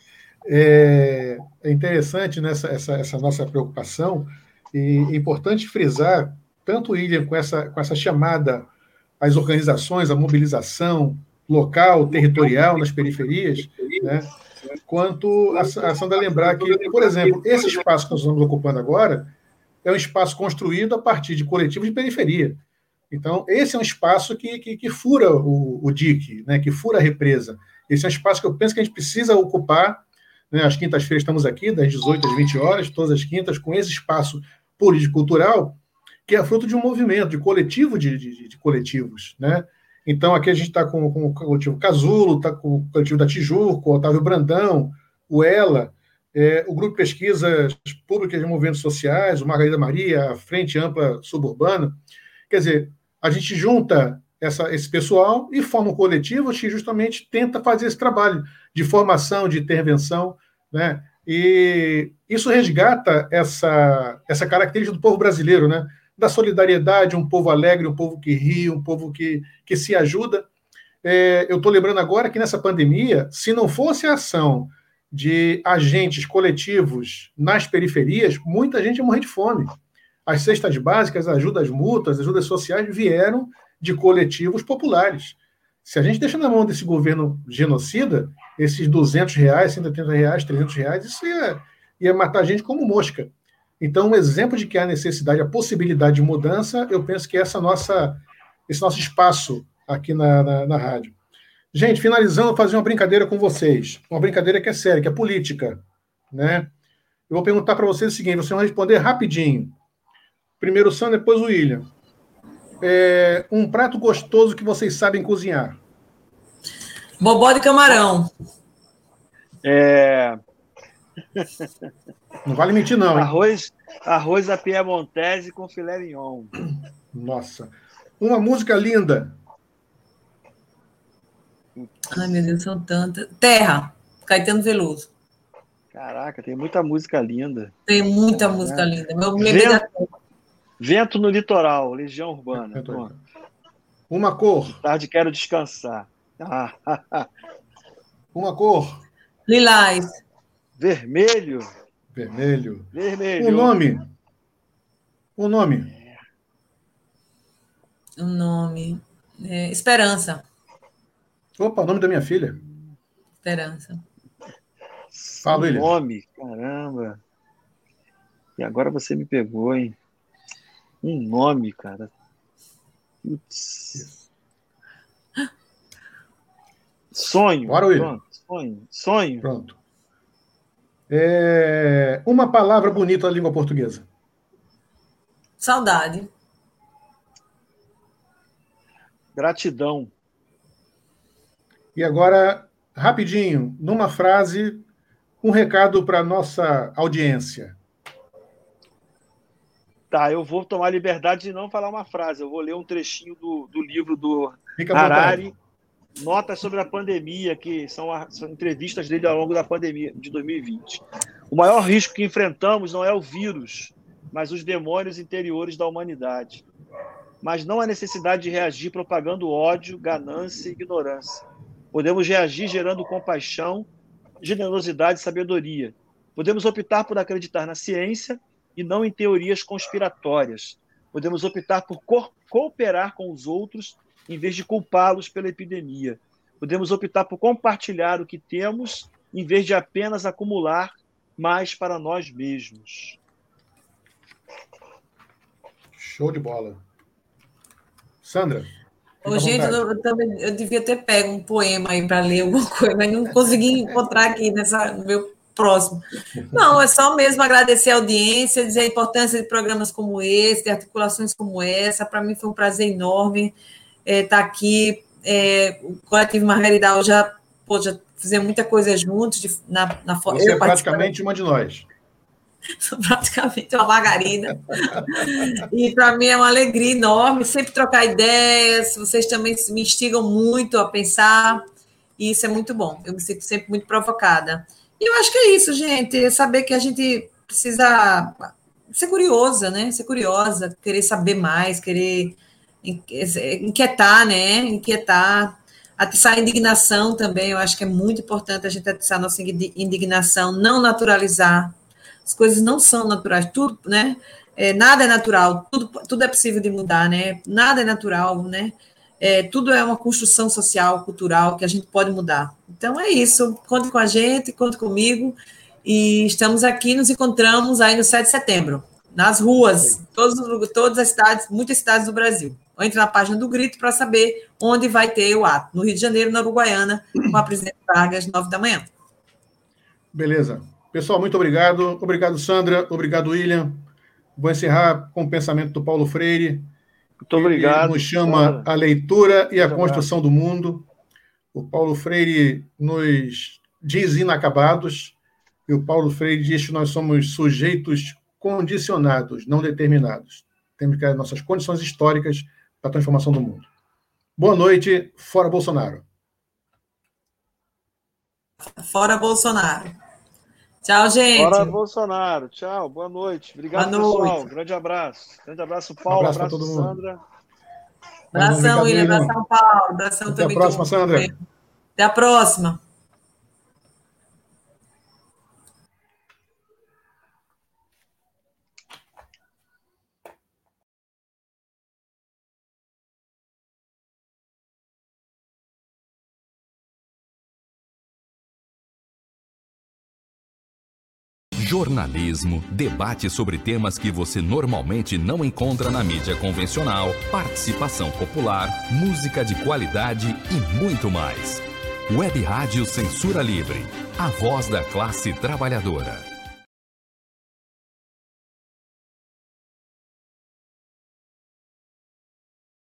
[SPEAKER 2] É, é interessante nessa essa, essa nossa preocupação, e é importante frisar, tanto o William com essa, com essa chamada às organizações, à mobilização local, territorial, nas periferias, né, quanto a, a Sandra lembrar que, por exemplo, esse espaço que nós estamos ocupando agora é um espaço construído a partir de coletivos de periferia. Então, esse é um espaço que, que, que fura o, o dique, né, que fura a represa. Esse é um espaço que eu penso que a gente precisa ocupar, né? Às quintas-feiras estamos aqui, das dezoito às vinte horas, todas as quintas, com esse espaço político-cultural, que é fruto de um movimento, de coletivo de, de, de coletivos, né? Então, aqui a gente está com, com o coletivo Casulo, está com o coletivo da Tijuco, o Otávio Brandão, o ELA, é, o Grupo de Pesquisas Públicas de Movimentos Sociais, o Margarida Maria, a Frente Ampla Suburbana. Quer dizer, a gente junta essa, esse pessoal e forma um coletivo que justamente tenta fazer esse trabalho de formação, de intervenção, né? E isso resgata essa, essa característica do povo brasileiro, né? Da solidariedade, um povo alegre, um povo que ri, um povo que, que se ajuda. É, eu estou lembrando agora que nessa pandemia, se não fosse a ação de agentes coletivos nas periferias, muita gente ia morrer de fome. As cestas básicas, ajudas mútuas, ajudas sociais vieram de coletivos populares. Se a gente deixa na mão desse governo genocida, esses duzentos reais, cento e oitenta reais, trezentos reais, isso ia, ia matar a gente como mosca. Então, um exemplo de que há necessidade, a possibilidade de mudança, eu penso que é essa nossa, esse nosso espaço aqui na, na, na rádio. Gente, finalizando, vou fazer uma brincadeira com vocês. Uma brincadeira que é séria, que é política, né? Eu vou perguntar para vocês o seguinte, vocês vão responder rapidinho. Primeiro o Sam, depois o William. É, um prato gostoso que vocês sabem cozinhar.
[SPEAKER 4] Bobó de camarão.
[SPEAKER 3] É...
[SPEAKER 2] Não vale mentir, não, hein?
[SPEAKER 3] Arroz, arroz à piemontese com filé mignon.
[SPEAKER 2] Nossa. Uma música linda.
[SPEAKER 4] Ai, meu Deus, são tantas. Terra, Caetano Veloso.
[SPEAKER 3] Caraca, tem muita música linda.
[SPEAKER 4] Tem muita
[SPEAKER 3] é.
[SPEAKER 4] música linda. Eu me lembrei da...
[SPEAKER 3] Vento no Litoral, Legião Urbana.
[SPEAKER 2] Uma cor.
[SPEAKER 3] Tarde quero descansar. Ah,
[SPEAKER 2] Uma cor.
[SPEAKER 4] Lilás.
[SPEAKER 3] Vermelho.
[SPEAKER 2] Vermelho.
[SPEAKER 3] Vermelho.
[SPEAKER 2] O nome. O nome.
[SPEAKER 4] O nome. É, Esperança.
[SPEAKER 2] Opa, o nome da minha filha.
[SPEAKER 4] Esperança.
[SPEAKER 2] Fala, William.
[SPEAKER 3] Nome, caramba. E agora você me pegou, hein? Um nome, cara. Putz. Sonho.
[SPEAKER 2] Bora, William.
[SPEAKER 3] Pronto. Sonho. Sonho.
[SPEAKER 2] Pronto. É... Uma palavra bonita da língua portuguesa.
[SPEAKER 4] Saudade.
[SPEAKER 3] Gratidão.
[SPEAKER 2] E agora, rapidinho, numa frase, um recado para a nossa audiência.
[SPEAKER 3] Tá, eu vou tomar liberdade de não falar uma frase. Eu vou ler um trechinho do, do livro do
[SPEAKER 2] Fica à
[SPEAKER 3] Harari,
[SPEAKER 2] vontade.
[SPEAKER 3] Notas sobre a Pandemia, que são, a, são entrevistas dele ao longo da pandemia de dois mil e vinte. O maior risco que enfrentamos não é o vírus, mas os demônios interiores da humanidade. Mas não há necessidade de reagir propagando ódio, ganância e ignorância. Podemos reagir gerando compaixão, generosidade e sabedoria. Podemos optar por acreditar na ciência e não em teorias conspiratórias. Podemos optar por co- cooperar com os outros em vez de culpá-los pela epidemia. Podemos optar por compartilhar o que temos em vez de apenas acumular mais para nós mesmos.
[SPEAKER 2] Show de bola. Sandra.
[SPEAKER 4] Ô, gente, eu, eu, também, eu devia ter pego um poema aí para ler alguma coisa, mas não consegui encontrar aqui nessa, no meu próximo. Não, é só mesmo agradecer a audiência, dizer a importância de programas como esse, de articulações como essa. Para mim foi um prazer enorme é, estar aqui. É, o Coletivo Margaridal já, pô, já fizemos muita coisa juntos. De, na, na,
[SPEAKER 2] Você é praticamente uma de nós.
[SPEAKER 4] Sou praticamente uma margarida. E para mim é uma alegria enorme sempre trocar ideias. Vocês também me instigam muito a pensar, e isso é muito bom. Eu me sinto sempre muito provocada. E eu acho que é isso, gente. É saber que a gente precisa ser curiosa, né? Ser curiosa, querer saber mais, querer inquietar, né? Inquietar. Atiçar a indignação também. Eu acho que é muito importante a gente atiçar a nossa indignação, não naturalizar. As coisas não são naturais, tudo, né? É, nada é natural, tudo, tudo é possível de mudar, né? Nada é natural, né? É, tudo é uma construção social, cultural, que a gente pode mudar. Então é isso, conte com a gente, conte comigo, e estamos aqui, nos encontramos aí no sete de setembro, nas ruas, todos, todas as cidades, muitas cidades do Brasil. Entre na página do Grito para saber onde vai ter o ato. No Rio de Janeiro, na Uruguaiana, com a presidente Vargas, nove da manhã.
[SPEAKER 2] Beleza. Pessoal, muito obrigado. Obrigado, Sandra. Obrigado, William. Vou encerrar com o pensamento do Paulo Freire.
[SPEAKER 3] Muito obrigado.
[SPEAKER 2] Ele nos chama a leitura e a construção do mundo. O Paulo Freire nos diz inacabados, e o Paulo Freire diz que nós somos sujeitos condicionados, não determinados. Temos que ter nossas condições históricas para a transformação do mundo. Boa noite. Fora Bolsonaro.
[SPEAKER 4] Fora Bolsonaro. Tchau, gente.
[SPEAKER 3] Fora Bolsonaro. Tchau, boa noite. Obrigado,
[SPEAKER 4] boa noite.
[SPEAKER 3] pessoal. Grande abraço. Grande abraço, Paulo.
[SPEAKER 2] Um
[SPEAKER 3] abraço,
[SPEAKER 2] abraço
[SPEAKER 3] abraço
[SPEAKER 2] todo
[SPEAKER 3] Sandra.
[SPEAKER 2] mundo.
[SPEAKER 4] Abração, William. Abração, Paulo. Abração
[SPEAKER 2] Até
[SPEAKER 4] também.
[SPEAKER 2] a próxima, Sandra.
[SPEAKER 4] Até a próxima.
[SPEAKER 1] Jornalismo, debate sobre temas que você normalmente não encontra na mídia convencional, participação popular, música de qualidade e muito mais. Web Rádio Censura Livre, a voz da classe trabalhadora.